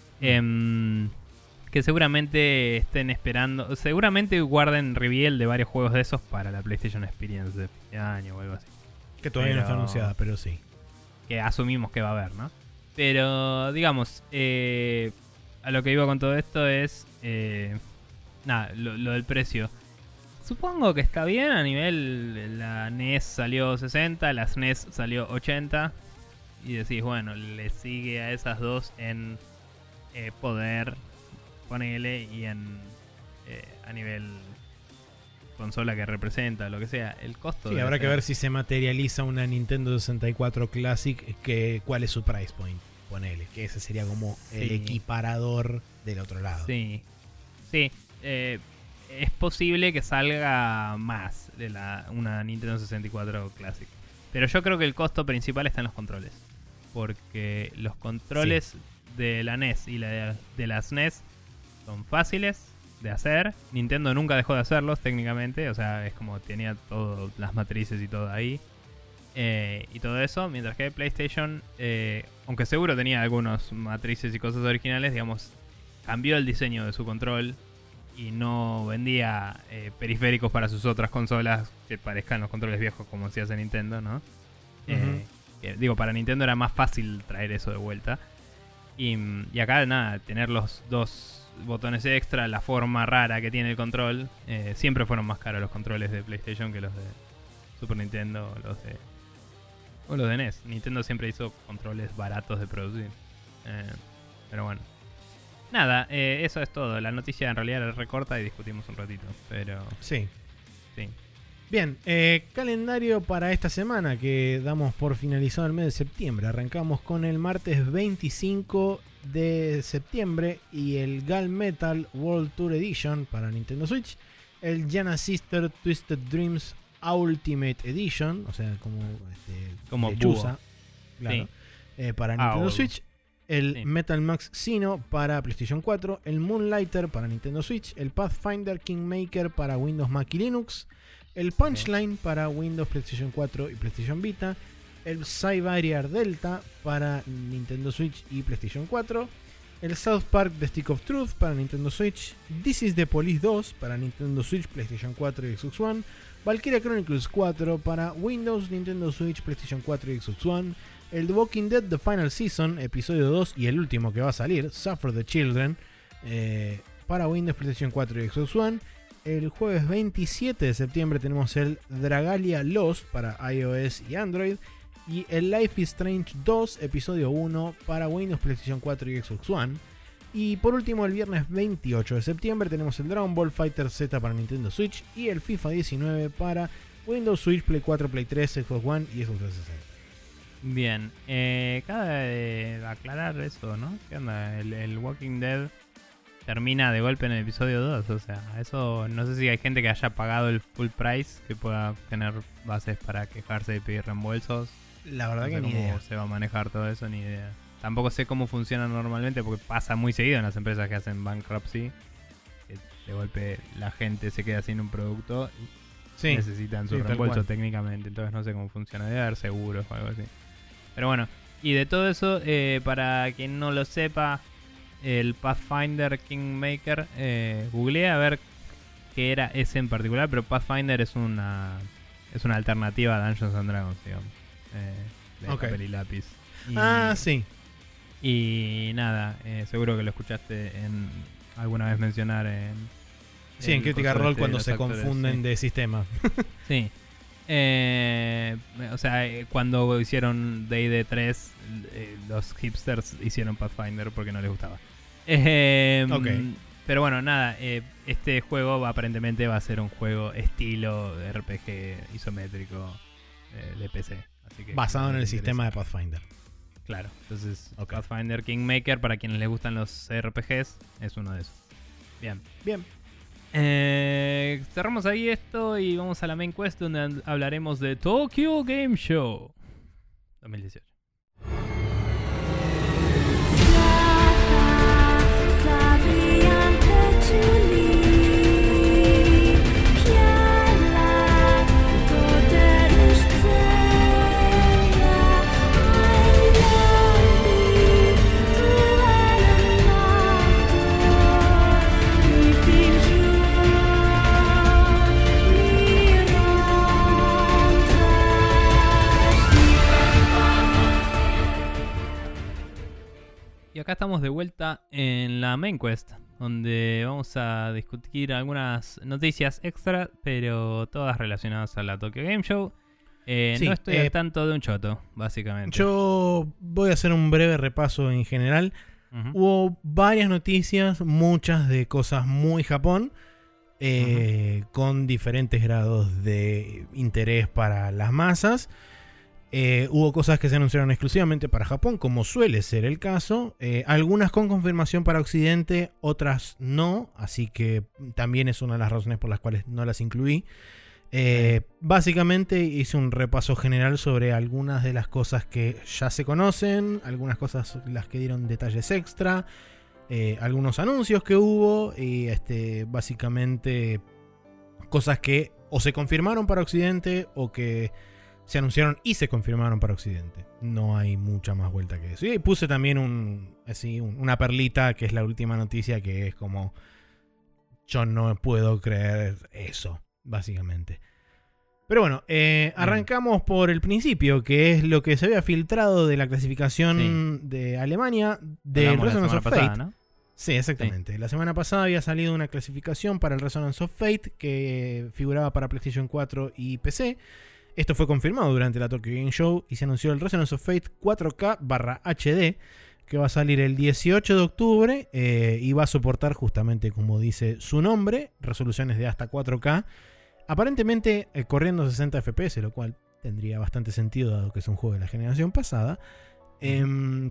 Eh, que seguramente estén esperando, seguramente guarden reveal de varios juegos de esos para la PlayStation Experience de fin de año o algo así. Que todavía pero, no está anunciada, pero sí. Que asumimos que va a haber, ¿no? Pero, digamos, eh, a lo que iba con todo esto es, eh, nada, lo, lo del precio. Supongo que está bien a nivel, la N E S salió sesenta, la S N E S salió ochenta. Y decís, bueno, le sigue a esas dos en eh, poder, ponele, y en eh, a nivel consola que representa, lo que sea, el costo. Sí, habrá ser. que ver si se materializa una Nintendo sesenta y cuatro Classic, que, cuál es su price point, ponele, que ese sería como sí. el equiparador del otro lado. Sí, sí, eh, es posible que salga más de la una Nintendo sesenta y cuatro Classic, pero yo creo que el costo principal está en los controles, porque los controles sí. de la N E S y la de, de la S N E S son fáciles de hacer. Nintendo nunca dejó de hacerlos técnicamente, o sea, es como tenía todas las matrices y todo ahí, eh, y todo eso, mientras que PlayStation, eh, aunque seguro tenía algunas matrices y cosas originales, digamos, cambió el diseño de su control y no vendía eh, periféricos para sus otras consolas que parezcan los controles viejos como se hace Nintendo, ¿no? Uh-huh. eh, que, digo, para Nintendo era más fácil traer eso de vuelta. Y, y acá, nada, tener los dos botones extra, la forma rara que tiene el control, eh, siempre fueron más caros los controles de PlayStation que los de Super Nintendo o los de, o los de N E S. Nintendo siempre hizo controles baratos de producir. Eh, pero bueno. Nada, eh, eso es todo. La noticia en realidad era recorta y discutimos un ratito. Pero sí. Sí. Bien, eh, calendario para esta semana que damos por finalizado el mes de septiembre. Arrancamos con el martes veinticinco de septiembre y el Gal Metal World Tour Edition para Nintendo Switch. El Giana Sister Twisted Dreams Ultimate Edition, o sea, como, este, como lechuza, claro, sí. eh, para Nintendo Owl. Switch. El sí. Metal Max Xeno para PlayStation cuatro. El Moonlighter para Nintendo Switch. El Pathfinder Kingmaker para Windows, Mac y Linux. El Punchline okay. para Windows, PlayStation cuatro y PlayStation Vita. El Cybarrier Delta para Nintendo Switch y PlayStation cuatro. El South Park The Stick of Truth para Nintendo Switch. This is the Police dos para Nintendo Switch, PlayStation cuatro y Xbox One. Valkyria Chronicles cuatro para Windows, Nintendo Switch, PlayStation cuatro y Xbox One. El The Walking Dead The Final Season, episodio dos y el último que va a salir, Suffer the Children, eh, para Windows, PlayStation cuatro y Xbox One. El jueves veintisiete de septiembre tenemos el Dragalia Lost para iOS y Android. Y el Life is Strange dos, episodio uno para Windows, PlayStation cuatro y Xbox One. Y por último, el viernes veintiocho de septiembre tenemos el Dragon Ball Fighter Z para Nintendo Switch y el FIFA diecinueve para Windows, Switch, Play cuatro, Play tres, Xbox One y Xbox trescientos sesenta. Bien, eh, cabe de aclarar eso, ¿no? ¿Qué onda? El, el Walking Dead termina de golpe en el episodio dos, o sea, eso no sé si hay gente que haya pagado el full price que pueda tener bases para quejarse y pedir reembolsos. La verdad no que sé ni cómo idea. se va a manejar todo eso, ni idea. Tampoco sé cómo funciona normalmente porque pasa muy seguido en las empresas que hacen bankruptcy. Que de golpe la gente se queda sin un producto y sí, necesitan su sí, reembolso técnicamente. Entonces no sé cómo funciona. Debe haber seguros o algo así. Pero bueno, y de todo eso, eh, para quien no lo sepa, el Pathfinder Kingmaker, eh, googleé a ver qué era ese en particular, pero Pathfinder es una es una alternativa a Dungeons and Dragons, digamos. Eh, de okay. papel y lápiz. Y, ah, sí. Y nada, eh, seguro que lo escuchaste en alguna vez mencionar en... Sí, en Critical Role este cuando se actores, confunden sí. de sistema. Sí. Eh, o sea, cuando hicieron D and D tres, eh, los hipsters hicieron Pathfinder porque no les gustaba. Eh, okay. Pero bueno, nada, eh, este juego aparentemente va a ser un juego estilo de R P G isométrico eh, de P C. Así que basado en el sistema de Pathfinder. Claro, entonces okay. Pathfinder Kingmaker, para quienes les gustan los R P Gs, es uno de esos. Bien. Bien. Eh, cerramos ahí esto y vamos a la main quest donde hablaremos de Tokyo Game Show dos mil dieciocho. estamos de vuelta en la Main Quest, donde vamos a discutir algunas noticias extra, pero todas relacionadas a la Tokyo Game Show. Eh, Sí, no estoy eh, al tanto de un choto, básicamente. Yo voy a hacer un breve repaso en general. Ujú. Hubo varias noticias, muchas de cosas muy Japón, eh, con diferentes grados de interés para las masas. Eh, hubo cosas que se anunciaron exclusivamente para Japón, como suele ser el caso. Eh, algunas con confirmación para Occidente, otras no. Así que también es una de las razones por las cuales no las incluí. Eh, básicamente hice un repaso general sobre algunas de las cosas que ya se conocen, algunas cosas las que dieron detalles extra, eh, algunos anuncios que hubo y este, básicamente cosas que o se confirmaron para Occidente o que se anunciaron y se confirmaron para Occidente. No hay mucha más vuelta que eso. Y puse también un, así, un- una perlita que es la última noticia, que es como yo no puedo creer eso, básicamente. Pero bueno, eh, arrancamos por el principio, que es lo que se había filtrado de la clasificación de Alemania del Hablamos la Resonance semana of pasada, Fate. ¿no? Sí, exactamente. La semana pasada había salido una clasificación para el Resonance of Fate que figuraba para PlayStation cuatro y P C. Esto fue confirmado durante la Tokyo Game Show y se anunció el Resonance of Fate cuatro K barra H D, que va a salir el dieciocho de octubre eh, y va a soportar, justamente como dice su nombre, resoluciones de hasta cuatro K. Aparentemente eh, corriendo a sesenta F P S, lo cual tendría bastante sentido dado que es un juego de la generación pasada. Em,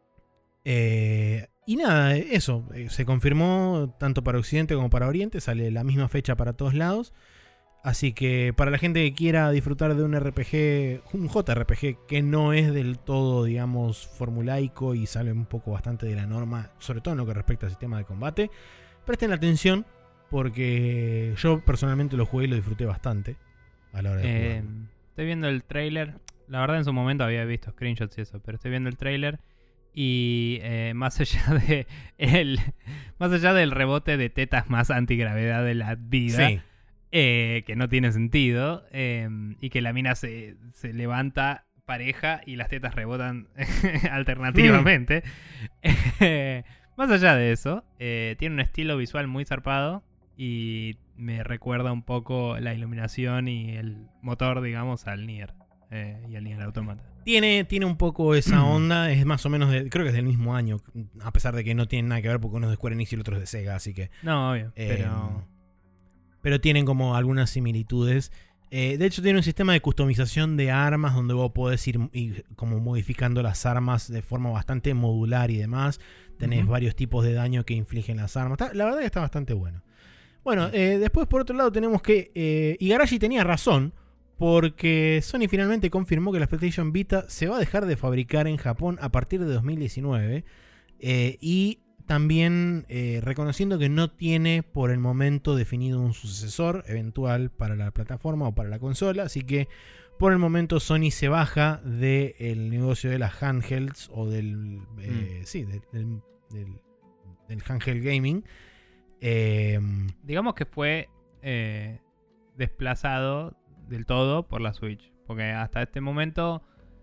eh, y nada, eso, eh, se confirmó tanto para Occidente como para Oriente, sale la misma fecha para todos lados. Así que para la gente que quiera disfrutar de un R P G, un J R P G que no es del todo, digamos, formulaico y sale un poco bastante de la norma, sobre todo en lo que respecta al sistema de combate, presten atención porque yo personalmente lo jugué y lo disfruté bastante a la hora de Eh, jugarlo. estoy viendo el trailer. La verdad, en su momento había visto screenshots y eso, pero estoy viendo el trailer y eh, más allá de el, más allá del rebote de tetas más antigravedad de la vida, Sí, eh, que no tiene sentido, eh, y que la mina se, se levanta pareja y las tetas rebotan alternativamente. Eh, más allá de eso, eh, tiene un estilo visual muy zarpado y me recuerda un poco la iluminación y el motor, digamos, al Nier eh, y al Nier Automata. Tiene, tiene un poco esa onda, es más o menos, de- creo que es del mismo año, a pesar de que no tienen nada que ver porque uno es de Square Enix y el otro es de Sega, así que... No, obvio, eh, pero... pero tienen como algunas similitudes. Eh, de hecho tiene un sistema de customización de armas donde vos podés ir, ir como modificando las armas de forma bastante modular y demás. Tenés Ujú. varios tipos de daño que infligen las armas. Está- la verdad que está bastante bueno. Bueno, eh, después por otro lado tenemos que eh, Igarashi tenía razón, porque Sony finalmente confirmó que la PlayStation Vita se va a dejar de fabricar en Japón a partir de dos mil diecinueve, eh, y también eh, reconociendo que no tiene por el momento definido un sucesor eventual para la plataforma o para la consola, así que por el momento Sony se baja del negocio de las handhelds o del, eh, sí, del, del, del- del handheld gaming. Eh, Digamos que fue eh, desplazado del todo por la Switch. Porque hasta este momento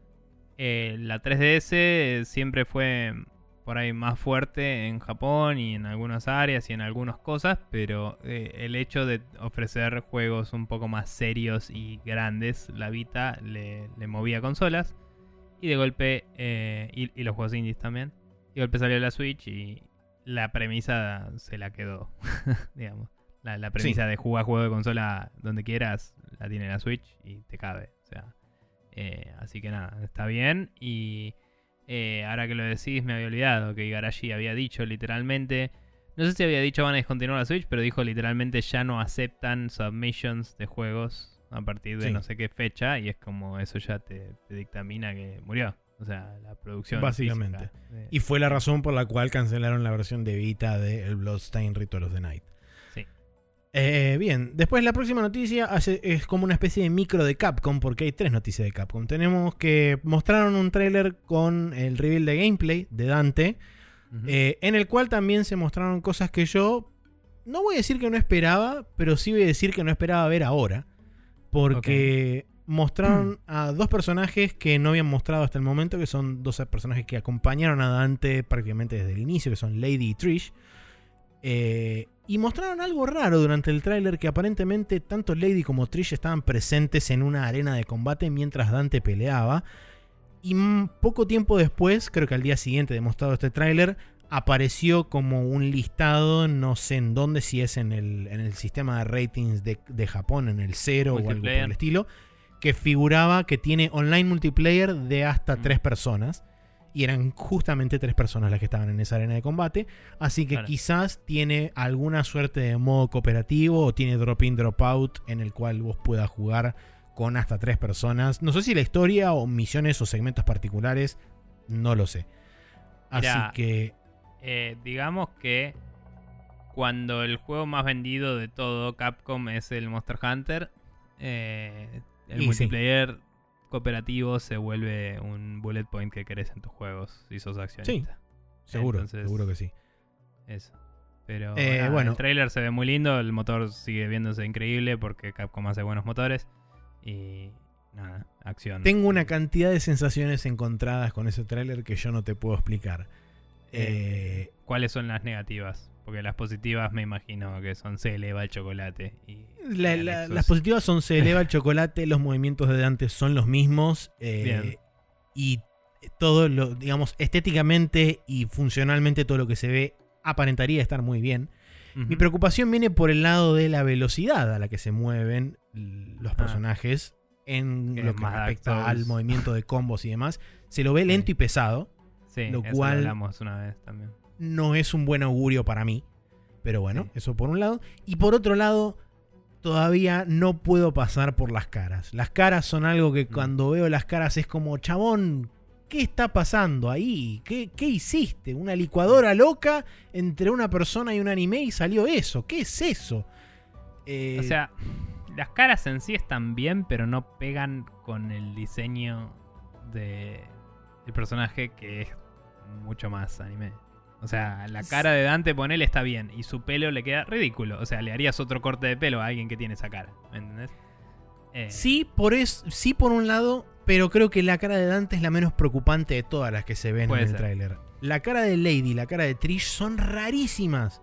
eh, la tres D S siempre fue por ahí más fuerte en Japón y en algunas áreas y en algunas cosas. Pero eh, el hecho de ofrecer juegos un poco más serios y grandes, la Vita le, le movía consolas. Y de golpe, eh, y, y los juegos indies también. Y de golpe salió la Switch y la premisa se la quedó, digamos. La, la premisa Sí. de jugar juego de consola donde quieras la tiene la Switch y te cabe. O sea, eh, así que nada, está bien. Y eh, ahora que lo decís, me había olvidado que Igarashi había dicho literalmente. No sé si había dicho van a descontinuar la Switch, pero dijo literalmente ya no aceptan submissions de juegos a partir de Sí. no sé qué fecha. Y es como eso ya te, te dictamina que murió. O sea, la producción. Básicamente. física de- y fue la razón por la cual cancelaron la versión de Vita de el Bloodstained Ritual of the Night. Sí. Eh, bien, después la próxima noticia hace- es como una especie de micro de Capcom, porque hay tres noticias de Capcom. Tenemos que mostraron un tráiler con el reveal de gameplay de Dante, Ujú. eh, en el cual también se mostraron cosas que yo no voy a decir que no esperaba, pero sí voy a decir que no esperaba ver ahora. Porque mostraron a dos personajes que no habían mostrado hasta el momento, que son dos personajes que acompañaron a Dante prácticamente desde el inicio, que son Lady y Trish. Eh, y mostraron algo raro durante el tráiler, que aparentemente tanto Lady como Trish estaban presentes en una arena de combate mientras Dante peleaba. Y poco tiempo después, creo que al día siguiente de mostrado este tráiler, apareció como un listado, no sé en dónde, si es en el, en el sistema de ratings de, de Japón, en el cero o algo por el estilo, que figuraba que tiene online multiplayer de hasta mm. tres personas. Y eran justamente tres personas las que estaban en esa arena de combate. Así que claro, quizás tiene alguna suerte de modo cooperativo o tiene drop-in, drop-out en el cual vos puedas jugar con hasta tres personas. No sé si la historia o misiones o segmentos particulares, no lo sé. Así Mira, que... Eh, digamos que cuando el juego más vendido de todo Capcom es el Monster Hunter, eh, el y multiplayer... Sí. cooperativo se vuelve un bullet point que querés en tus juegos si sos accionista. Sí, seguro, Entonces, seguro que sí. Eso. Pero eh, nada, bueno, el trailer se ve muy lindo, el motor sigue viéndose increíble porque Capcom hace buenos motores y nada, acción. Tengo una cantidad de sensaciones encontradas con ese trailer que yo no te puedo explicar. Eh, eh, ¿Cuáles son las negativas? Porque las positivas me imagino que son se eleva el chocolate. Y la, la, las positivas son se eleva el chocolate, los movimientos de Dante son los mismos. Eh, y todo lo, digamos, estéticamente y funcionalmente todo lo que se ve aparentaría estar muy bien. Uh-huh. Mi preocupación viene por el lado de la velocidad a la que se mueven los personajes ah, en lo que respecta al movimiento de combos y demás. Se lo ve lento sí. y pesado. Sí, lo eso cual lo hablamos una vez también. No es un buen augurio para mí. Pero bueno, sí. eso por un lado. Y por otro lado, todavía no puedo pasar por las caras. Las caras son algo que mm. cuando veo las caras es como, chabón, ¿qué está pasando ahí? ¿Qué, qué hiciste? ¿Una licuadora loca entre una persona y un anime y salió eso? ¿Qué es eso? Eh... O sea, las caras en sí están bien, pero no pegan con el diseño de el personaje, que es mucho más anime. O sea, la cara de Dante, ponele, está bien. Y su pelo le queda ridículo. O sea, le harías otro corte de pelo a alguien que tiene esa cara. ¿Me entendés? Eh. Sí, por es, sí, por un lado. Pero creo que la cara de Dante es la menos preocupante de todas las que se ven Puede en el tráiler. La cara de Lady y la cara de Trish son rarísimas.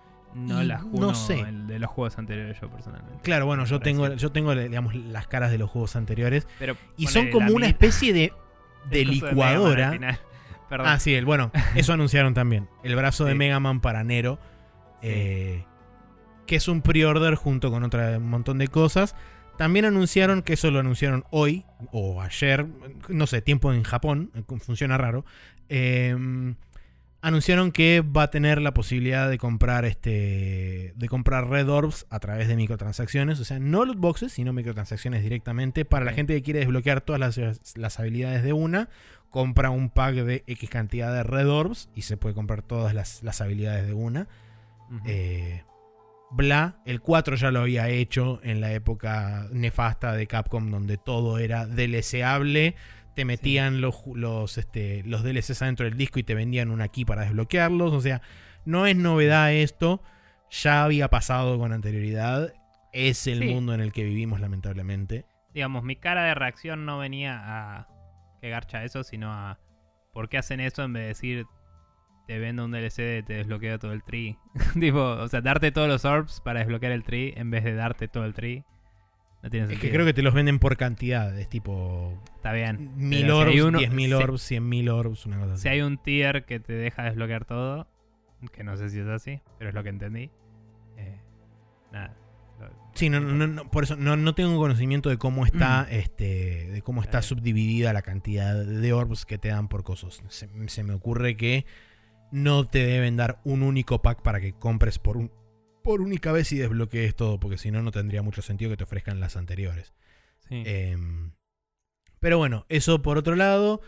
No las juro, no sé. El de los juegos anteriores yo personalmente. Claro, bueno, yo tengo, yo tengo digamos, las caras de los juegos anteriores. Pero y son como una especie de, de licuadora. De Perdón. Ah, sí, el, bueno, eso anunciaron también. El brazo sí. de Mega Man para Nero. Sí. Eh, que es un pre-order junto con otro un montón de cosas. También anunciaron, que eso lo anunciaron hoy o ayer, no sé, tiempo en Japón, funciona raro. Eh, anunciaron que va a tener la posibilidad de comprar este de comprar Red Orbs a través de microtransacciones. O sea, no loot boxes, sino microtransacciones directamente. Para sí. la gente que quiere desbloquear todas las, las habilidades de una, compra un pack de X cantidad de Red Orbs y se puede comprar todas las, las habilidades de una. Uh-huh. Eh, bla, el cuatro ya lo había hecho en la época nefasta de Capcom, donde todo era DLCable. Te metían sí. los, los, este, los D L Cs adentro del disco y te vendían una key para desbloquearlos. O sea, no es novedad esto. Ya había pasado con anterioridad. Es el sí. mundo en el que vivimos, lamentablemente. Digamos, mi cara de reacción no venía a que garcha eso, sino a ¿por qué hacen eso en vez de decir te vendo un D L C, te desbloqueo todo el tree? Tipo, o sea, darte todos los orbs para desbloquear el tree en vez de darte todo el tree. No tiene sentido. Es que creo que te los venden por cantidad. Es tipo... Está bien. Mil orbs, si diez mil orbs, cien mil orbs, una cosa así. Si hay un tier que te deja desbloquear todo, que no sé si es así, pero es lo que entendí. Eh, nada. Sí, no, no, no, por eso no, no tengo conocimiento de cómo está, mm. este, de cómo está subdividida la cantidad de orbs que te dan por cosas. Se, se me ocurre que no te deben dar un único pack para que compres por un por única vez y desbloquees todo, porque si no, no tendría mucho sentido que te ofrezcan las anteriores. Sí. Eh, pero bueno, eso por otro lado.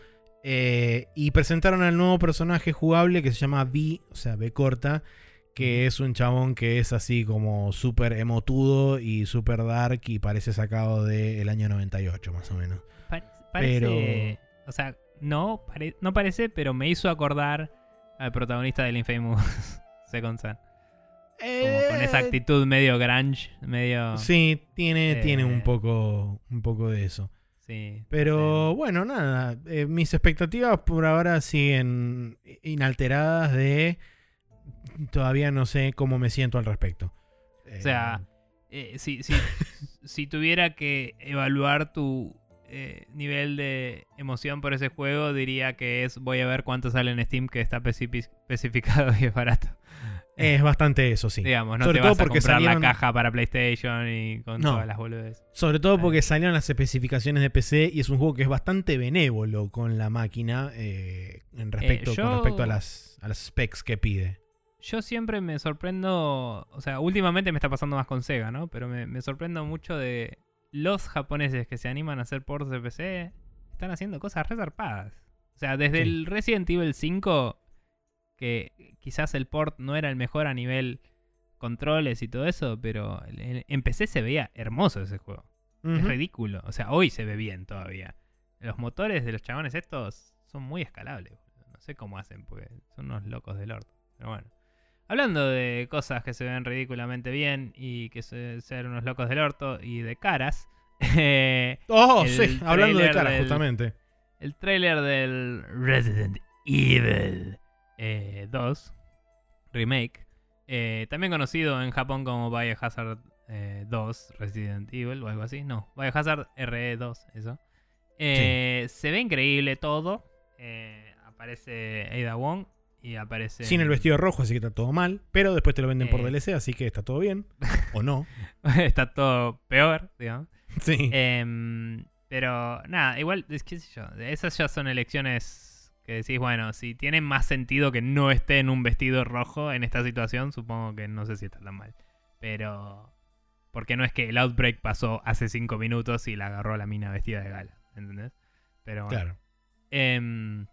Eh, y presentaron al nuevo personaje jugable que se llama V, o sea, V corta, que es un chabón que es así como súper emotudo y súper dark y parece sacado del año noventa y ocho, más o menos. Pa- parece, pero... O sea, no, pare- no parece, pero me hizo acordar al protagonista del Infamous Second Son. Como con esa actitud medio grunge, medio... Sí, tiene, eh, tiene un poco, un poco de eso. Sí. Pero eh, bueno, nada. Eh, mis expectativas por ahora siguen inalteradas de... Todavía no sé cómo me siento al respecto. O sea, eh, si, si, si tuviera que evaluar tu eh, nivel de emoción por ese juego, diría que es voy a ver cuánto sale en Steam, que está especifi- especificado y es barato. Es bastante eso, sí. Digamos, no Sobre te todo vas a porque comprar salieron... la caja para PlayStation y con No. todas las boludeces. Sobre todo porque Eh. salieron las especificaciones de P C y es un juego que es bastante benévolo con la máquina eh, en respecto, Eh, yo- con respecto a las, a las specs que pide. Yo siempre me sorprendo, o sea, últimamente me está pasando más con Sega, ¿no? Pero me, me sorprendo mucho de los japoneses que se animan a hacer ports de P C. Están haciendo cosas re zarpadas. O sea, desde Sí. el Resident Evil cinco, que quizás el port no era el mejor a nivel controles y todo eso, pero en, en P C se veía hermoso ese juego. Ujú. Es ridículo. O sea, hoy se ve bien todavía. Los motores de los chabones estos son muy escalables. No sé cómo hacen, porque son unos locos del orto. Pero bueno. Hablando de cosas que se ven ridículamente bien y que se, ser unos locos del orto y de caras. eh, Oh, el sí, hablando de trailer cara, del- justamente. el trailer del Resident Evil eh, dos Remake, eh, también conocido en Japón como Biohazard eh, dos Resident Evil o algo así. No, Biohazard R E dos, eso. Eh, Se ve increíble todo. Eh, aparece Ada Wong y aparece... Sin el vestido rojo, así que está todo mal. Pero después te lo venden por Eh. D L C, así que está todo bien. O no. Está todo peor, digamos. Sí. Em, pero nada, igual, es qué sé yo, esas ya son elecciones que decís, bueno, si tiene más sentido que no esté en un vestido rojo en esta situación, supongo que no sé si está tan mal. Pero... Porque no es que el Outbreak pasó hace cinco minutos y la agarró a la mina vestida de gala, ¿entendés? Pero bueno. Claro. Em,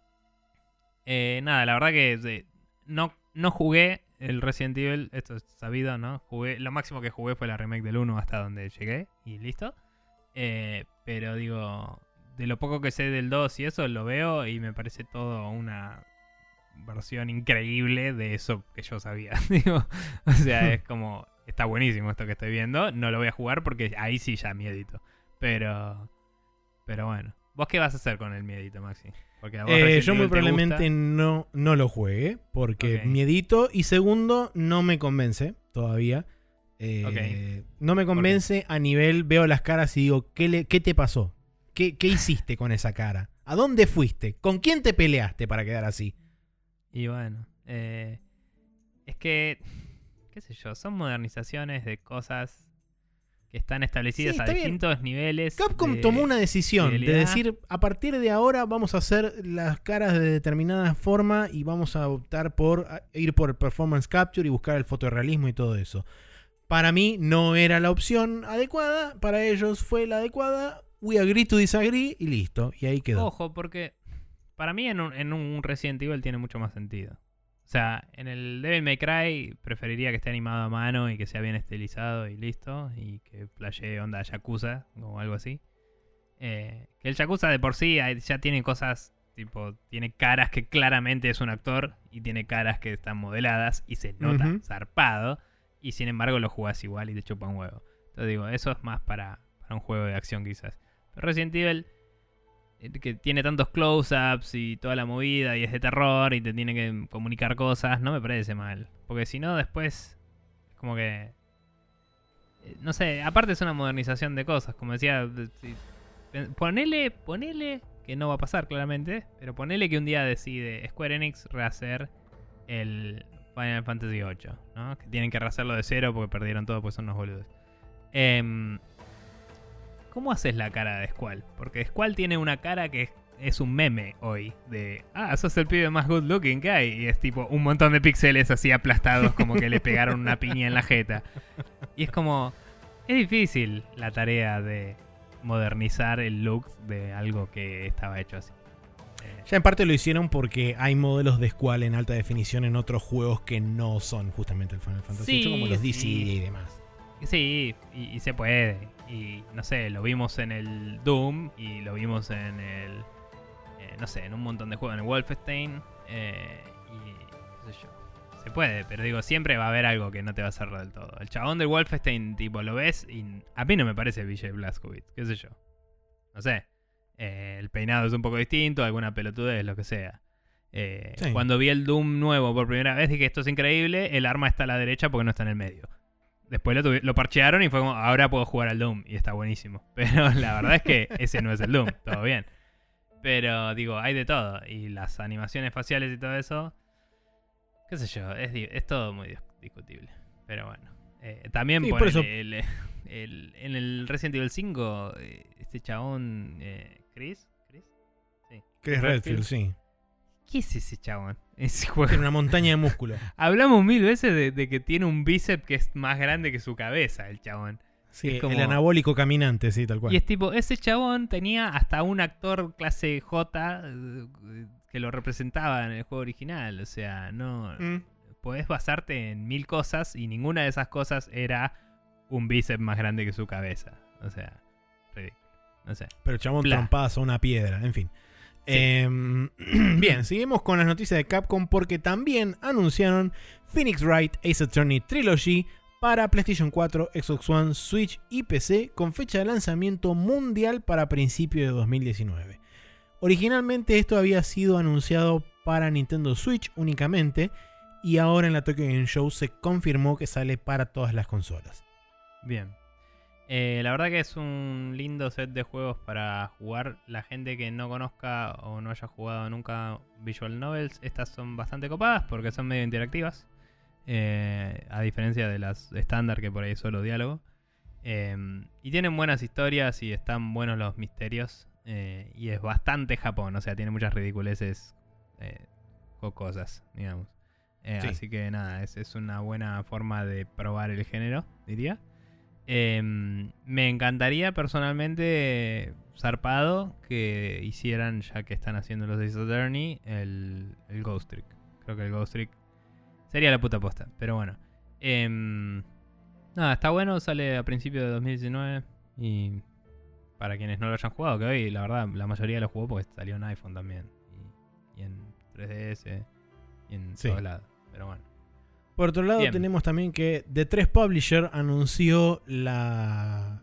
eh, nada, la verdad que eh, no, no jugué el Resident Evil, esto es sabido, ¿no? Jugué, lo máximo que jugué fue la remake del uno hasta donde llegué y listo. Eh, pero digo, de lo poco que sé del dos y eso, lo veo y me parece todo una versión increíble de eso que yo sabía. Digo, o sea, es como, está buenísimo esto que estoy viendo, no lo voy a jugar porque ahí sí ya miedito. Pero, pero bueno. ¿Vos qué vas a hacer con el miedito, Maxi? Porque a vos Eh, Resident yo muy Evil te probablemente gusta. no, no lo juegue. Porque Ok. miedito. Y segundo, no me convence todavía. Eh, No me convence a nivel, veo las caras y digo, ¿qué, le, qué te pasó? ¿Qué, ¿Qué hiciste con esa cara? ¿A dónde fuiste? ¿Con quién te peleaste para quedar así? Y bueno, eh, es que, qué sé yo, son modernizaciones de cosas que están establecidas Sí, a está bien. distintos niveles. Capcom de tomó una decisión de fidelidad. decir, a partir de ahora vamos a hacer las caras de determinada forma y vamos a optar por a- ir por el performance capture y buscar el fotorrealismo y todo eso. Para mí no era la opción adecuada, para ellos fue la adecuada. We agree to disagree y listo. Y ahí quedó. Ojo, porque para mí en un, en un Resident Evil tiene mucho más sentido. O sea, en el Devil May Cry preferiría que esté animado a mano y que sea bien estilizado y listo. Y que flashee onda Yakuza o algo así. Eh, que el Yakuza de por sí ya tiene cosas, tipo, tiene caras que claramente es un actor y tiene caras que están modeladas y se nota Ujú. zarpado. Y sin embargo lo jugás igual y te chupa un huevo. Entonces digo, eso es más para, para un juego de acción quizás. Pero Resident Evil, eh, que tiene tantos close-ups y toda la movida y es de terror y te tiene que comunicar cosas, no me parece mal. Porque si no, después es como que... eh, No sé, aparte es una modernización de cosas. Como decía, de- si- pen- ponele, ponele, que no va a pasar claramente, pero ponele que un día decide Square Enix rehacer el Final Fantasy ocho, ¿no? Que tienen que rehacerlo de cero porque perdieron todo, pues son unos boludos. Em, ¿Cómo haces la cara de Squall? Porque Squall tiene una cara que es, es un meme hoy. De, ah, sos el pibe más good looking que hay. Y es tipo un montón de píxeles así aplastados como que le pegaron una piña en la jeta. Y es como, es difícil la tarea de modernizar el look de algo que estaba hecho así. Eh, Ya en parte lo hicieron porque hay modelos de Squall en alta definición en otros juegos que no son justamente el Final Fantasy Sí, ocho, como los D C sí. y demás. Sí, y, y se puede. Y no sé, lo vimos en el Doom y lo vimos en el. eh, no sé, en un montón de juegos, en el Wolfenstein. eh, y qué sé yo. se puede, pero digo, siempre va a haber algo que no te va a hacer del todo. El chabón del Wolfenstein, tipo, lo ves y a mí no me parece V J Blazkowicz, qué sé yo. No sé. Eh, el peinado es un poco distinto, alguna pelotudez, lo que sea. Eh, sí. Cuando vi el Doom nuevo por primera vez dije, esto es increíble, el arma está a la derecha porque no está en el medio. Después lo, tuvi- lo parchearon y fue como, ahora puedo jugar al Doom y está buenísimo. Pero la verdad es que ese no es el Doom, todo bien. Pero digo, hay de todo. Y las animaciones faciales y todo eso, qué sé yo, es, es todo muy discutible. Pero bueno. Eh, también sí, por, por el, eso... el, el, el, en el Resident Evil cinco, eh, este chabón, eh, Chris, ¿Chris? Sí. Chris Redfield, sí. ¿Qué es ese chabón? Ese juego. Tiene una montaña de músculo. Hablamos mil veces de, de que tiene un bíceps que es más grande que su cabeza, el chabón. Sí, como... el anabólico caminante, sí, tal cual. Y es tipo, ese chabón tenía hasta un actor clase J eh, que lo representaba en el juego original. O sea, no... Mm. Podés basarte en mil cosas y ninguna de esas cosas era un bíceps más grande que su cabeza. O sea, ridículo. No sé. Pero el chabón trompadas a una piedra, en fin. Sí. Eh, bien, seguimos con las noticias de Capcom porque también anunciaron Phoenix Wright Ace Attorney Trilogy para PlayStation cuatro, Xbox One, Switch y P C con fecha de lanzamiento mundial para principios de dos mil diecinueve. Originalmente esto había sido anunciado para Nintendo Switch únicamente y ahora en la Tokyo Game Show se confirmó que sale para todas las consolas. Bien. Eh, la verdad que es un lindo set de juegos para jugar. La gente que no conozca o no haya jugado nunca Visual Novels, estas son bastante copadas porque son medio interactivas. Eh, a diferencia de las estándar que por ahí es solo diálogo. Eh, y tienen buenas historias y están buenos los misterios. Eh, y es bastante Japón, o sea, tiene muchas ridiculeces eh, cosas, digamos. Eh, sí. Así que nada, es, es una buena forma de probar el género, diría. Eh, me encantaría personalmente, zarpado, que hicieran, ya que están haciendo los Ace Attorney, el, el Ghost Trick. Creo que el Ghost Trick sería la puta posta, pero bueno. Eh, nada, está bueno, sale a principios de dos mil diecinueve y para quienes no lo hayan jugado, que hoy la verdad la mayoría lo jugó porque salió en iPhone también y, y en tres D S y en sí. todos lados, pero bueno. Por otro lado, bien, tenemos también que D tres Publisher anunció la...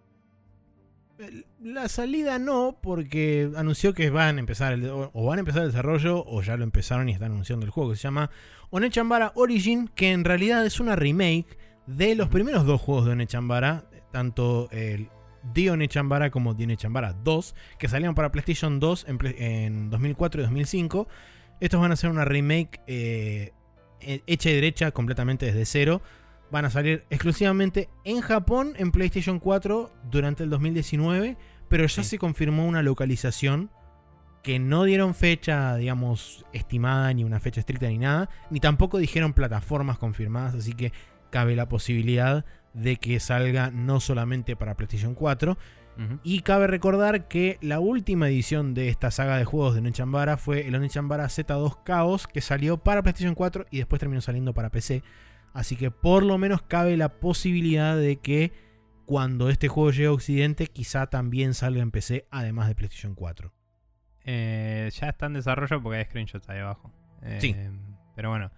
La salida no, porque anunció que van a empezar el, o van a empezar el desarrollo o ya lo empezaron y están anunciando el juego, que se llama Onechambara Origin, que en realidad es una remake de los primeros dos juegos de Onechambara, tanto el The Onechambara como The Onechambara dos, que salieron para PlayStation dos en, en dos mil cuatro y dos mil cinco. Estos van a ser una remake eh, hecha y derecha completamente desde cero. Van a salir exclusivamente en Japón en PlayStation cuatro durante el dos mil diecinueve, pero ya sí. se confirmó una localización que no dieron fecha, digamos, estimada, ni una fecha estricta ni nada, ni tampoco dijeron plataformas confirmadas, así que cabe la posibilidad de que salga no solamente para PlayStation cuatro. Uh-huh. Y cabe recordar que la última edición de esta saga de juegos de Onechambara fue el Onechambara Z dos Chaos, que salió para PlayStation cuatro y después terminó saliendo para P C. Así que por lo menos cabe la posibilidad de que cuando este juego llegue a Occidente quizá también salga en P C además de PlayStation cuatro. Eh, ya está en desarrollo porque hay screenshots ahí abajo. Eh, sí. Pero bueno.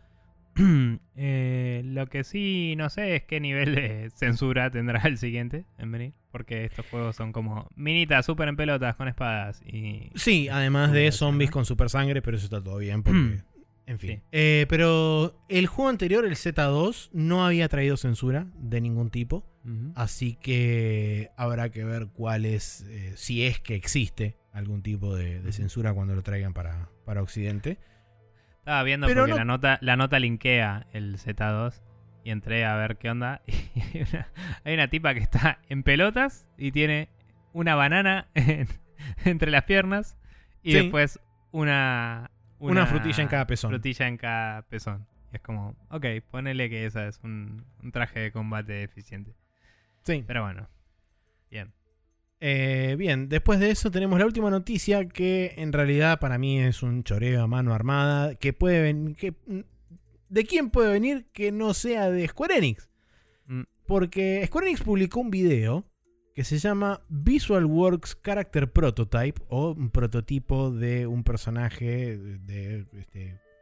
eh, lo que sí no sé es qué nivel de censura tendrá el siguiente en venir. Porque estos juegos son como minitas, super en pelotas, con espadas y... Sí, además de zombies con super sangre, pero eso está todo bien porque... En fin. Sí. Eh, pero el juego anterior, el Z dos, no había traído censura de ningún tipo. Uh-huh. Así que habrá que ver cuál es, eh, si es que existe algún tipo de, de censura cuando lo traigan para, para Occidente. Estaba viendo pero porque no... la nota la nota linkea el Z dos y entré a ver qué onda. Y hay, una, hay una tipa que está en pelotas y tiene una banana en, entre las piernas y sí. después una... Una, una frutilla en cada pezón. Frutilla en cada pezón. Y es como, ok, ponele que esa es un, un traje de combate eficiente. Sí. Pero bueno, bien. Eh, bien, después de eso tenemos la última noticia que en realidad para mí es un choreo a mano armada. Que puede venir. Que, ¿de quién puede venir que no sea de Square Enix? Mm. Porque Square Enix publicó un video que se llama Visual Works Character Prototype, o un prototipo de un personaje de, de este,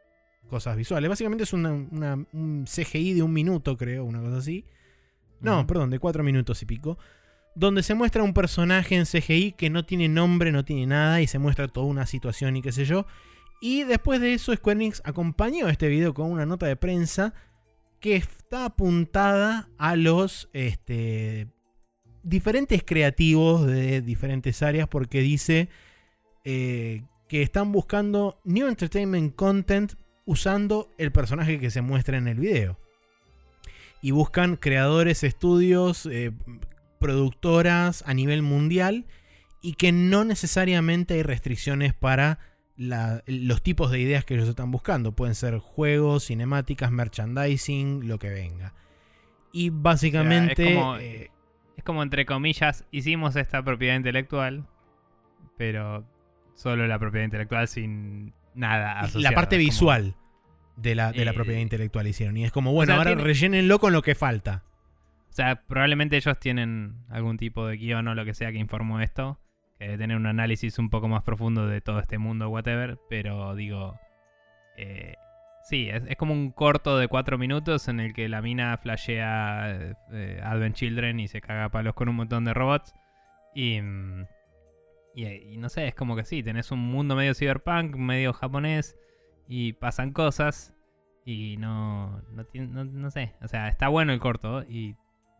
cosas visuales. Básicamente es una, una, un C G I de un minuto, creo, una cosa así. No, uh-huh. perdón, de cuatro minutos y pico. Donde se muestra un personaje en C G I que no tiene nombre, no tiene nada, y se muestra toda una situación y qué sé yo. Y después de eso, Square Enix acompañó este video con una nota de prensa que está apuntada a los este, diferentes creativos de diferentes áreas, porque dice eh, que están buscando new entertainment content usando el personaje que se muestra en el video. Y buscan creadores, estudios, eh, productoras a nivel mundial, y que no necesariamente hay restricciones para la, los tipos de ideas que ellos están buscando. Pueden ser juegos, cinemáticas, merchandising, lo que venga. Y básicamente... O sea, es, como, eh, es como, entre comillas, hicimos esta propiedad intelectual, pero solo la propiedad intelectual sin nada asociado. La parte visual como, de, la, de eh, la propiedad intelectual hicieron. Y es como, bueno, o sea, ahora tiene, rellénenlo con lo que falta. O sea, probablemente ellos tienen algún tipo de guión o lo que sea que informó esto, que debe tener un análisis un poco más profundo de todo este mundo, whatever, pero digo, eh, sí, es, es como un corto de cuatro minutos en el que la mina flashea eh, Advent Children y se caga a palos con un montón de robots, y, y, y no sé, es como que sí, tenés un mundo medio cyberpunk, medio japonés, y pasan cosas, y no, no, no, no sé, o sea, está bueno el corto, y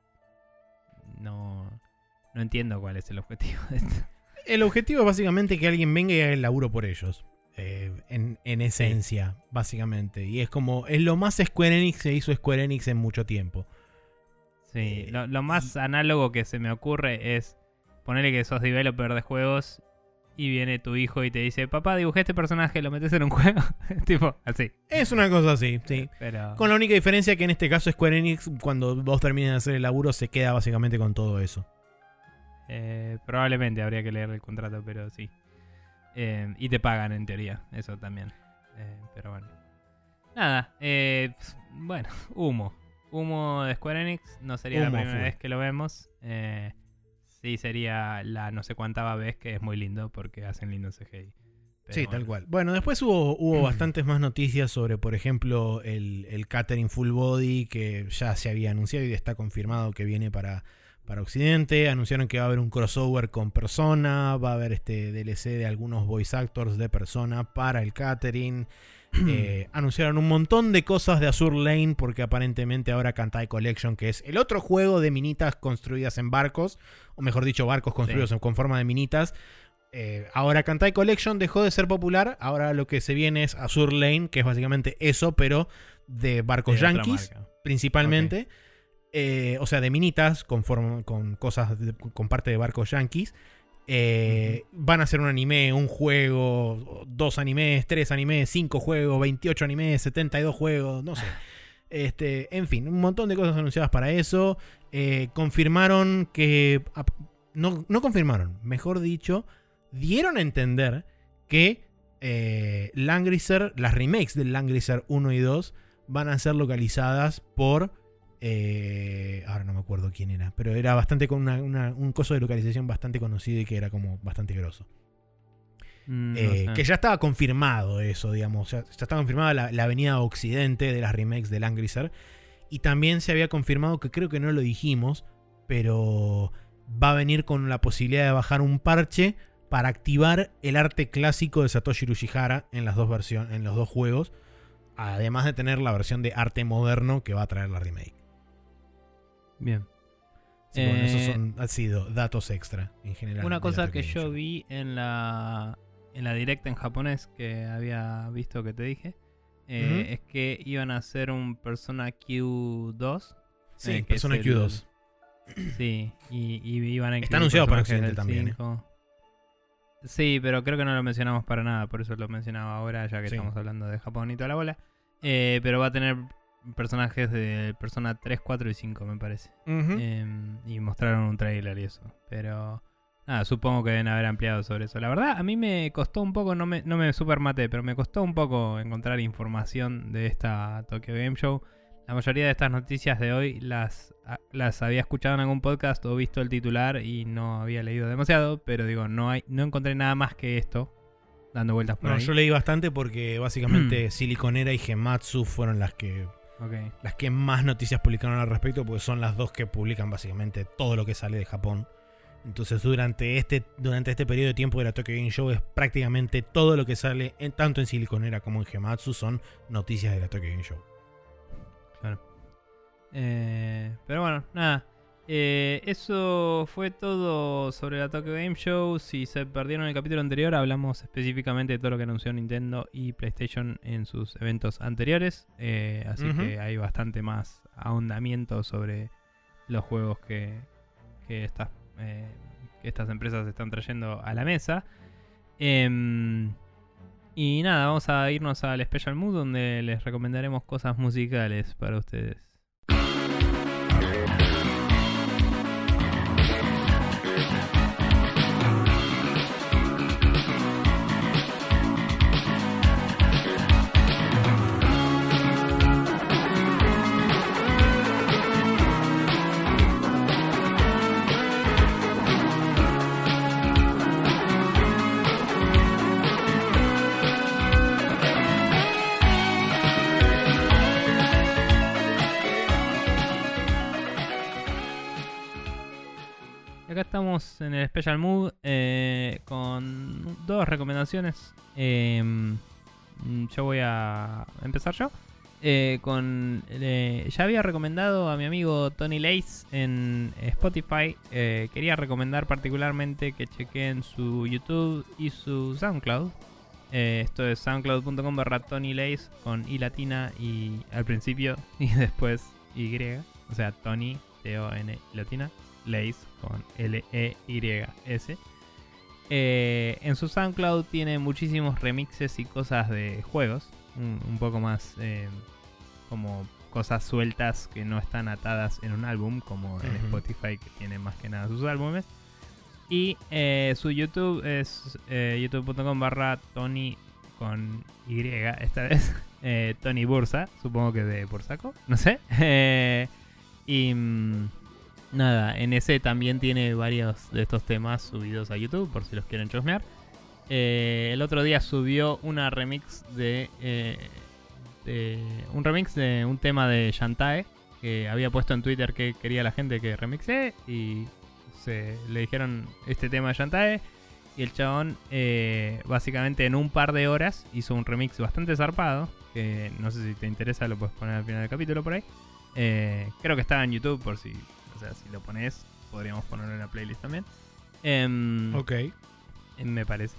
no, no entiendo cuál es el objetivo de esto. El objetivo es básicamente que alguien venga y haga el laburo por ellos. Eh, en, en esencia, sí. Básicamente. Y es como, es lo más Square Enix que hizo Square Enix en mucho tiempo. Sí, eh, lo, lo más y... análogo que se me ocurre es ponerle que sos developer de juegos y viene tu hijo y te dice, papá, dibujé este personaje, lo metes en un juego. Tipo, así. Es una cosa así, sí. Pero... Con la única diferencia que en este caso Square Enix, cuando vos termines de hacer el laburo, se queda básicamente con todo eso. Eh, probablemente habría que leer el contrato, pero sí. Eh, y te pagan en teoría, eso también. Eh, pero bueno. Nada, eh, bueno, humo. Humo de Square Enix, no sería humo, la primera fue. vez que lo vemos. Eh, sí sería la no sé cuánta vez, que es muy lindo porque hacen lindo C G I. Pero sí, bueno. Tal cual. Bueno, después hubo, hubo bastantes más noticias sobre, por ejemplo, el, el catering full body, que ya se había anunciado y está confirmado que viene para... para Occidente. Anunciaron que va a haber un crossover con Persona, va a haber este D L C de algunos voice actors de Persona para el catering. eh, anunciaron un montón de cosas de Azure Lane, porque aparentemente ahora Kantai Collection, que es el otro juego de minitas construidas en barcos, o mejor dicho, barcos construidos sí. con forma de minitas. Eh, ahora Kantai Collection dejó de ser popular. Ahora lo que se viene es Azure Lane, que es básicamente eso, pero de barcos de yankees, principalmente. Okay. Eh, o sea, de minitas con, forma, con cosas de, con parte de barcos yankees. Eh, uh-huh. Van a hacer un anime, un juego, dos animes, tres animes, cinco juegos, veintiocho animes, setenta y dos juegos, no sé. Este, en fin, un montón de cosas anunciadas para eso. Eh, confirmaron que... No, no confirmaron, mejor dicho, dieron a entender que eh, Langrisser, las remakes del Langrisser uno y dos van a ser localizadas por... Eh, ahora no me acuerdo quién era, pero era bastante con una, una, un coso de localización bastante conocido y que era como bastante grosso. Mm, eh, no sé. Que ya estaba confirmado eso, digamos. Ya, ya estaba confirmada la, la avenida occidente de las remakes de Langrisser. Y también se había confirmado, que creo que no lo dijimos, pero va a venir con la posibilidad de bajar un parche para activar el arte clásico de Satoshi Uchihara en las dos versiones, en los dos juegos. Además de tener la versión de arte moderno que va a traer la remake. Bien. Sí, eh, bueno, esos son, han sido datos extra en general. Una cosa que yo vi en la en la directa en japonés que había visto que te dije eh, uh-huh. es que iban a hacer un Persona Q dos. Sí, eh, Persona Q dos. El, sí, y, y iban a Está anunciado para Occidente también. Eh. Sí, pero creo que no lo mencionamos para nada, por eso lo mencionaba ahora, ya que sí. estamos hablando de Japón y toda la bola. Eh, pero va a tener personajes de Persona tres, cuatro y cinco, me parece. Uh-huh. Eh, y mostraron un trailer y eso. Pero nada, supongo que deben haber ampliado sobre eso. La verdad, a mí me costó un poco, no me, no me super maté, pero me costó un poco encontrar información de esta Tokyo Game Show. La mayoría de estas noticias de hoy las, las había escuchado en algún podcast o visto el titular y no había leído demasiado, pero digo, no hay, no encontré nada más que esto. dando vueltas por No, ahí. yo leí bastante porque básicamente Siliconera y Gematsu fueron las que Okay. las que más noticias publicaron al respecto, porque son las dos que publican básicamente todo lo que sale de Japón. Entonces durante este, durante este periodo de tiempo de la Tokyo Game Show es prácticamente todo lo que sale en, tanto en Siliconera como en Gematsu son noticias de la Tokyo Game Show. Claro. Eh, pero bueno, nada. Eh, eso fue todo sobre la Tokyo Game Show. Si se perdieron el capítulo anterior, hablamos específicamente de todo lo que anunció Nintendo y PlayStation en sus eventos anteriores. Eh, así uh-huh. que hay bastante más ahondamiento sobre los juegos que, que, estas, eh, que estas empresas están trayendo a la mesa. Eh, y nada, vamos a irnos al Special Mood, donde les recomendaremos cosas musicales para ustedes. Acá estamos en el Special Mood eh, con dos recomendaciones. Eh, yo voy a empezar yo. Eh, con eh, ya había recomendado a mi amigo Tony Lace en Spotify. Eh, quería recomendar particularmente que chequen su YouTube y su SoundCloud. Eh, esto es soundcloud punto com barra Tony Lace con I latina y al principio y después Y. O sea, Tony, T O N latina. Lace con L E Y S. Eh, en su SoundCloud tiene muchísimos remixes y cosas de juegos. Un, un poco más eh, como cosas sueltas que no están atadas en un álbum, como uh-huh. en Spotify, que tiene más que nada sus álbumes. Y eh, su YouTube es eh, youtube punto com barra Tony con Y esta vez. eh, Tony Bursa, supongo que de Bursaco, no sé. Eh, y... Mm, nada, en ese también tiene varios de estos temas subidos a YouTube, por si los quieren chusmear. Eh, el otro día subió una remix de, eh, de... Un remix de un tema de Shantae, que había puesto en Twitter que quería la gente que remixe. Y se, le dijeron este tema de Shantae. Y el chabón, eh, básicamente en un par de horas, hizo un remix bastante zarpado. Que no sé si te interesa, lo puedes poner al final del capítulo por ahí. Eh, creo que está en YouTube, por si... O sea, si lo pones, podríamos ponerlo en la playlist también. Eh, ok. Me parece.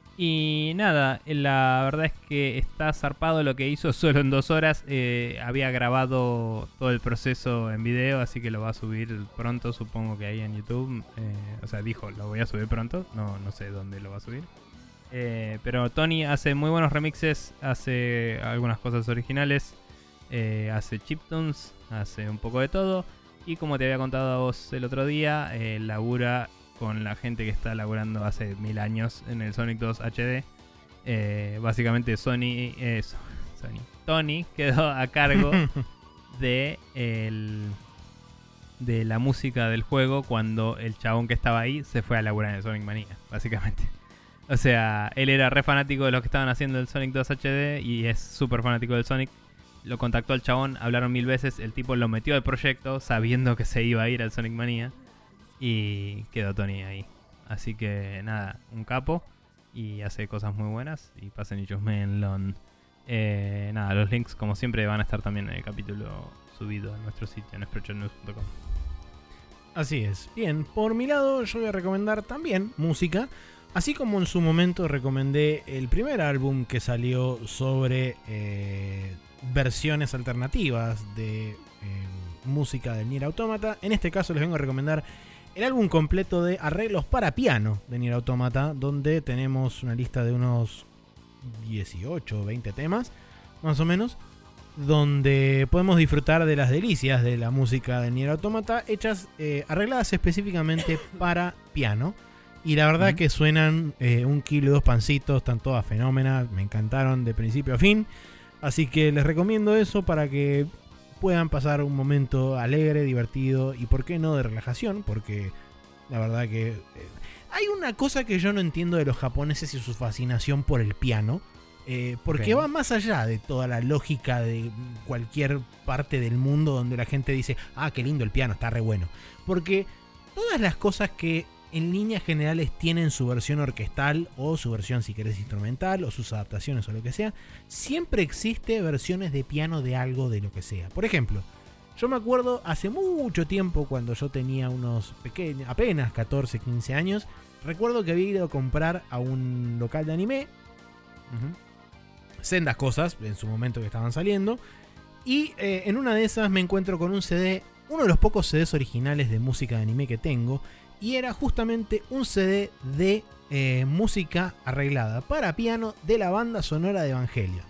Y nada, la verdad es que está zarpado lo que hizo solo en dos horas. Eh, había grabado todo el proceso en video, así que lo va a subir pronto, supongo que ahí en YouTube. Eh, o sea, dijo, lo voy a subir pronto. No, no sé dónde lo va a subir. Eh, pero Tony hace muy buenos remixes, hace algunas cosas originales, eh, hace chiptunes, hace un poco de todo. Y como te había contado a vos el otro día, eh, labura con la gente que está laburando hace mil años en el Sonic dos H D. Eh, básicamente Sony, eh, Sony, Tony quedó a cargo de, el, de la música del juego cuando el chabón que estaba ahí se fue a laburar en el Sonic Mania, básicamente. O sea, él era re fanático de lo que estaban haciendo el Sonic dos H D y es súper fanático del Sonic. Lo contactó al chabón, hablaron mil veces, el tipo lo metió al proyecto sabiendo que se iba a ir al Sonic Mania y quedó Tony ahí. Así que nada, un capo y hace cosas muy buenas y pasen y chusmeenlo. Eh, nada, los links como siempre van a estar también en el capítulo subido en nuestro sitio en spreadshot news punto com. Así es. Bien, por mi lado yo voy a recomendar también música. Así como en su momento recomendé el primer álbum que salió sobre eh, versiones alternativas de eh, música de Nier Automata, en este caso les vengo a recomendar el álbum completo de arreglos para piano de Nier Automata, donde tenemos una lista de unos dieciocho o veinte temas, más o menos, donde podemos disfrutar de las delicias de la música de Nier Automata, hechas, eh, arregladas específicamente para piano. Y la verdad uh-huh. que suenan eh, un kilo y dos pancitos, están todas fenómenas, me encantaron de principio a fin. Así que les recomiendo eso para que puedan pasar un momento alegre, divertido y por qué no de relajación, porque la verdad que... Eh, hay una cosa que yo no entiendo de los japoneses y su fascinación por el piano. Eh, porque Ok. va más allá de toda la lógica de cualquier parte del mundo donde la gente dice, ah, qué lindo el piano, está re bueno. Porque todas las cosas que en líneas generales tienen su versión orquestal o su versión, si querés, instrumental o sus adaptaciones o lo que sea, siempre existe versiones de piano de algo de lo que sea. Por ejemplo, yo me acuerdo hace mucho tiempo, cuando yo tenía unos pequeños, apenas catorce, quince años, recuerdo que había ido a comprar a un local de anime Ujú. sendas cosas en su momento que estaban saliendo. Y eh, en una de esas me encuentro con un C D, uno de los pocos C Ds originales de música de anime que tengo. Y era justamente un C D de eh, música arreglada para piano de la banda sonora de Evangelion.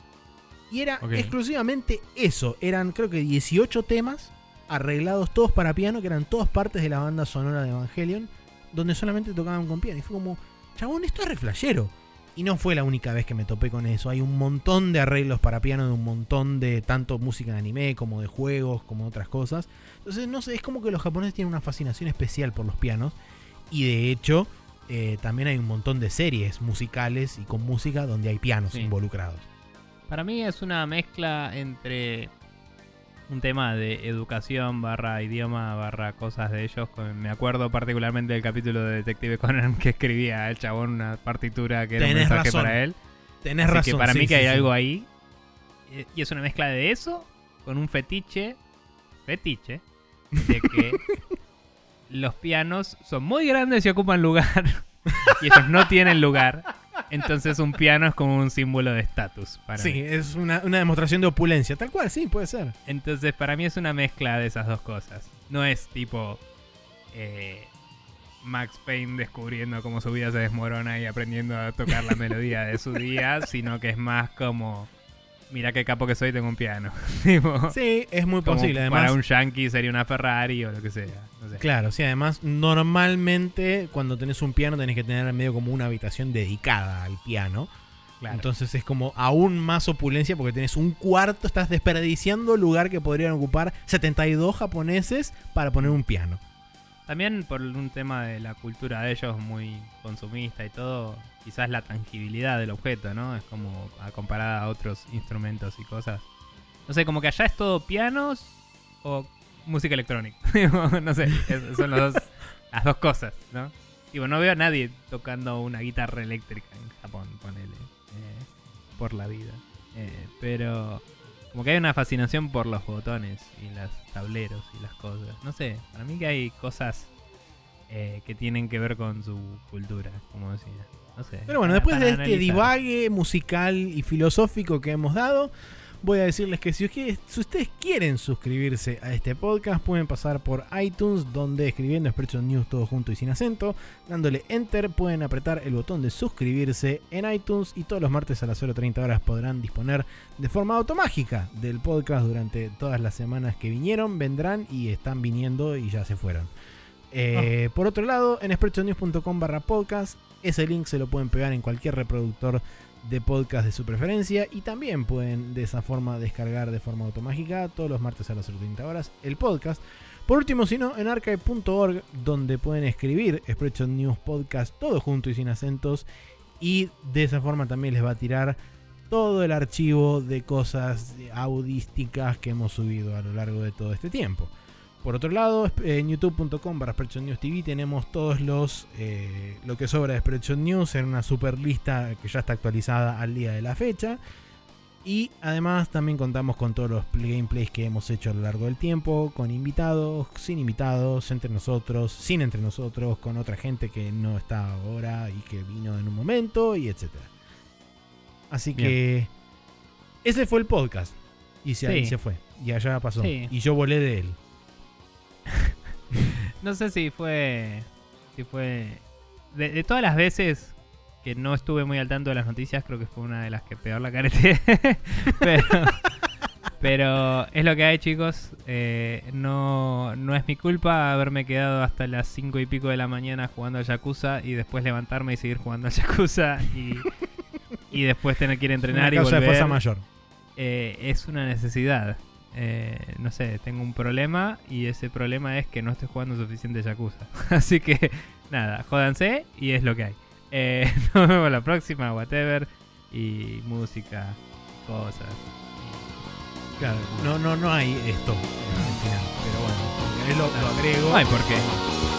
Y era Ok. exclusivamente eso. Eran creo que dieciocho temas arreglados todos para piano, que eran todas partes de la banda sonora de Evangelion, donde solamente tocaban con piano. Y fue como, chabón, esto es re flashero. Y no fue la única vez que me topé con eso. Hay un montón de arreglos para piano de un montón de tanto música de anime como de juegos, como de otras cosas. Entonces, no sé, es como que los japoneses tienen una fascinación especial por los pianos. Y de hecho, eh, también hay un montón de series musicales y con música donde hay pianos Sí. involucrados. Para mí es una mezcla entre un tema de educación barra idioma barra cosas de ellos. Con- Me acuerdo particularmente del capítulo de Detective Conan que escribía el chabón una partitura que era un Tenés mensaje razón. para él. Tenés Así razón. que para sí, mí que sí, hay sí. algo ahí. eh, Y es una mezcla de eso con un fetiche. Fetiche. De que los pianos son muy grandes y ocupan lugar. Y ellos no tienen lugar. Entonces un piano es como un símbolo de estatus para Sí, mí. es una, una demostración de opulencia. Tal cual, sí, puede ser. Entonces para mí es una mezcla de esas dos cosas. No es tipo eh, Max Payne descubriendo cómo su vida se desmorona y aprendiendo a tocar la melodía de su día, sino que es más como, mira qué capo que soy, tengo un piano. Tipo, Sí, es muy como posible. para Además, un yankee sería una Ferrari o lo que sea. No sé. claro, sí, además, normalmente cuando tenés un piano tenés que tener medio como una habitación dedicada al piano. Claro. Entonces es como aún más opulencia porque tenés un cuarto, estás desperdiciando el lugar que podrían ocupar setenta y dos japoneses para poner un piano. También por un tema de la cultura de ellos muy consumista y todo, quizás la tangibilidad del objeto, ¿no? Es como a comparar a otros instrumentos y cosas. No sé, como que allá es todo pianos o música electrónica. No sé, es- son los dos- las dos cosas, ¿no? Digo, no veo a nadie tocando una guitarra eléctrica en Japón, ponele, eh, por la vida. Eh, pero como que hay una fascinación por los botones y los tableros y las cosas. No sé, para mí que hay cosas eh, que tienen que ver con su cultura, como decía. No sé. Pero bueno, para- después para de este analizar. divague musical y filosófico que hemos dado, voy a decirles que si ustedes, si ustedes quieren suscribirse a este podcast, pueden pasar por iTunes, donde escribiendo Expression News todo junto y sin acento, dándole Enter, pueden apretar el botón de suscribirse en iTunes y todos los martes a las cero treinta horas podrán disponer de forma automágica del podcast durante todas las semanas que vinieron, vendrán y están viniendo y ya se fueron. Eh, Por otro lado, en expressionnews punto com barra podcast, ese link se lo pueden pegar en cualquier reproductor de podcast de su preferencia y también pueden de esa forma descargar de forma automática todos los martes a las cero treinta horas el podcast. Por último, si no, en archive punto org, donde pueden escribir Expression News Podcast todo junto y sin acentos, y de esa forma también les va a tirar todo el archivo de cosas audísticas que hemos subido a lo largo de todo este tiempo. Por otro lado, en youtube punto com barra Expression News T V tenemos todos los eh, lo que sobra de Expression News en una super lista que ya está actualizada al día de la fecha. Y además también contamos con todos los gameplays que hemos hecho a lo largo del tiempo, con invitados, sin invitados, entre nosotros, sin entre nosotros, con otra gente que no está ahora y que vino en un momento, y etcétera. Así Bien. que ese fue el podcast. Y se, Sí. ahí se fue. Y allá pasó. Sí. Y yo volé de él. No sé si fue. Si fue. De, de todas las veces que no estuve muy al tanto de las noticias, creo que fue una de las que peor la careté. pero, pero es lo que hay, chicos. Eh, no, no es mi culpa haberme quedado hasta las cinco y pico de la mañana jugando al Yakuza y después levantarme y seguir jugando al Yakuza y, y después tener que ir a entrenar Una y causa volver. de fuerza mayor. Eh, es una necesidad. eh, no sé, tengo un problema y ese problema es que no estoy jugando suficiente Yakuza. Así que, nada, jódanse y es lo que hay. Eh, nos vemos la próxima, whatever. Y música, cosas. Claro, no, no, no hay esto al final, pero bueno, lo, lo agrego. No hay por qué.